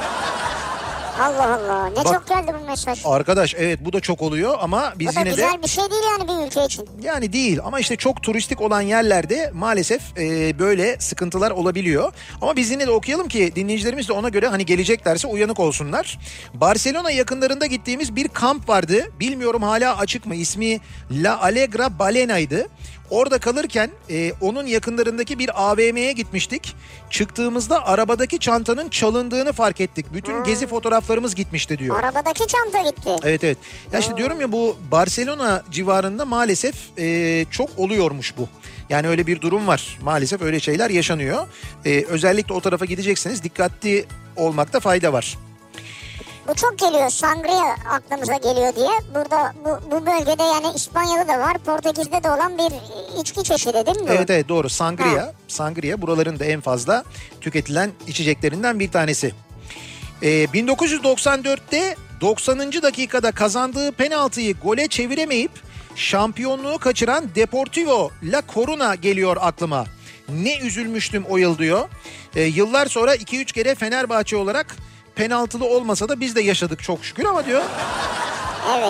Allah Allah, ne Bak, çok geldi bu mesaj. Arkadaş evet bu da çok oluyor ama biz bu da yine güzel de... bir şey değil yani bir ülke için. Yani değil ama işte çok turistik olan yerlerde maalesef e, böyle sıkıntılar olabiliyor. Ama biz yine de okuyalım ki dinleyicilerimiz de ona göre hani geleceklerse uyanık olsunlar. Barcelona yakınlarında gittiğimiz bir kamp vardı. Bilmiyorum hala açık mı, ismi La Alegra Balena'ydı. Orada kalırken e, onun yakınlarındaki bir A V M'ye gitmiştik. Çıktığımızda arabadaki çantanın çalındığını fark ettik. Bütün hmm. gezi fotoğraflarımız gitmişti diyor. Arabadaki çanta gitti. Evet evet. Ya işte diyorum ya bu Barcelona civarında maalesef e, çok oluyormuş bu. Yani öyle bir durum var. Maalesef öyle şeyler yaşanıyor. E, özellikle o tarafa gidecekseniz dikkatli olmakta fayda var. Bu çok geliyor, sangria aklımıza geliyor diye. Burada bu, bu bölgede yani İspanya'da da var, Portekiz'de de olan bir içki çeşidi değil mi? Evet evet doğru, sangria. Ha. Sangria buraların da en fazla tüketilen içeceklerinden bir tanesi. Ee, bin dokuz yüz doksan dörtte doksanıncı dakikada kazandığı penaltıyı gole çeviremeyip şampiyonluğu kaçıran Deportivo La Coruña geliyor aklıma. Ne üzülmüştüm o yıl diyor. Ee, yıllar sonra iki üç kere Fenerbahçe olarak penaltılı olmasa da biz de yaşadık çok şükür ama diyor. Evet.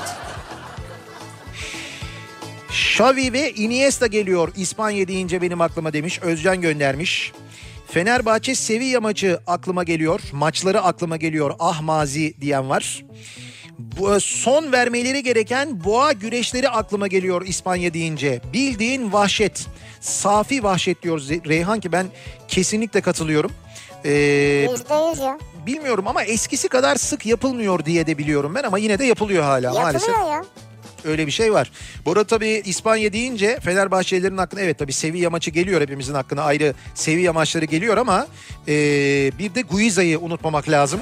Xavi ve Iniesta geliyor İspanya deyince benim aklıma demiş. Özcan göndermiş. Fenerbahçe Sevilla maçı aklıma geliyor. Maçları aklıma geliyor. Ah mazi diyen var. Bu, son vermeleri gereken boğa güreşleri aklıma geliyor İspanya deyince. Bildiğin vahşet. Safi vahşet diyor Reyhan ki ben kesinlikle katılıyorum. Ee, yüzde yüz ya. Bilmiyorum ama eskisi kadar sık yapılmıyor diye de biliyorum ben ama yine de yapılıyor hala yapılıyor maalesef. Yapılıyor ya. Öyle bir şey var. Bu arada tabii İspanya deyince Fenerbahçelilerin aklına evet tabii Sevilla maçı geliyor, hepimizin aklına ayrı Sevilla maçları geliyor ama e, bir de Guiza'yı unutmamak lazım.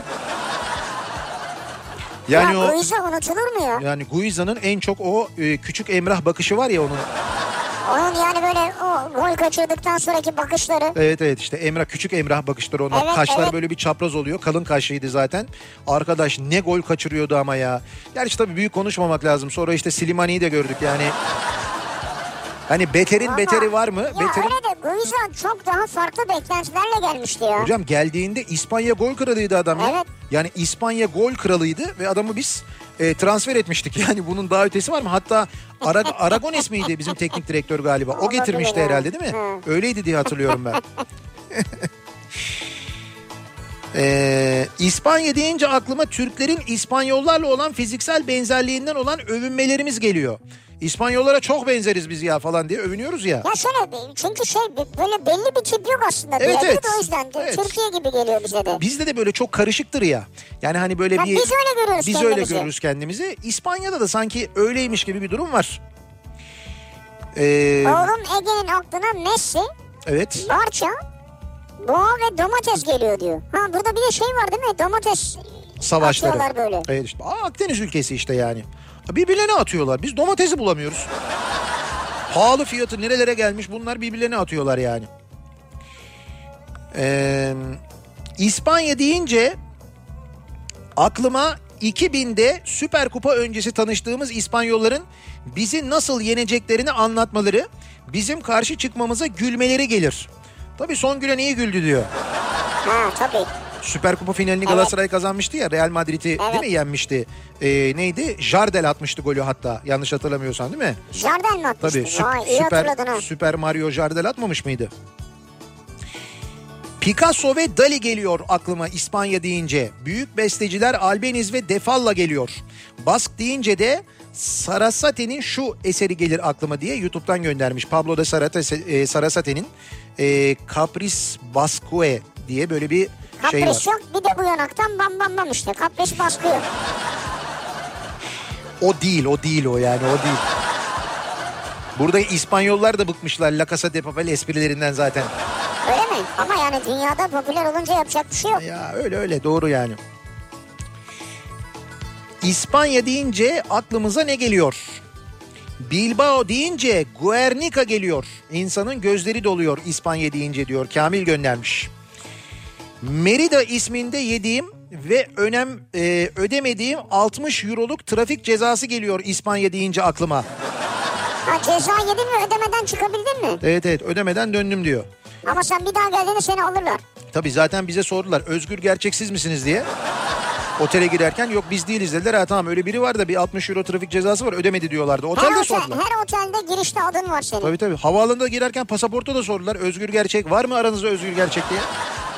Yani ya o, Guiza unutulur mu ya? Yani Guiza'nın en çok o e, küçük Emrah bakışı var ya onun. Onun yani böyle o gol kaçırdıktan sonraki bakışları. Evet evet işte Emrah, küçük Emrah bakışları onlar. Evet, Kaşlar evet. böyle bir çapraz oluyor. Kalın kaşlıydı zaten. Arkadaş ne gol kaçırıyordu ama ya. Gerçi tabii büyük konuşmamak lazım. Sonra işte Slimani'yi de gördük yani. Hani beterin ama, beteri var mı? Ya beterin... öyle de Guiza çok daha farklı beklentilerle gelmişti ya. Hocam geldiğinde İspanya gol kralıydı adam ya. Evet. Yani İspanya gol kralıydı ve adamı biz e, transfer etmiştik. Yani bunun daha ötesi var mı? Hatta Ara- Aragones miydi bizim teknik direktör galiba? O Olabilir getirmişti ya. herhalde değil mi? Hı. Öyleydi diye hatırlıyorum ben. Ee, İspanya deyince aklıma Türklerin İspanyollarla olan fiziksel benzerliğinden olan övünmelerimiz geliyor. İspanyollara çok benzeriz biz ya falan diye övünüyoruz ya. Ya şöyle çünkü şey böyle belli bir tip yok aslında. Evet, bir evet. de o yüzden de Evet. Türkiye gibi geliyor bize de. Bizde de böyle çok karışıktır ya. Yani hani böyle Ya bir... biz öyle görüyoruz Biz kendimizi. öyle görürüz kendimizi. İspanya'da da sanki öyleymiş gibi bir durum var. Ee, Oğlum Ege'nin aklına Messi, evet. Barça, Boğa ve domates geliyor diyor. Ha burada bir de şey var değil mi? Domates Savaşları. atıyorlar böyle. Evet işte. Aa, Akdeniz ülkesi işte yani. Birbirlerine atıyorlar. Biz domatesi bulamıyoruz. Pahalı fiyatı nerelere gelmiş, bunlar birbirlerine atıyorlar yani. Ee, İspanya deyince aklıma iki binde Süper Kupa öncesi tanıştığımız İspanyolların bizi nasıl yeneceklerini anlatmaları, bizim karşı çıkmamıza gülmeleri gelir. Tabii son gülen iyi güldü diyor. Ha tabii. Süper Kupa finalini Evet. Galatasaray kazanmıştı ya, Real Madrid'i Evet. değil mi yenmişti? Ee, neydi? Jardel atmıştı golü hatta, yanlış hatırlamıyorsan değil mi? Jardel mi atmıştı? Tabii süp- Vay iyi süper, hatırladın ha. Süper Mario Jardel atmamış mıydı? Picasso ve Dali geliyor aklıma İspanya deyince. Büyük besteciler Albeniz ve Defalla geliyor. Bask deyince de Sarasate'nin şu eseri gelir aklıma diye YouTube'dan göndermiş. Pablo de Sarate, e, Sarasate'nin e, Caprice Basque diye böyle bir şey var. Kapris yok bir de bu yanaktan bam bam bam işte. Kapris baskıyor. O değil, o değil o yani, o değil. Burada İspanyollar da bıkmışlar La Casa de Papel esprilerinden zaten. Öyle mi? Ama yani dünyada popüler olunca yapacak bir şey yok. Ya öyle öyle, doğru yani. İspanya deyince aklımıza ne geliyor? Bilbao deyince Guernica geliyor. İnsanın gözleri doluyor İspanya deyince diyor. Kamil göndermiş. Merida isminde yediğim ve önem e, ödemediğim altmış euroluk trafik cezası geliyor İspanya deyince aklıma. Ha ceza yedin mi ödemeden çıkabildin mi? Evet evet, ödemeden döndüm diyor. Ama sen bir daha geldiğinde seni alırlar. Tabii zaten bize sordular, Özgür gerçeksiz misiniz diye. Otele girerken yok biz değiliz dediler. Ha tamam, öyle biri var da bir altmış euro trafik cezası var, ödemedi diyorlardı. Her, Otelde otel, sordular. her otelde girişte adın var senin. Tabii tabii. Havaalanında girerken pasaporta da sordular. Özgür gerçek var mı aranızda, Özgür gerçek diye.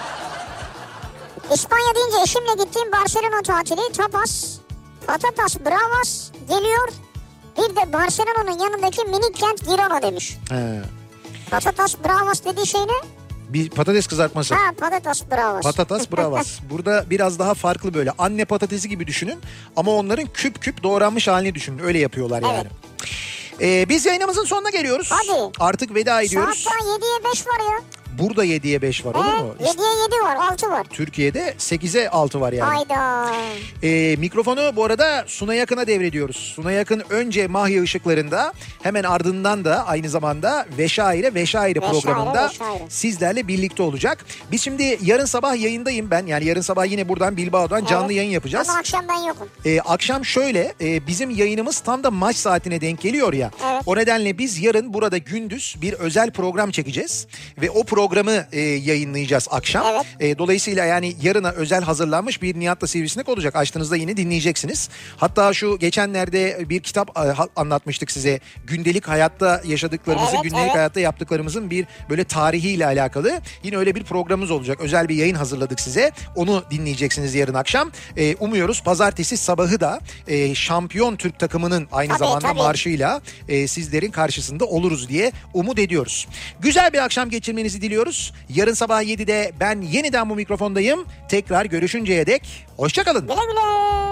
İspanya deyince eşimle gittiğim Barcelona tatili tapas, patatas bravas geliyor. Bir de Barcelona'nın yanındaki minik kent Girona demiş. He. Patatas bravas dediği şey ne? Bir patates kızartması. Ha patatas bravas. Patatas bravas. Burada biraz daha farklı böyle. Anne patatesi gibi düşünün. Ama onların küp küp doğranmış halini düşünün. Öyle yapıyorlar yani. Evet. Ee, biz yayınımızın sonuna geliyoruz. Hadi. Artık veda ediyoruz. Saat daha yediye beş var ya. Burada yediye beş var, olur mu? Evet, yediye yedi var, altı var. Türkiye'de sekize altı var yani. Hayda. Ee, mikrofonu bu arada Sunay Akın'a devrediyoruz. Sunay Akın önce Mahya Işıkları'nda, hemen ardından da aynı zamanda Veşaire Veşaire Veşaire, programında Veşaire. sizlerle birlikte olacak. Biz şimdi yarın sabah yayındayım ben. Yani yarın sabah yine buradan Bilbao'dan canlı Evet. yayın yapacağız. Ama akşam ben yokum. Ee, akşam şöyle, e, bizim yayınımız tam da maç saatine denk geliyor ya. Evet. O nedenle biz yarın burada gündüz bir özel program çekeceğiz. Ve o programı e, yayınlayacağız akşam. Evet. E, dolayısıyla yani yarına özel hazırlanmış bir Nihat'la Sivrisinek olacak. Açtığınızda yine dinleyeceksiniz. Hatta şu geçenlerde bir kitap e, ha- anlatmıştık size. Gündelik hayatta yaşadıklarımızı, Evet, gündelik evet. hayatta yaptıklarımızın bir böyle tarihiyle alakalı. Yine öyle bir programımız olacak. Özel bir yayın hazırladık size. Onu dinleyeceksiniz yarın akşam. E, umuyoruz pazartesi sabahı da e, şampiyon Türk takımının aynı Tabii, zamanda tabii. marşıyla e, sizlerin karşısında oluruz diye umut ediyoruz. Güzel bir akşam geçirmenizi diliyoruz. Yarın sabah yedide ben yeniden bu mikrofondayım. Tekrar görüşünceye dek hoşça kalın. Güle güle.